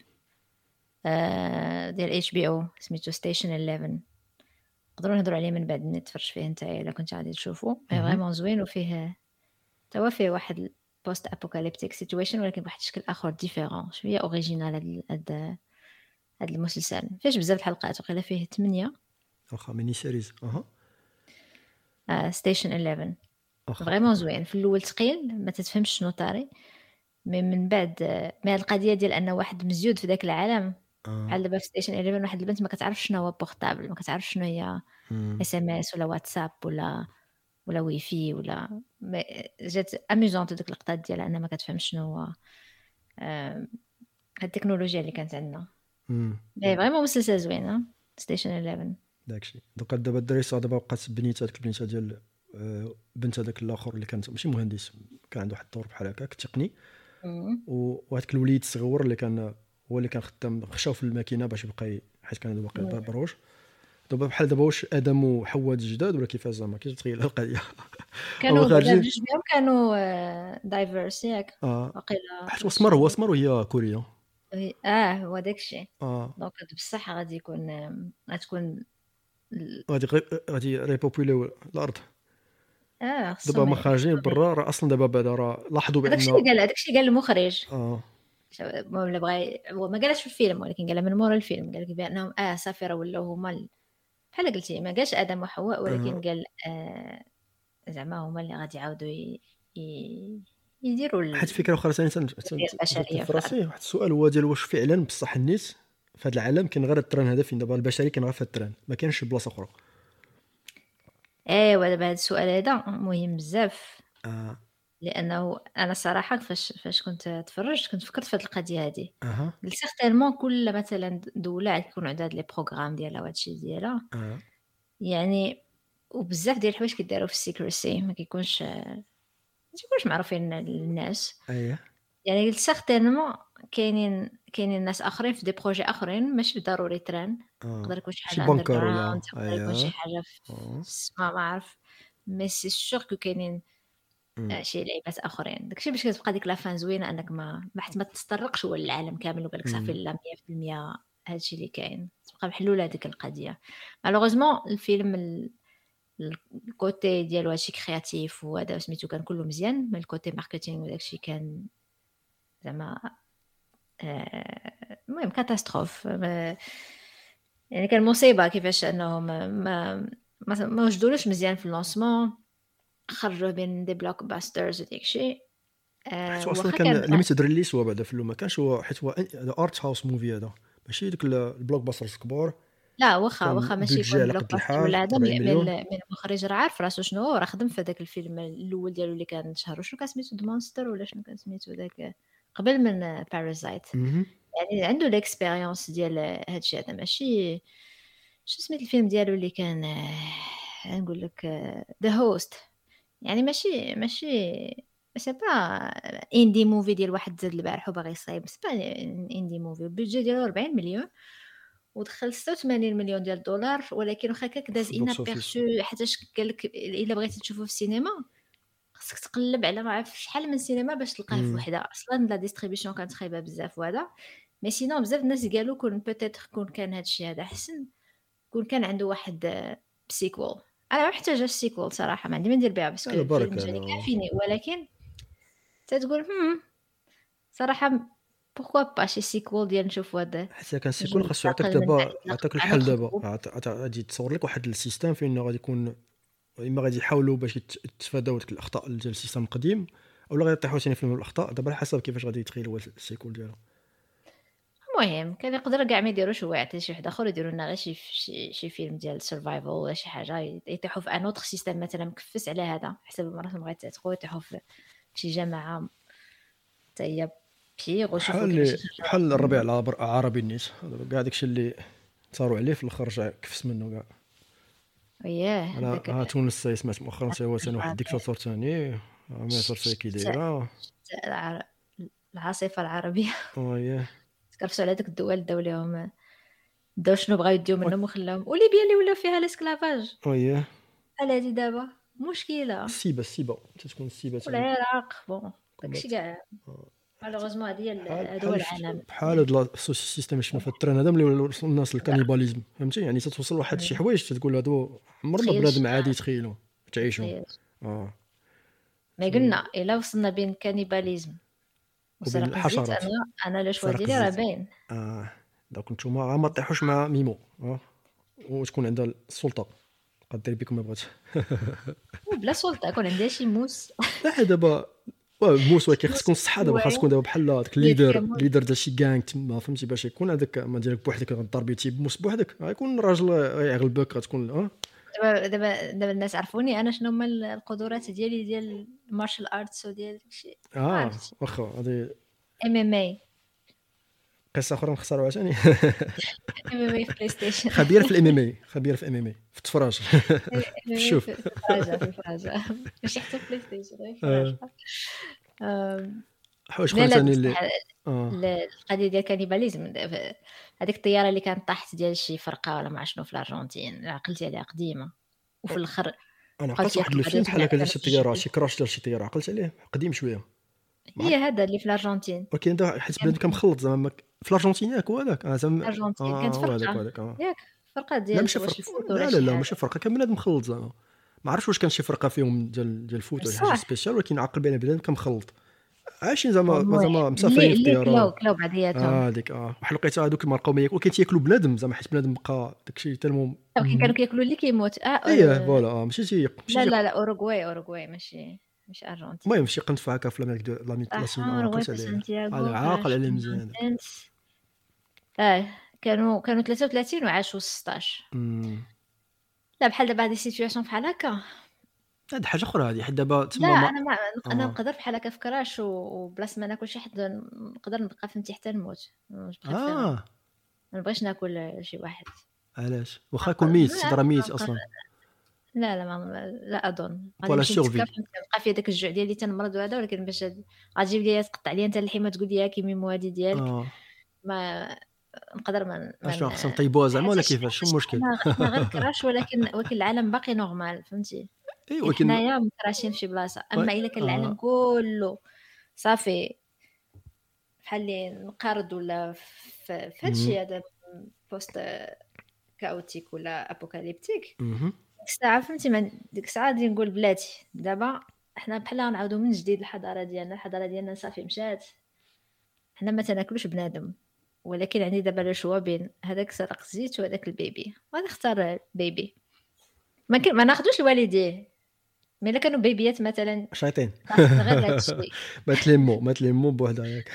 ديال اتش بي او سميتو ستيشن إحداش. نقدروا نهضروا عليه من بعد نت تفرج فيه انت الا كنت غادي تشوفوا. فريمون زوين وفيه توا فيه واحد بوست ابوكاليبتيك سيتويشن ولكن بواحد الشكل اخر ديفيرون شويه اوريجينال. هذا هذا المسلسل فيش بزاف الحلقات وقيله فيه ثمانية واخا ميني سيريز. اها ستيشن إحداش فريمون زوين. في الاول ثقيل ما تتفهمش شنو طاري من من بعد ما القضيه ديال ان واحد مزيود في ذاك العالم بحال دابا في ستيشن إحداش واحد البنت ما كتعرفش شنو هو بورطابل ما كتعرفش شنو هي اس ام اس ولا واتساب ولا ولا ويفي ولا جات اميزونت ديك اللقطات ديال انا ما كتفهمش شنو هو هاد التكنولوجيا اللي كانت عندنا. اي فريمون مسلسل زوين ستيشن إحداش داكشي. دوك دابا الدراري صا دابا بقات بنيته هذيك البنيته ديال بنت هذاك الاخر اللي كانت ماشي مهندس كان عنده واحد الدور بحال هكاك تقني وهذاك الوليد الصغير اللي كان هو اللي كان خدام خشاو في الماكينه باش يبقى حيت كان باقي بروج. دابا بحال دابا واش ادم وحواء جداد ولا كيفاش زعما كيفاش تخيل القضيه كانوا خارجين جوج بهم كانوا دايفيرس ياك واقيلا حيت اسمر هو اسمر وهي كوريا. اه هو داكشي اه دونك بصح غادي يكون غتكون غادي غادي ريبوبولي الارض. اه دابا ما خارجين برا راه اصلا دابا بعدا راه لاحظوا بان داكشي قال داكشي قال المخرج اه ولا بغى هو ما قالش في الفيلم ولكن قال من مورا الفيلم قال لك بانهم اه صافي راه ولاو هما بحال قلتي ما قالش ادم وحواء ولكن آه. قال آه زعما هما اللي غادي يعاودوا ي... ي... يديروا واحد الفكره اخرى ثاني البشريه في راسي. واحد السؤال هو ديال واش فعلا بصح النيت في هذا العالم كاين غير التران هذا فين دابا البشري كاين غير في التران ما كاينش شي بلاصه اخرى. ايوا دابا هذا السؤال هذا مهم بزاف اه لانه انا صراحه فاش فاش كنت تفرجت كنت فكرت في هذه القضيه هذه اها قلت سيغتينمون كل مثلا دوله يكون عندها لي بروغرام ديالها وهذا الشيء ديالها اه يعني وبزاف ديال الحوايج كيداروا في السيكريسي ما كيكونش ما كيكونش معروفين للناس. اييه يعني قلت سيغتينمون كاينين كاينين ناس اخرين في دي بروجي اخرين ماشي ضروري تران يقدر يكون شي حاجه اندرغراوند يقدر يكون شي حاجه في السماء ما عارف مي سي سور كو كاينين شي لعيبات اخرين. داكشي باش كتبقى ديك لافان زوينه انك ما ما حتى ما تسترقش هو العالم كامل وقال لك صافي لا مية في المية هادشي اللي كاين تبقى محلوله هذيك القضيه. مالوغوزمون الفيلم الكوتي ديالو هادشي كرياتيف وهذا سميتو كان كله مزيان. من الكوتي ماركتينغ وداكشي كان زعما المهم آه كاتاستروف يعني كان مصيبه كيفاش انهم ما ما ما وجدولوش مزيان في اللونسمون خرجوا بين دي بلوك باسترز وديك الشيء. حيت اصلا كان ليميتد ريليس هو بعدا في ما كانش هو حيت هو ارت هاوس موفي هذا ماشي ديك البلوك باسترز كبار. لا واخا واخا ماشي يكون بلوك باستر ولا هذا من المخرج راه عارف راسو شنو هو راه خدم في هذاك الفيلم الاول ديالو اللي كان شهر شنو كان سميتو ذا مونستر ولا شنو كان سميتو ذاك قبل من بارازايت. يعني عنده الاكسبيريونس ديال هادشي هذا ماشي شو سميت الفيلم ديالو اللي كان نقول لك ذا هوست يعني ماشي ماشي سي با اندي موفي ديال واحد زاد البارح وباغي يصايب سي با اندي موفي البيدجي ديالو أربعين مليون ودخل ستة وثمانين مليون ديال الدولار ولكن واخا هكاك داز انا بيرسو حيتاش قال لك الا بغيتي تشوفو في السينما خاصك تقلب على ما عرف شحال من سينما باش تلقاه في وحده. اصلا لا ديستريبيوشن كانت خايبه بزاف وهذا مي سينو بزاف الناس قالوا كون بوتيتر كون كان هادشي هذا احسن كون كان عنده واحد بسيكول. انا ما محتاجه السيكول صراحه ما عندي ما ندير بها باسكو الفيلم جاني كافيني ولكن تتقول هم صراحه بوركوا با شي سيكول ديال نشوفوا هذا حتى كان سيكول خاصو يعطيك دابا يعطيك الحل دابا غادي تصور لك واحد السيستم فين غادي يكون اما غادي يحاولوا باش يت- يتفاداو ديك الاخطاء ديال السيستم القديم، اولا غادي يطيحوا ثاني في الاخطاء. دابا على حسب كيفاش غادي يتخيل هو السيكول ديالو. المهم كان يقدر كاع ما يديروش هو يعطي شي واحد اخر يديروا لنا غير شي شي شي فيلم ديال سرفايفل ولا شي حاجه يط- يطيحوا في ان اوتر سيستم مثلا مكفس على هذا حسب المرات بغات تعتقوا يطيحوا في شي جماعه حتى هي بيغ وشوفوا كيفاش بحال يخرجوا بحال الربيع من- العربي عربي النيت، دابا كاع داكشي اللي صاروا عليه في الاخر رجع كفس منه كاع. وياه انا هذاك ها تونس سمعت مؤخرا حتى هو ثاني واحد الديكتاتور ثاني، ما صار فيها كي دايره. الع- العاصفه العربيه وياه تكرفسوا على ديك الدول الدولهم داو شنو بغاو يديو منهم وخلاهم وليبيا اللي ولاو فيها الاسكلافاج وياه بحال هادي دابا مشكله السيبه السيبه تتكون السيبه ثاني والعراق بون داكشي كومبات. كاع مالوغوزمون هادي هي ال- بحال هادو هو بحال ش- العالم بحال هاد لا- السوسي سيستم شنو في التران هذا ملي ولاو الناس الكانيباليزم فهمتي، يعني تتوصل لواحد شي حوايج تقول هادو عمرنا تخيلش بنادم عادي يتخيلوا تعيشهم. تخيلش اه ما قلنا الا وصلنا بين كانيباليزم وبين وسرقه الزيت الحشرات انا انا لو شوا سرق ديالي راه الزيت. باين اه دونك نتوما ما تطيحوش مع ميمو اه وتكون عندها السلطه قادر بكم ما بغات. وبلا سلطه يكون عندها شي موس لا دابا واه موس ولكن موس خصكم الصحه دابا خاص هوايه تكون دابا بحال هذاك اللي فيها الليدر موس ليدر ديال شي كانك تما فهمتي، باش يكون هذاك ما ديالك بوحدك غضربي تي بموس بوحدك غيكون الراجل غيغلبك غتكون اه دابا دابا دابا الناس عرفوني انا شنو هما القدرات ديالي ديال المارشال ارتس وديال داكشي ما اه عرفتش واخا هذه ام ام اي قصه اخرى نخسروا ثاني. ام ام اي في بلاي ستيشن خبير في الام ام اي خبير في الام ام اي في التفراج. ام ام اي شوف في في الفراجه في الفراجه ماشي حتى في بلاي ستيشن غير آه. فراجه آم، حوايج لا اخرى لا ثاني بصح اللي اه ال- القضيه ديال كانيباليزم هذيك الطياره اللي كانت طاحت ديال شي فرقه ولا ما شنو في الارجنتين عقلتي عليها قديمه وفي الاخر انا بقاو عقلت واحد تياكلوا الفيلم بعضهم بحال هكا ديال يعترفوا شي في طياره الجبل شي كراش ديال شي طياره عقلت عليه قديم شويه ما هي عرفت. هذا اللي في الارجنتين ولكن انت حيت كان بنادم كان مخلط زعما ما- في الارجنتين ياك هو هذاك اه زعما الارجنتين اه كانت هو هذاك فرقه هذاك اه ياك فرقه لا ديال ماشي واش فرق الفوت ولا لا لا شي لا حاجه ماشي فرقه كان بنادم مخلط زعما ما عرفتش واش كان شي فرقه فيهم ديال ديال الفوت ولا شي حاجه بصح سبيسيال، ولكن عاقل بان بنادم كان مخلط عايشين زعما المهم زعما اللي مسافرين في اللي كلاو الطياره. كلاو بعضياتهم اه هذيك اه واحد الوقيته هذوك ما لقاو ما ياكلوا كان تياكلوا بنادم زعما حيت بنادم بقى داكشي تالمو ولكن كانوا كياكلوا اللي كيموت اه ايه آه، فوالا اه ماشي تي ماشي لا تي لا لا اوروغواي اوروغواي ماشي ماشي ارجنتين المهم شي قنت هكا في الامريك دو لامريك صح اللاتين اه اوروغواي عقلت في عليه سانتياغو هذا عاقل كراش عليه مزيان هذاك. ماونتينز اه كانوا كانوا ثلاثة وثلاثين وعاشوا ستطاش أمم. لا بحال دابا هذه السيتوياسيون بحال هكا هاد حاجه اخرى هذه حيت دابا لا تما ما انا ما انا اه نقدر بحال هكا في كراش و- وبلاص ما ناكل شي حد نقدر نبقى فهمتي حتى نموت جو بريفير اه ما نبغيش ناكل شي واحد علاش واخا نق- يكون ميت ما تضرب ميت نقدر- اصلا لا لا ما لا اظن غادي بولا نمشي نتكا سيرفي فهمتي نبقى فيا داك الجوع ديالي تنمرض وهذا ولكن باش هاد- غتجيب لي تقطع لي انت اللحمه تقول لي كي ميمو هادي ديالك اه ما نقدر ما اشنو ما خصنا نطيبوها زعما ولا حتى شي كيفاش حتى شو شي المشكل؟ حنا حنا غير كراش ولكن ولكن العالم باقي نورمال فهمتي اي حيت ولكن حنايا مكراشين في شي بلاصه آه. اما الا كان العالم كله صافي بحال اللي نقرض ولا في في هادشي هذا بوست كاوتيك ولا ابوكاليبتيك مهم. ديك الساعه فهمتي من ديك الساعه غادي نقول بلاتي دابا حنا بحال غنعاودو من جديد الحضاره ديالنا الحضاره ديالنا صافي مشات حنا ما تناكلوش بنادم ولكن عندي دابا لو شوا بين هذاك سرق الزيت وهذاك البيبي غادي نختار البيبي ما كن... ما ناخذوش لوالديه مي الا كانوا بيبيات مثلا شياطين خاصنا غير هذا الشيء ما تلمو ما تلمو بوحدها ياك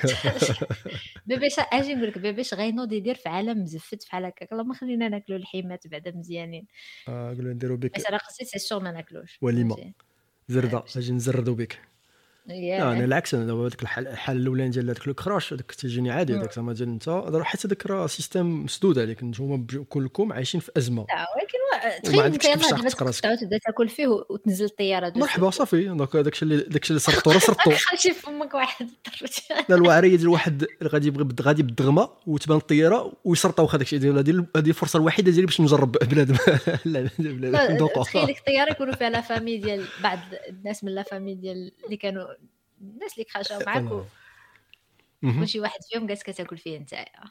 بيبيش اجي نقول لك بيبيش غينوض يدير في عالم مزفت بحال هكاك اللهم خلينا ناكلوا اللحيمات بعدا مزيانين آه، قولوا نديرو بك سرق الزيت سي سور ما ناكلوش وليمه فهمتي زرده باش- اجي نزردو بك. لا انا ياه العكس انا دابا ديك الحال الحال الاولاني ديال هذاك الكراش هذاك تيجيني عادي مم. هذاك زعما ديال انت هذا حيت هذاك راه سيستم مسدود عليك نتوما بج- كلكم عايشين في ازمه لا ولكن وا- وما تخيل عندكش انت كيفاش يلاه دابا تحقق راسك. تقطع وتبدا تاكل فيه و- وتنزل الطياره دوز مرحبا صافي دونك داكشي اللي داكشي اللي سرطو راه سرطو. خرجي في فمك واحد لا الوعريه ديال واحد اللي غادي يبغي بد- غادي بالدغمه وتبان الطياره ويسرطا واخا داكشي ديال هذه هذه الفرصه الوحيده ديالي باش نجرب بنادم. لا لا ندوقو تخيل ديك الطياره يكونوا فيها لا فامي ديال بعض الناس من لا فامي ديال اللي كانوا الناس اللي كخاشاو معاك و- مهم. وشي واحد فيهم جالس كتاكل فيه نتايا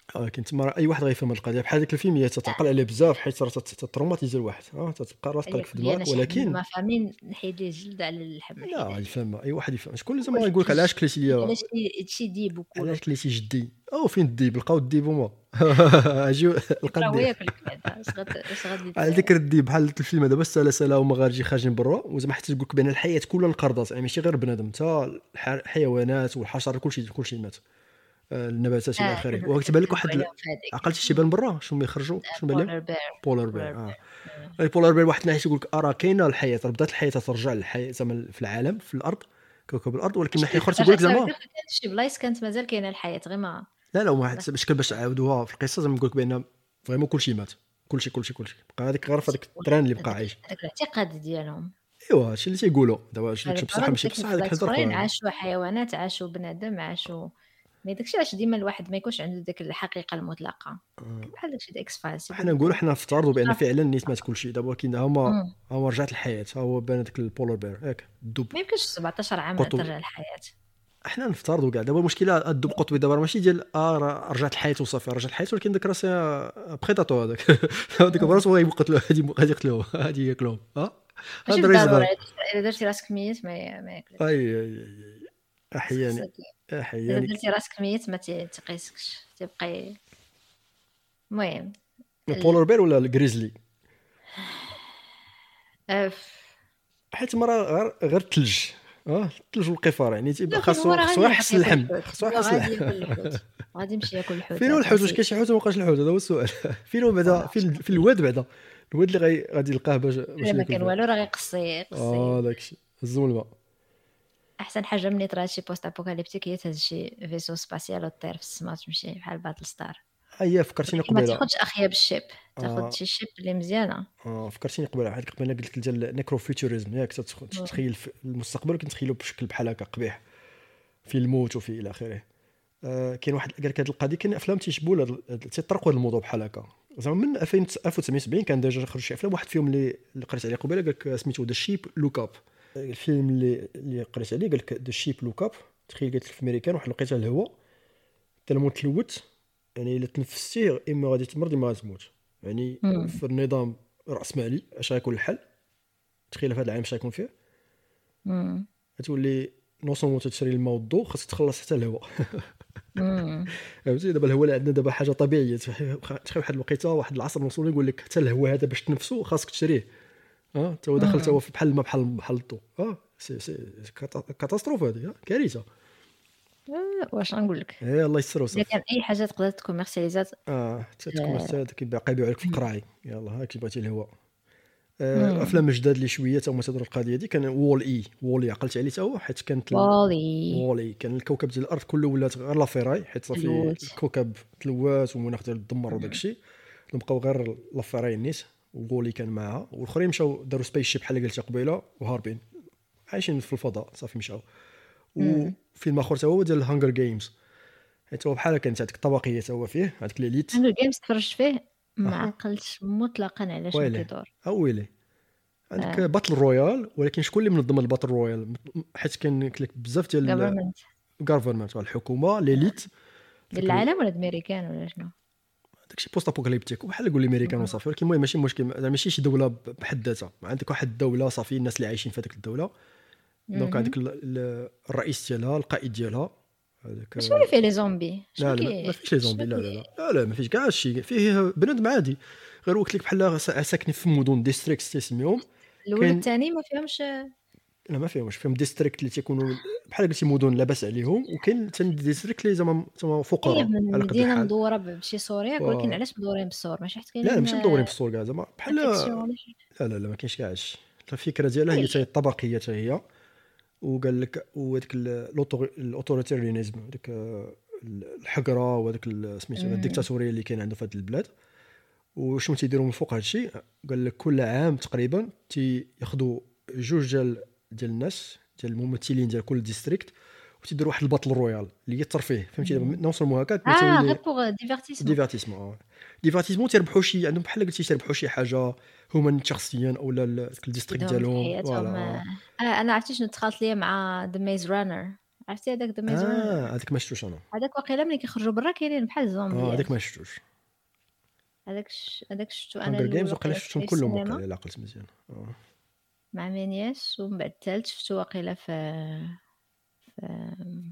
ولكن تما راه اي واحد غيفهم هاد القضيه بحال ديك الفيلم هي تتعقل عليه بزاف حيت راه تتروماتيزي الواحد اه تتبقى راسك هي لك في هي انا دماغك. شي حد من ولكن ما فاهمين نحيد ليه الجلد على اللحم، لا نحيد غادي عليه. يفهم اي واحد يفهم. شكون اللي زعما واش غيقول لك علاش كلشي كليتي ليا علاش هادشي ديب علاش وكولو. كليتي جدي او فين الديب لقاو الديب هما اجيو لقى راه هو الديب ياكلك بعدا، اش غت اش غادي على ذكر الديب بحال الفيلم هذا بس سلاسل هما غادي خارجين برا وزعما حتى تقول لك بان الحياه كلها انقرضت يعني ماشي غير بنادم حتى الحيوانات والحشرات كلشي كلشي مات آه، النباتات الى اه اخره. كانوا وكتبان لك كنهضروا واحد ال- عليهم في هذيك عقلتي شي بان برا شنو يخرجوا شنو بان لهم بولار بير. بولار بير بولار اه بير. البولار بير واحد الناحيه يقول لك اه راه كاينه الحياه راه بدات الحياه ترجع للحياه زعما في العالم في الارض كوكب الارض. ولكن ماشي ناحيه اخرى تقول رجع لك زعما كان شي بلايص كانت مازال كاينه الحياه غير ما لا لا واحد ما باش كان باش عاودوها في القصه زعما يقول لك بان فريمون كلشي مات كلشي كلشي كلشي بقى هذيك غير في هذاك التران اللي بقى هذاك عايش. هذاك الاعتقاد ديالهم. ايوا هادشي اللي تيقولوا دابا واش داكشي بصح دابا ماشي ديك بصح هذيك البلايص هضره اخرين اخرى. عاشوا حيوانات، عاشوا بنادم، عاشوا. مي داكشي علاش ديما الواحد ما يكونش عنده ديك الحقيقه المطلقه بحال داكشي ديال اكس فايلز حنا يقول لك نقولوا راه حنا نفترضوا بان عارف. فعلا نيت مات كلشي دابا ولكن هما مم. هما رجعت الحياه ها هو بان داك البولار بير ياك الدب ما يمكنش سبعطاش عام قطب. ترجع الحياه. احنا نفترضوا كاع دابا المشكله الدب قطبي دابا ماشي ديال اه راه رجعت الحياه وصافي رجعت الحياه ولكن داك راه بريداتور هذاك هذيك براسو غيقتلو غادي غادي يقتلوه غادي ياكلوه ها ماشي هذا بالضروره راه الا درتي راسك ميت ما ما ياكلكش. اي اي اي احيانا خصك الا احيانا درتي راسك ميت ما تي- تقيسكش تبقى. المهم ال... البولار بير ولا الجريزلي أف... حيت مرة غير غير الثلج اه الثلج والقفار يعني تيبقى لكن هو خاصو راه خاصو غادي غير يهبط يحس ياكل اللحم الحوت، خاصو هو غير يحس غادي اللحم ياكل الحوت، غادي يمشي ياكل الحوت. فين هو الحوت واش كاين شي حوت وما بقاش الحوت هذا هو السؤال فين هو بعدا فين في الواد بعدا الواد اللي غادي غادي يلقاه باش باش ما ياكل كان فيه والو راه غيقصي يقصي. اه داكشي هزو الماء. احسن حاجه ملي طرات شي بوست ابوكاليبتيك هي تهز شي فيسو سباسيال وطير في السما تمشي بحال باتل ستار. هيا فكرتيني ولكن ما قبيله تاخذش اخياب الشيب، تاخذ اه شي شيب اللي مزيانه. اه فكرتيني قبيله واحد قبيله قلت لك ديال النيكرو فيوتوريزم ياك مم. تتخيل في المستقبل ولكن تخيلو بشكل بحال هكا قبيح في الموت وفي الى اخره. آه كاين واحد قال لك هذه القضيه كاين افلام تيشبوا تيطرقوا هذا الموضوع بحال هكا زعما من ألف وتسعمية وسبعين كان ديجا خرج شي افلام واحد فيهم اللي اللي قريت عليه قبيله قال لك سميتو ذا شيب لوك اب. الفيلم اللي اللي قريت عليه قال لك ذا شيب لوك اب تخيل قالت لك في امريكان واحد لقيتها الهواء حتى لما تلوث يعني الا تنفستيه اما غادي تمرض اما غادي تموت يعني مم. في النظام راسمالي اش غيكون الحل تخيل في هذا العام اش غيكون فيه مم. غتولي نو سومون تشري الماء والضوء خاصك تخلص حتى الهواء مم. فهمتي دابا الهواء اللي عندنا دابا حاجه طبيعيه تخيل واحد الوقيته واحد العصر نوصلوا يقول لك حتى الهواء هذا باش تنفسو خاصك تشريه اه حتى هو دخل حتى هو في بحال الماء بحال بحال الضوء اه سي سي كاتاستروف هذه كارثه. آه، واش غنقول لك ايه الله يستر الا وصافي كان اي حاجه تقدر تكوميرسياليزات. اه حتى تكون آه، حتى كيبقى يبيعوا لك في مم. القراعي يلاه هاك بغيتي الهواء. آه مم. الافلام الجداد اللي شويه تا هما تدور القضيه دي كان وول اي وول اي عقلت عليه تا هو حيت كانت ال... والي وول اي كان الكوكب ديال الارض كله ولات غير لافيراي حيت صافي الوت. الكوكب تلوات والمناخ ديالو تدمر وداك الشيء بقاو غير لافيراي النيت وولي كان معاها والاخرين مشاو داروا سبيس شيب بحال قلت قبيله وهاربين عايشين في الفضاء صافي مشاو. مم. وفيلم اخر تا هو ديال الهانجر جيمز حيت هو بحال كانت هذيك الطبقيه تا هو فيه هذيك ليليت. هانجر جيمز تفرجت فيه ما اها عقلتش مطلقا على شنو ويلي كيدور. اويلي عندك آه. باتل رويال ولكن شكون اللي منظم الباتل رويال حيت كان لك بزاف ديال government الغافرمنت والحكومه ليليت ديال العالم ولا الامريكان ولا شنو. داكشي بوست ابوكاليبتيك وبحال نقول الامريكان وصافي ولكن المهم ماشي مشكل ماشي شي دوله بحد ذاتها عندك واحد الدوله صافي الناس اللي عايشين في هذيك الدوله دونك مهم. عندك ال- ال- الرئيس ديالها القائد ديالها هذاك. شنو اللي فيه لي زومبي شنو لا لا ما- كي ما فيش لي زومبي لا لا لا لا لا ما فيش كاع شي فيه بنادم عادي غير قلت لك بحال سا- ساكنين في مدن ديستريكت تسميهم. الاول كاين والثاني ما فيهمش. لا ما فيهمش فيهم ديستريكت اللي تيكونوا بحال قلتي مدن لاباس عليهم وكاين ثاني ديستريكت اللي زعما زعما هي فقراء من على قد مدينه الحال. مدوره بشي سورياك ولكن و... علاش مدورين بالسور ماشي حيت لا لا كاينين ماشي مدورين بالسور كاع زعما بحال لا انفيكسيون ولا شي. لا لا ما كاينش كاع هادشي الفكره ديالها هي حتى الطبقيه حتى هي وقال لك وهذيك الاوتوريتيريانيزم ديك الحقره وهذاك سميتو الديكتاتوريه اللي كاين عنده في هذه البلاد. وشنو تيديروا من فوق هادشي قال لك كل عام تقريبا تياخذوا جوج ديال ديال الناس ديال الممثلين ديال كل ديستريكت وتيديروا واحد الباتل رويال اللي هي الترفيه فهمتي دابا نوصلوا هكاك اه غير بوغ ديفيرتيسمون. ديفيرتيسمون ديفيرتيسمون تيربحوا شي عندهم بحال قلتي تيربحوا شي حاجه هما شخصيا اولا داك الديستريكت يدهم في ديالهم حياتهم. فوالا. آه انا عرفتي شنو دخلت ليا مع ذا ميز رانر عرفتي هذاك ذا ميز رانر اه هذاك ما شفتوش انا. هذاك واقيلا ملي كيخرجوا برا كاينين بحال اه الزومبيات. هذاك ما شفتوش. هذاك ش... هذاك شفتو انا هانجر الاول جيمز وقيلا واقيلا شفتهم في كلهم السينما وقيلا الا عقلت مزيان. اه مع مينياس، ومن بعد الثالث شفتو واقيلا في في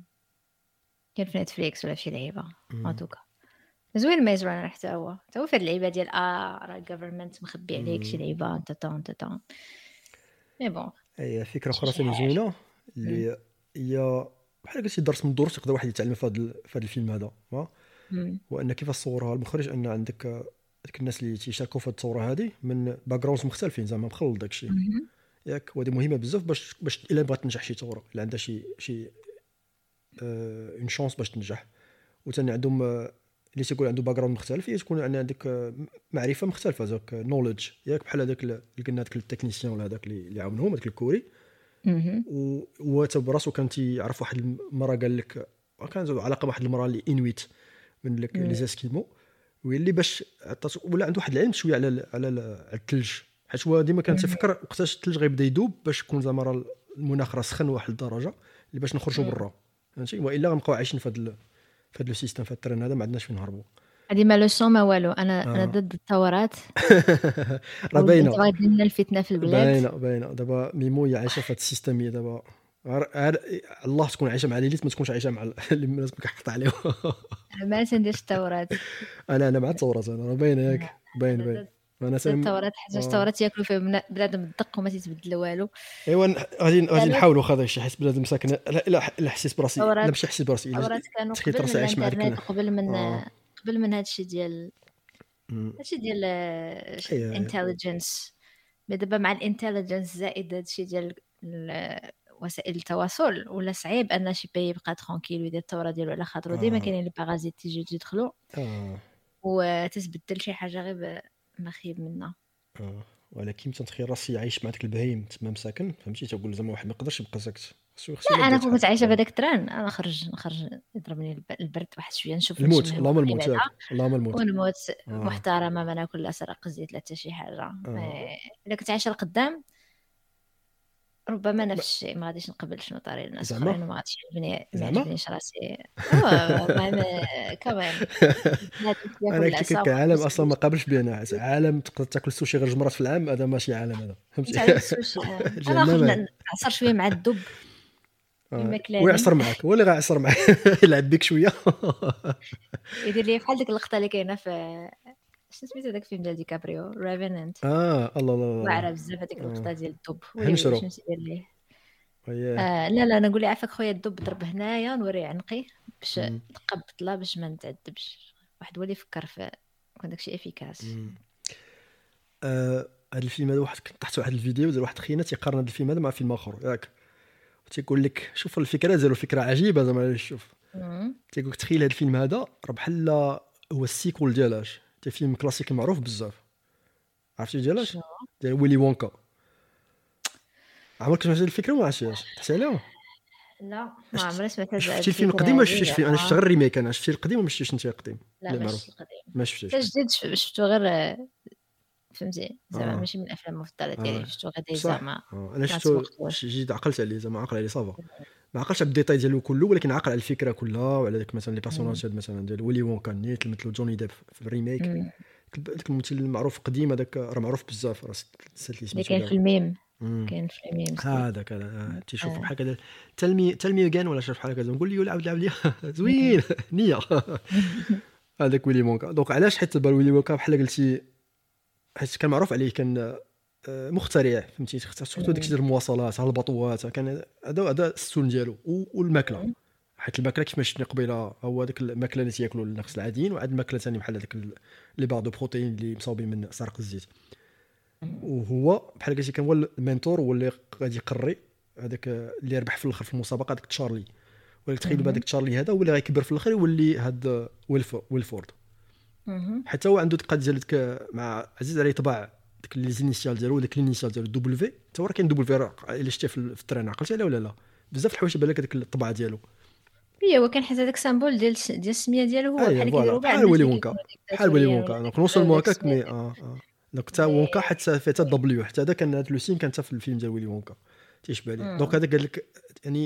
كان في نتفليكس ولا في شي لعيبه ماتوكا. زوين ميز رانر حتى هو حتى هو في هاد اللعيبه ديال اه راه الجوفرمنت مخبي عليك شي لعيبه انت تا انت تا مي بون. اي فكره شي اخرى شي ثاني حاجه زوينه اللي هي بحال قلتي درس من الدروس يقدر واحد يتعلم في هذا في هذا الفيلم هذا، ها مم. وان كيفاش صورها المخرج، ان عندك ديك الناس اللي تيشاركوا في التصويره هذه من باك جراوندز مختلفين زعما مخلط داكشي مهم. ياك، وهذه مهمه بزاف باش باش الا بغات تنجح شي ثوره، الا عندها شي شي آه اون شانس باش تنجح. وثاني عندهم آه، اللي تيقول عنده باك جراوند مختلف هي تكون عندنا عندك آه، معرفه مختلفه داك نوليدج ياك، بحال هذاك اللي قلنا هذاك التكنيسيان ولا هذاك اللي اللي عاونهم هذاك الكوري. مهم. وهو حتى براسو كان تيعرف واحد المره قال لك كان عنده علاقه بواحد المراه اللي انويت من لك مم. لي زاسكيمو، واللي باش عطات ولا عنده واحد العلم شويه على ال- على ال- على الثلج، حيت هو ديما كان تفكر وقتاش الثلج غيبدا يذوب باش يكون زعما راه المناخ راه سخن واحد الدرجه اللي باش نخرجوا مم. برا فهمتي، والا غنبقاو عايشين في هذا ال- في هذا السيستم في الترن هذا ما عندناش فين نهربوا. هذه ما لوسون ما والو. انا انا اه ضد الثورات. راه انت باينه باغي دير لنا الفتنه في البلاد. باينه باينه دابا ميمو هي عايشه في هذا السيستم، هي دابا عار- عار- الله تكون عايشه مع ليليت ما تكونش عايشه مع ال- اللي الناس كيحقط عليهم. انا ما تنديرش الثورات. انا انا مع الثورات انا راه باينه ياك باين انا باين ضد انا ضد سلام. الثورات حيت آه. الثورات ياكلوا في بنا- بنادم الدق وما تيتبدل والو. ايوا غادي غادي كانوا نحاولوا هذا الشيء حيت بنادم ساكن لا لا لا حسيت براسي لا الثورات ماشي حسيت براسي الا الثورات كانوا تخيلت قبل من راسي عايش مع ديك الانترنت ال- وقبل من اه قبل من هادشي ديال أمم. هادشي ديال اي اي الانتليجنس. دابا مع الانتليجنس زائد هادشي ديال ال- وسائل التواصل ولا صعيب ان شي بي يبقى ترونكيل ويدير الثوره ديالو على خاطرو. ديما اه كاينين لي بارازيت تيجيو تيدخلوا اه وتتبدل شي حاجه غير ب- ما خيب منها. اه ولكن تنتخيل راسي عايش مع داك البهيم تما مساكن فهمتي، تقول زعما واحد ما يقدرش يبقى ساكت خصو خصو لا يلا انا بدا كنت يتحرك. عايشه في هذاك التران، انا نخرج نخرج يضربني الب- البرد واحد شويه نشوف الموت نشم اللهم هواء الموت بعدا ياك اللهم الموت. ونموت اه محترمه ما ناكل لا سرق زيت لا حتى شي حاجه. اه الا كنت عايشه لقدام ربما ما- نفس الشيء ما غاديش نقبل شنو طاري الناس زعما اخرين وما غاديش يعجبني ما زعما يعجبنيش راسي. اه ما كمان بنادم انا كياكل قلت لك العصا كعالم اصلا ما قابلش بي انا عالم تقدر تاكل السوشي غير جوج مرات في العام، هذا ماشي عالم هذا انت فهمتي. على السوشي. انا جهنم نخرج هذا. نعصر شويه مع الدب آه. كما كلاني ويعصر معك هو اللي غيعصر معك يلعب بك شويه. يدير لي بحال ديك اللقطه اللي كاينه في شنو سميتو داك الفيلم ديال ديكابريو ريفيننت. اه الله الله الله واعره بزاف هذيك آه. اللقطه ديال الدب. ويلي ويلي هنشرو شنو تيدير ليه. وياه آه لا لا انا نقول لي عافاك خويا الدب ضرب هنايا نوري عنقي باش مم. تقبط لا باش ما نتعذبش. واحد هو اللي فكر في كون داكشي افيكاس. مم. آه، هذا الفيلم هذا واحد كنت تحت واحد الفيديو ديال واحد خينا تيقارن هذا الفيلم هذا مع فيلم اخر ياك، تيقول لك شوف الفكره ديالو فكره عجيبه زعما علاش شوف مم. تيقول لك تخيل هذا الفيلم هذا راه بحال هو السيكول ديالاش تي فيلم كلاسيكي معروف بزاف عرفتي ديالاش شنو؟ ديال ويلي وونكا. عمرك سمعتي هذه الفكره ولا عرفتيهاش تحسي عليها؟ لا ما عمري سمعت هاد شفتي الفيلم الفكرة القديم ولا هادي. شفتي الفيلم؟ انا شفت غير الريميك، انا شفتي القديم ولا شفتيش انت القديم؟ لا لا ماشي معروف القديم ما حتى شفتيش. الجديد ش- شفتو غير فهمتي زعما اه ماشي من الافلام المفضله ديالي. اه شفتو غير دي صح زعما اه انا كانت شفتو وقت واش. جيت عقلت عليه زعما عقل عليه صافا، ما عقلتش على الديتاي ديالو كله ولكن عاقل على الفكره كلها وعلى داك مثلا لي بيرسوناج مثلا ديال ويلي وونكا نيت مثلو جوني ديب في الريميك. مم. داك الممثل المعروف قديم هذاك راه معروف بزاف راه نسيت لي اللي سميتو كاين في الميم دابا. كاين في الميم هذاك هذا تيشوف آه. بحال هكا تلمي تلمي كان ولا شاف بحال هكا نقول لي عاود لعب لي زوين نيه هذاك ويلي وونكا. دونك علاش حيت دابا ويلي وونكا بحال قلتي حيت كان معروف عليه كان آه، مخترع فهمتي سورتو داكشي ديال المواصلات على الباطوات كان هذا هذا السون ديالو و- والماكله حيت الماكله كيف ما شفنا قبيله هو داك الماكله اللي تياكلوا الناس العاديين وعاد الماكله ثاني بحال هذاك لي بار دو بروتين اللي مصاوبين من سرق الزيت. وهو بحال قلتي كان هو المنتور هو اللي غادي يقري هذاك اللي ربح في الاخر في المسابقه داك تشارلي. ولكن تخيلوا بهذاك تشارلي هذا هو اللي غيكبر في الاخر يولي هاد ويلف ويلفورد. مهم. حتى هو عنده القضيه ديال مع عزيز عليه طبع ديك لي زينيسيال ديالو داك لينيسيال ديالو دبليو حتى هو راه كاين دبليو الا شتي في التران عقلتي عليه ولا لا بزاف الحوايج بالك هذيك الطبعه ديالو. هي هو كان حتى داك سامبول ديال ديال السميه ديالو هو اي بحال فوالا كيديروا كاع بحال الناس ويلي اللي وونكا كيكونوا بحال ويلي ديكتاتوريين وونكا ولا دونك نو سولمون داك هكاك السمية مي ديال- اه اه دونك حتى مي- وونكا حتى فيها حتى دبليو حتى هذا كان هذا لو سين كان حتى في الفيلم ديال ويلي وونكا تيشبه لي. مم. دونك هذا قال لك يعني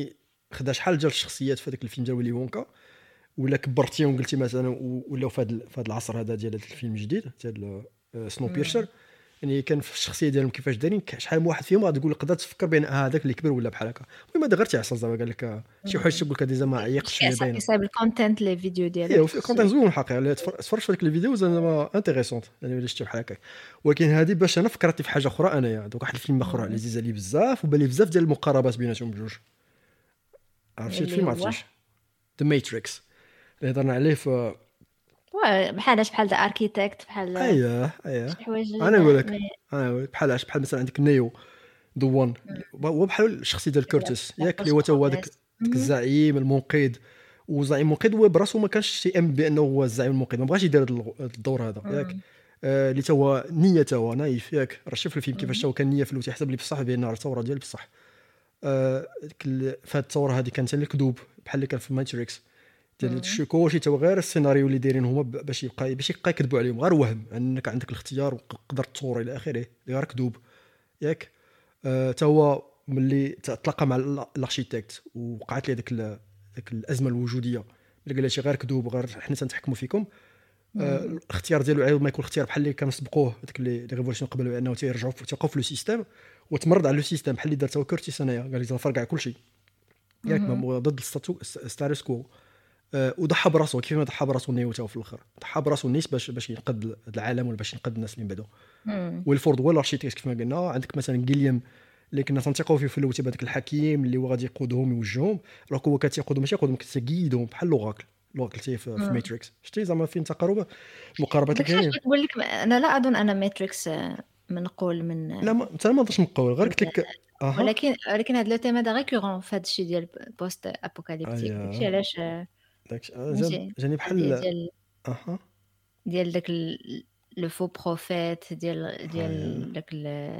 خدا شحال ديال الشخصيات في هذاك الفيلم ديال ويلي وونكا، ولا كبرتيهم قلتي مثلا ولا في هذا في هذا العصر هذا ديال هذا الفيلم الجديد ديال سنو بيرسر، يعني كان في الشخصيه ديالهم كيفاش دايرين، شحال من واحد فيهم غادي تقول تقدر تفكر بان هذاك اللي كبر ولا بحال هكا. المهم هذا غير تعصر زعما قال لك شي حاجه تقول لك هذه زعما عيقش اللي باينه. كيصايب الكونتنت لي فيديو ديالك ايوا في كونتنت زوين الحقيقه، تفرج في ديك الفيديو زعما انتريسونت يعني ولا شتي بحال هكا. ولكن هذه باش انا فكرتني في حاجه اخرى انايا، دوك واحد الفيلم اخر عزيز علي بزاف وبالي بزاف ديال المقاربات بيناتهم بجوج. عرفتي الفيلم ما عرفتيش؟ ذا ماتريكس اللي هضرنا عليه في بحال بحال ذا اركيتكت بحال اييه اييه شي حوايج. انا نقول لك انا نقول لك بحال بحال مثلا عندك نيو ذا وان، هو بحال الشخصيه ديال كورتيس ياك اللي هو تا هو داك الزعيم المنقذ، وزعيم منقذ هو براسو ما كانش يامن بانه هو الزعيم المنقذ، ما بغاش يدير هذا الدور هذا ياك اللي تا هو نيته هو نايف ياك. راه شوف الفيلم كيفاش هو كان نيه في الاول يحسب لي بصح بان الثوره ديال بصح في هذه الثوره هذه كانت الكذوب بحال اللي كان في ماتريكس ديال الشيء كلشي تا غير السيناريو اللي دايرين هما باش يبقى باش يبقى يكذبوا عليهم، غير وهم انك عندك الاختيار وقدر تصور الى اخره غير كذوب ياك. تا هو ملي تلاقى مع الاركيتكت وقعت ليه ديك ديك الازمه الوجوديه اللي قال لها شي غير كذوب غير حنا تنتحكموا فيكم. آه الاختيار ديالو عيب ما يكون اختيار بحال اللي كانوا سبقوه ديك لي ريفولوشن قبل انه تيرجعوا تيوقفوا في لو سيستيم وتمرد على لو سيستيم بحال اللي دارت هو كورتيس انايا قال لك فرقع كلشي ياك ضد الستاتو ستاتوس كو. أه وضحى براسو كيف ما ضحى براسو نيو تا في الاخر ضحى براسو الناس باش باش ينقذ العالم ولا باش ينقذ الناس اللي من بعدو. والفورد هو الاركيتكت كيف ما قلنا. عندك مثلا جيليام اللي كنا تنثقوا فيه في الاول تبع داك الحكيم اللي هو غادي يقودهم يوجههم، راه هو كتيقودهم ماشي يقودهم كتيقيدهم بحال لوغاكل لوغاكل تي في, في ماتريكس. شتي زعما فين تقارب مقاربات كاينين. نقول لك انا لا اظن انا ماتريكس منقول من لا ما انت ما نقدرش نقول غير قلت لك أه. ولكن ولكن هذا لو تيما دا ريكورون في هذا الشيء ديال بوست ابوكاليبتيك أيه. داكشي علاش داكشي جاني بحال ديال اها ديال داك لو فو بروفيت ديال ديال داك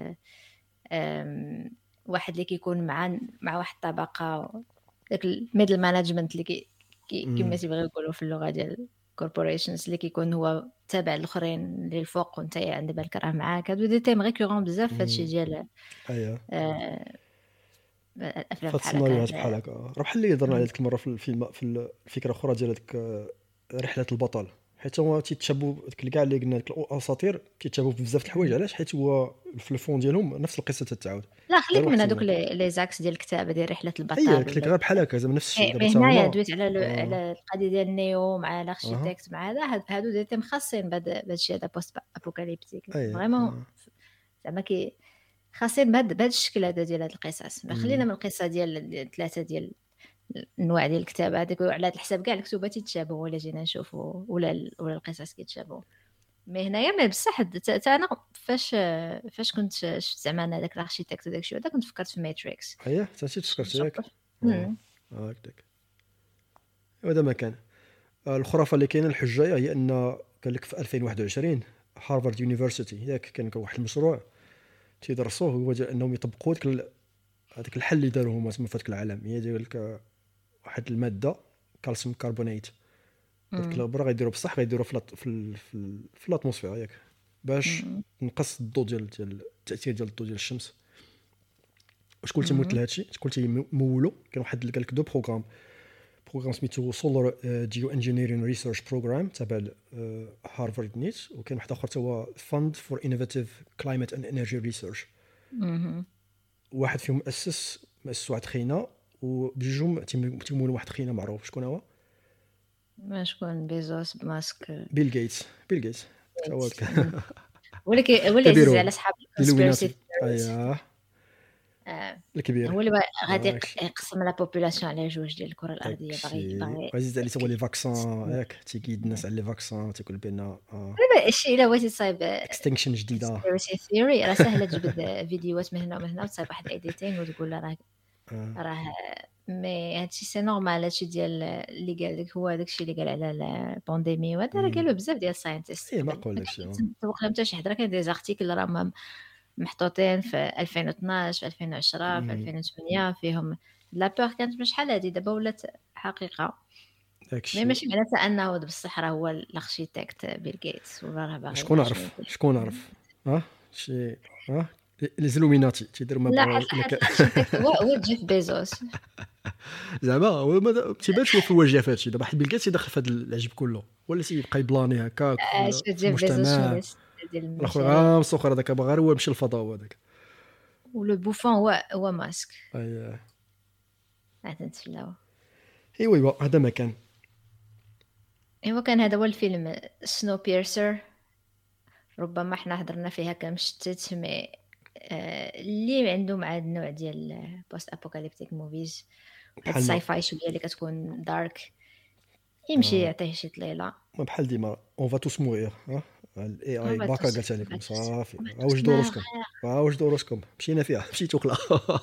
واحد اللي كيكون مع مع واحد الطبقه داك الميدل مانجمنت اللي كي كيما تيبغيو يقولوا في اللغه ديال كوربوريشنز اللي كيكون هو تابع الاخرين اللي الفوق وانت عند بالك راه معاك. هادو دي تيم ريكورون بزاف في هادشي ديال اييه آه الافلام بحال هكا بحال هكا راه بحال اللي هضرنا على ديك المره في الفيلم في الفكره اخرى ديال ديك رحله البطل، حيت هو تيتشابوا ديك كاع اللي قلنا ديك الاساطير كيتشابوا بزاف د الحوايج. علاش؟ حيت هو في الفون ديالهم نفس القصه تتعاود. لا خليك من هذوك لي زاكس ديال الكتابه ديال رحله البطل. اييه قلت لك غير بحال هكا زعما نفس الشيء. دابا هنايا دويت على آه. على القضيه ديال نيو مع الاركيتكت مع هذا هادو دي تيم خاصين بهذا الشيء هذا بوست ابوكاليبتيك فريمون زعما كي خاصين بهذا الشكل هذا ديال هاد القصص. خلينا من القصه ديال ثلاثه ديال النوع ديال الكتابه هذيك وعلى هذا الحساب كاع الكتوبات يتشابهوا ولا جينا نشوفوا ولا ولا القصص كيتشابهوا. مي هنايا ما بصح حتى انا فاش فاش كنت شفت زعما انا داك الاركيتكت وداك الشيء هذا كنت فكرت في ماتريكس. اييه حتى تفكرت ياك اه هكاك. هذا ما كان الخرافه اللي كاينه الحجه هي ان قال لك في ألفين وواحد وعشرين هارفارد يونيفرسيتي ياك كان واحد المشروع تيدرسوه هو انهم يطبقوا ديك هذاك الحل اللي داروه هما تما في هذاك العالم. هي ديال لك واحد الماده كالسيوم كربونات هذيك الغبره غيديروا بصح غيديروا في في في الاتموسفير ياك باش نقص الضوء ديال ديال التاثير ديال الضوء ديال الشمس. وشكون تيموت لهذا الشيء؟ شكون تيمولو؟ كان واحد اللي قال لك دو بروغرام بروغرام سميتو سولار جيو انجينيرين ريسيرش بروغرام تبع هارفارد نيت، وكان واحد اخر هو فند فور انوفاتيف كلايمت اند انرجي ريسيرش. واحد فيهم مؤسس مؤسس واحد خينا وبجوج تيمولوا واحد خينا معروف. شكون هو؟ ما شكون؟ بيزوس ماسك بيل غيتس بيل غيتس هو ولكن ولا عزيز على اصحاب الكونسبيرسي. اييه الكبير هو اللي غادي يقسم لا بوبولاسيون على جوج ديال الكره الارضيه. باغي باغي عزيز عليه هو لي فاكسان ياك تيقيد الناس على لي فاكسان تيقول بان اه الشيء الا بغيتي تصايب اكستنكشن جديده ثيوري راه سهله تجبد فيديوهات من هنا ومن هنا وتصايب واحد ايديتين وتقول راه راه مي هادشي سي نورمال. هادشي ديال اللي قال لك هو داكشي اللي قال على البانديمي وهذا راه قالوا بزاف ديال الساينتيست. اي معقول داكشي توقع حتى شي حد راه كاين دي زارتيكل راه محطوطين في ألفين واثناش في ألفين وعشرة في ألفين وثمانية فيهم لابور كانت مش شحال هذه دابا ولات حقيقه. مي ماشي معناتها انه بصح راه هو الاركيتكت بيل غيتس ولا راه باغي. شكون عرف شكون عرف ها شي ها لي زلوميناتي تيديروا ما لا الاركيتكت هو هو جيف بيزوس زعما هو ما تيبانش هو في الواجهه في هادشي. دابا حيت بيل غيتس يدخل في هذا العجب كله، ولا تيبقى يبلاني هكاك اش في جيف بيزوس هو المجتمع. السيد ديال الاخر المشاريع، غير مسخر هذاك، باغي غير هو يمشي للفضاء هو هذاك. ولو بوفون هو هو ماسك. اي تنتفلاو. ايوا ايوا هذا ما كان. ايوا كان هذا هو الفيلم سنو بيرسر. ربما احنا هضرنا فيها كمشتت مي آه، اللي عنده مع هاد النوع ديال بوست ابوكاليبتيك موفيز، هاد بحال ما الساي فاي شويه اللي كتكون دارك، يمشي آه. يعطيه شي طليله. ما بحال ديما اون فا توس موغير. ها الاي ما اي باكا باتوس قالت ما عليكم باتوس صافي، ما ها باتوس واش ما دروسكم، ها واش دروسكم، مشينا فيها مشيتو خلا.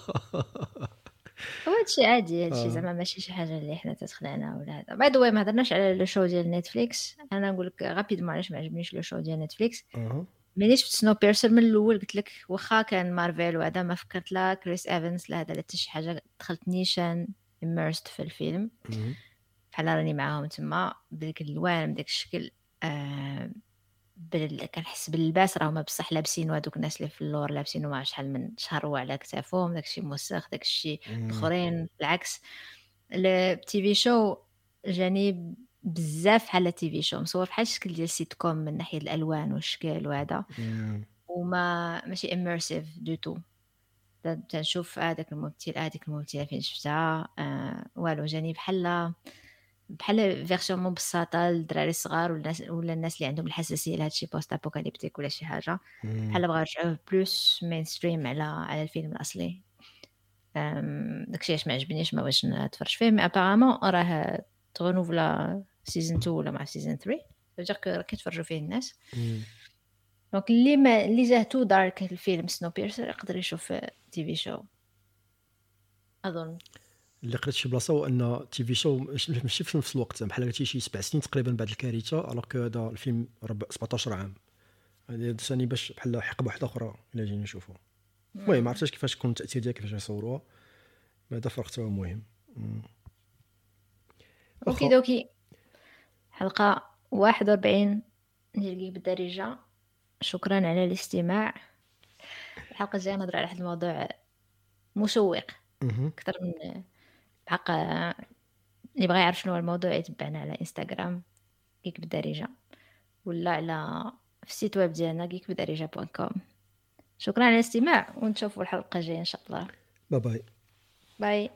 هو هادشي عادي، هادشي آه. زعما ماشي شي حاجه اللي حنا تتخلعنا ولا هذا. باي ذا واي ما هضرناش على لو شو ديال نتفليكس. انا نقول لك غابيدمون علاش ما عجبنيش لو شو ديال نتفليكس. اها ملي شفت سنو بيرسر من الاول قلت لك واخا كان مارفل وهذا، ما فكرت لا كريس ايفنس لا هذا لا حتى شي حاجه، دخلت نيشان immersed في الفيلم مهم. بحال راني معاهم تما بديك الالوان بداك الشكل. آه بال... كنحس باللباس راهما بصح لابسين، وهذوك الناس اللي في اللور لابسين ما شحال من شهر وعلى كتافهم داكشي موسخ داكشي. مم. الاخرين بالعكس. التي في شو جاني بزاف بحال تي في شو مصور بحال الشكل ديال سيت كوم من ناحيه الالوان والشكل وهذا، مم. وما ماشي immersive دو تو. تنشوف هذاك الممثل هذيك الممثله فين شفتها آه والو جاني بحال بحال فيرسيون مبسطه للدراري الصغار ولا الناس ولا الناس اللي عندهم الحساسيه لهذا الشيء بوست ابوكاليبتيك ولا شي حاجه، مم. بحال بغاو يرجعوه بلوس مين ستريم على على الفيلم الاصلي. أم، داكشي علاش ما عجبنيش ما بغيتش نتفرج فيه. مي ابارامون راه تغنوفلا سيزون تو ولا مع سيزون ثري، دونك راه كيتفرجوا فيه الناس. مم. دونك اللي ما اللي جاتو دارك الفيلم سنو بيرسر يقدر يشوف تي في شو اظن. اللي قريت شي بلاصه هو ان تي في شو مش- ماشي في نفس الوقت، بحال قلتي شي سبع سنين تقريبا بعد الكارثه، الوغ كو هذا الفيلم ربع سبعطاش عام. هذه دساني باش بحال حقبه واحده اخرى الا جينا نشوفوا. المهم ما عرفتش كيفاش تكون التاثير ديالها كيفاش يصوروها، ما هذا فرق حتى هو مهم. مم. اوكي واخا دوكي. حلقة واحد وأربعين ديال جيب بالدارجة. شكرا على الاستماع. الحلقة الجاية نهضر على واحد الموضوع مشوق مهم. أكثر من حق. اللي بغى يعرف شنو هو الموضوع يتبعنا على انستغرام جيك بالدارجة، ولا على في السيت ويب ديالنا جيك بالدارجة دوت كوم. شكرا على الاستماع ونشوفوا الحلقة الجاية إن شاء الله. باي باي. باي.